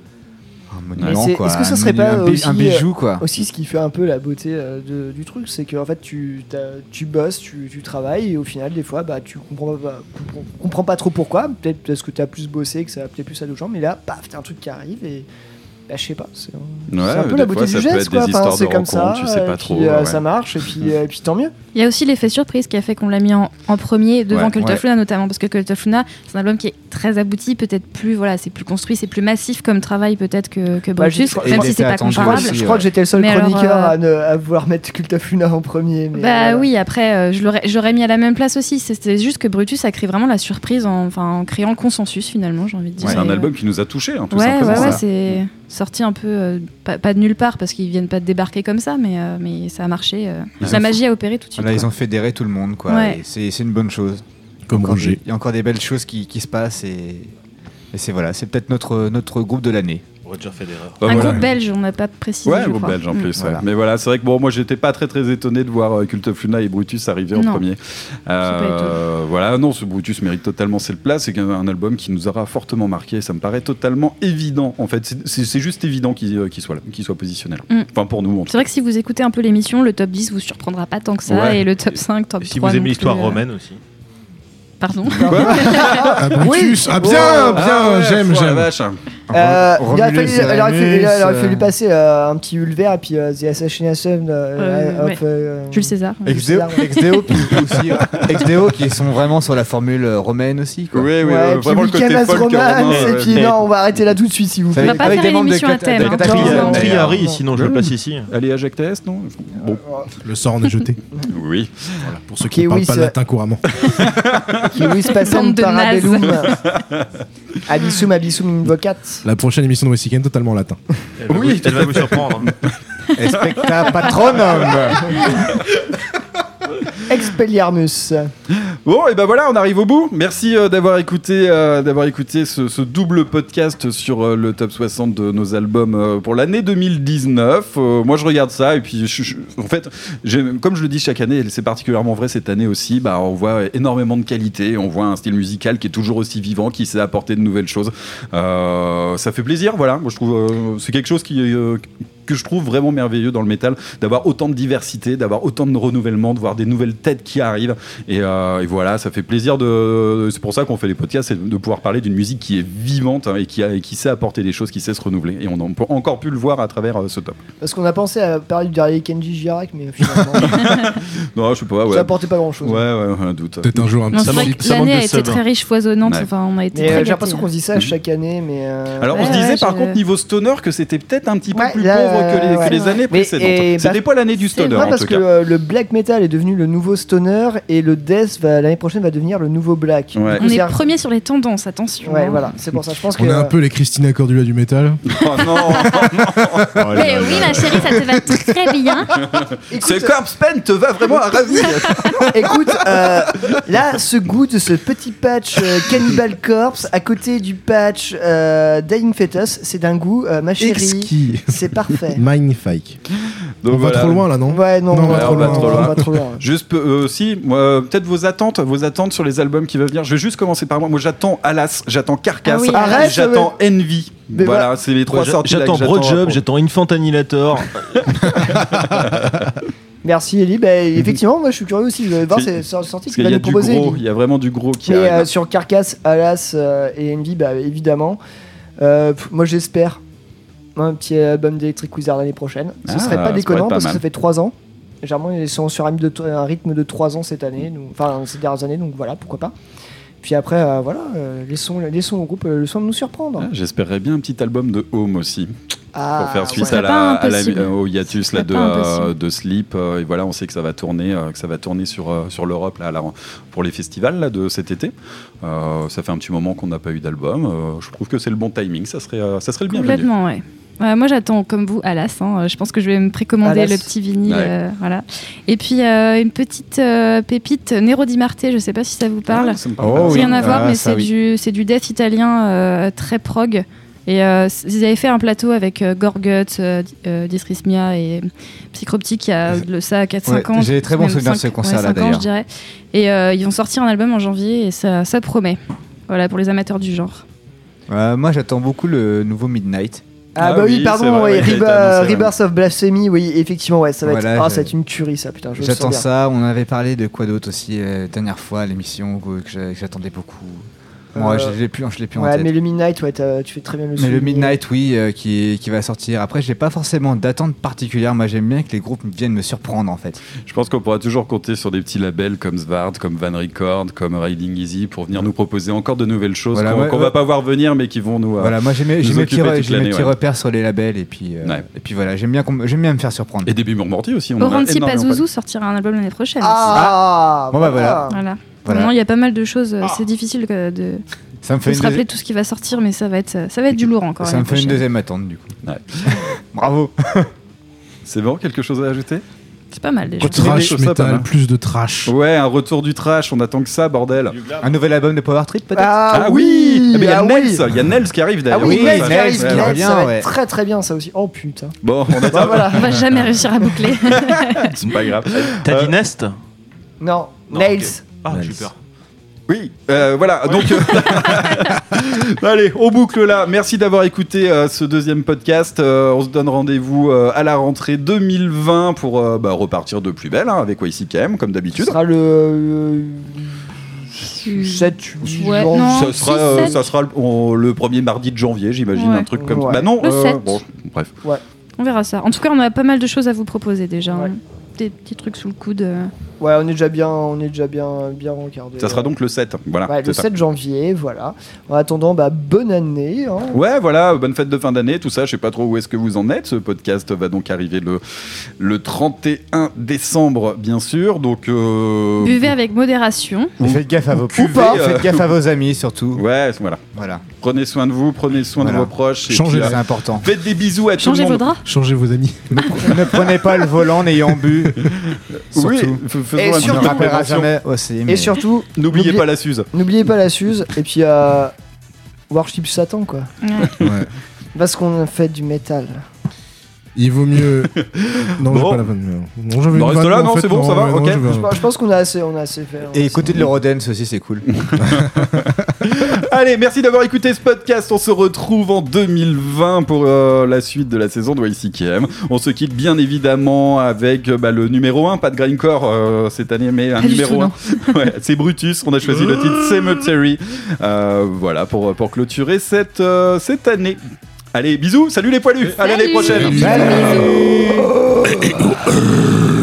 un monument, quoi. Est-ce que ça serait pas aussi, un bijou, quoi. Aussi ce qui fait un peu la beauté du truc, c'est que en fait tu bosses, tu travailles et au final des fois tu comprends pas trop pourquoi, peut-être parce que tu as plus bossé, que ça plaît plus à d'autres gens, mais là paf, t'as un truc qui arrive et je sais pas, c'est un peu la beauté du geste, quoi. Enfin, c'est comme ça, tu sais pas trop, ça marche et puis tant mieux. Il y a aussi l'effet surprise qui a fait qu'on l'a mis en premier devant Cult of Luna notamment, parce que Cult of Luna c'est un album qui est très abouti, peut-être plus c'est plus construit, c'est plus massif comme travail peut-être que Brutus, même si c'est pas comparable. Je crois que j'étais le seul chroniqueur à vouloir mettre Cult of Luna en premier. Mais oui, après j'aurais mis à la même place aussi. C'était juste que Brutus a créé vraiment la surprise en créant le consensus finalement, j'ai envie de dire. C'est un album qui nous a touchés, tout simplement. Ouais, c'est sorti un peu pas de nulle part parce qu'ils viennent pas de débarquer comme ça, mais ça a marché. La magie a opéré tout de suite. Là, ils ont fédéré tout le monde, quoi. Ouais. C'est une bonne chose. Comme Roger. Il y a encore des belles choses qui se passent et c'est peut-être notre groupe de l'année. Roger Federer. Un groupe belge, on n'a pas précisé. Ouais, un groupe belge en plus. Voilà. Mais voilà, c'est vrai que moi j'étais pas très étonné de voir Cult of Luna et Brutus arriver en premier. Voilà, non, ce Brutus mérite totalement cette place. C'est un album qui nous aura fortement marqué. Ça me paraît totalement évident. En fait, c'est juste évident qu'il soit positionné là. Enfin, pour nous. C'est vrai que si vous écoutez un peu l'émission, le top 10 vous surprendra pas tant que ça, et le top 5, top 3. Si vous aimez l'histoire romaine aussi. Pardon. Brutus, bien, j'aime. Il aurait fallu passer un petit Ulver et puis The Assassination of Jules César. XDO qui sont vraiment sur la formule romaine aussi, quoi. Oui, vraiment le côté folk romance, et puis non, on va arrêter là tout de suite si vous plaît. On va pas faire une émission à thème. Triari, sinon je le place ici. Allez, Ajactes, non? Bon. Le sort en est jeté. Oui. Voilà, pour ceux qui ne parlent pas latin couramment. Kiwis passant parabellum. Abyssum invocat. La prochaine émission de Wessiken totalement latin. Oui, elle va vous surprendre. Expecta patronum. Expelliarmus. Bon, et ben voilà, on arrive au bout. Merci d'avoir écouté ce double podcast sur le top 60 de nos albums pour l'année 2019. Moi, je regarde ça et puis, en fait, comme je le dis chaque année, et c'est particulièrement vrai cette année aussi, on voit énormément de qualité, on voit un style musical qui est toujours aussi vivant, qui sait apporter de nouvelles choses. Ça fait plaisir, voilà. Moi, je trouve c'est quelque chose que je trouve vraiment merveilleux dans le métal, d'avoir autant de diversité, d'avoir autant de renouvellement, de voir des nouvelles têtes qui arrivent, et voilà, ça fait plaisir c'est pour ça qu'on fait les podcasts, c'est de pouvoir parler d'une musique qui est vivante, et qui sait apporter des choses, qui sait se renouveler, et on a encore pu le voir à travers ce top. Parce qu'on a pensé à parler du dernier Kenji Girac, mais finalement non, je sais pas, ça apportait pas grand chose. Ouais, un doute. Peut-être un jour un petit l'année a été très riche, foisonnante, enfin on a été très j'ai l'impression qu'on se dit ça chaque année, mais alors on se disait par contre niveau stoner que c'était peut-être un petit peu plus pauvre que les années précédentes. C'était pas l'année du stoner en parce tout cas. Que le black metal est devenu le nouveau stoner et le death l'année prochaine va devenir le nouveau black. Ouais. On est premier sur les tendances, attention. Ouais, voilà, c'est pour ça. Je pense on est un peu les Christina Cordula du métal. Oh non. Mais oui, ma chérie, ça te va très bien. Ce corpse paint te va vraiment à ravir. Écoute, là, ce goût de ce petit patch Cannibal Corpse à côté du patch Dying Fetus, c'est d'un goût, ma chérie. Exquis. C'est parfait. Magnifique. Donc, on va trop loin là, non? Ouais, non, on va trop loin. Juste, peut-être vos attentes sur les albums qui vont venir. Je vais juste commencer par moi. Moi, j'attends Alas, j'attends Carcass, j'attends Envy. Voilà, c'est les 3 sorties. J'attends Broadjob, j'attends Infant Annihilator. Merci Ellie. Effectivement, moi je suis curieux aussi. Je vais voir ces sorties qu'il va nous proposer. Il y a vraiment du gros qui arrive. Mais sur Carcass, Alas et Envy, évidemment. Moi j'espère un petit album d'Electric Wizard l'année prochaine. Ce serait pas déconnant parce que ça fait 3 ans. Généralement ils sont sur un rythme de 3 ans cette année, ces dernières années, donc voilà, pourquoi pas. Puis après, laissons au groupe le soin de nous surprendre. J'espérerais bien un petit album de Home aussi. Pour faire suite au hiatus là, de Sleep. Et voilà, on sait que ça va tourner, sur l'Europe là, pour les festivals là, de cet été. Ça fait un petit moment qu'on n'a pas eu d'album. Je trouve que c'est le bon timing. Ça serait le bienvenu. Complètement, ouais. Moi j'attends comme vous Alas, je pense que je vais me précommander le petit vinyle, voilà. Et puis une petite pépite Nero Di Marte, je sais pas si ça vous parle. Rien à voir, mais c'est du death italien très prog. Et ils avaient fait un plateau avec Gorguts, Dysrhythmia et Psychroptic il y a de ça 4-5 ans. J'ai des très bons souvenirs de ce concert-là d'ailleurs. Je dirais. Et ils vont sortir un album en janvier et ça promet. Voilà, pour les amateurs du genre. Moi j'attends beaucoup le nouveau Midnight. Rebirth of Blasphemy, oui, effectivement, ça va être une tuerie, ça, putain. J'attends ça, on avait parlé de quoi d'autre aussi dernière fois à l'émission que j'attendais beaucoup. Moi, je l'ai plus en tête. Mais le Midnight, tu fais très bien le souligner. Mais le Midnight, oui, qui va sortir. Après, j'ai pas forcément d'attente particulière. Moi, j'aime bien que les groupes viennent me surprendre, en fait. Je pense qu'on pourra toujours compter sur des petits labels comme Svard, comme Van Record, comme Riding Easy pour venir nous proposer encore de nouvelles choses qu'on va pas voir venir, mais qui vont nous. Voilà, moi, j'ai mes petits repères sur les labels et puis voilà, j'aime bien me faire surprendre. Et Début Mormorty aussi. Oranti Pazuzu sortira un album l'année prochaine. Bon, voilà. Il y a pas mal de choses. C'est difficile de se rappeler tout ce qui va sortir, mais ça va être du lourd encore. Ça me fait une deuxième attente du coup. Bravo. C'est bon, quelque chose à ajouter? C'est pas mal déjà. Trash metal, plus de trash. Ouais, un retour du trash, on attend que ça, bordel. Un nouvel album de Power Trip peut-être? Il y a Nels qui arrive d'ailleurs. Nels qui arrive, ça va être très très bien ça aussi. Oh putain. Bon, on va jamais réussir à boucler. C'est pas grave. T'as dit Nest? Non, Nails. J'ai peur. Oui, voilà, donc allez, on boucle là. Merci d'avoir écouté ce deuxième podcast. On se donne rendez-vous à la rentrée 2020 pour repartir de plus belle avec YCKM, comme d'habitude. Ce sera le 7 ça sera le premier mardi de janvier, j'imagine, un truc comme ça. Bah non, le 7. Bon, bref. Ouais. On verra ça. En tout cas, on a pas mal de choses à vous proposer déjà. Ouais. Des petits trucs sous le coude. Ouais, on est déjà bien rencardé. Ça sera donc le 7. Voilà, le 7 janvier, voilà. En attendant, bonne année. Hein. Ouais, voilà, bonne fête de fin d'année, tout ça. Je sais pas trop où est-ce que vous en êtes. Ce podcast va donc arriver le 31 décembre, bien sûr. Donc, buvez avec modération. Faites gaffe à vos faites gaffe à vos amis surtout. Ouais, voilà. Prenez soin de vous, prenez soin de vos proches. Changez, c'est important. Faites des bisous à tout le monde. Changez vos draps. Changez vos amis. Ne prenez pas le volant n'ayant bu. Oui, et surtout, n'oubliez pas la Suze. N'oubliez pas la Suze. Et puis, Worship Satan, quoi. Ouais. Parce qu'on fait du métal. Il vaut mieux. Non, j'ai pas la vanne. Non, j'avais une reste là, non, c'est bon, ça va, ok. Je pense qu'on a assez fait. Et écouter de l'Eurodance aussi, c'est cool. Allez, merci d'avoir écouté ce podcast. On se retrouve en 2020 pour la suite de la saison de YCKM. On se quitte bien évidemment avec le numéro 1, pas de grindcore cette année, mais un numéro 1. Ouais, c'est Brutus. On a choisi le titre Cemetery. Voilà, pour clôturer cette année. Allez, bisous, salut les poilus, à l'année prochaine. Salut.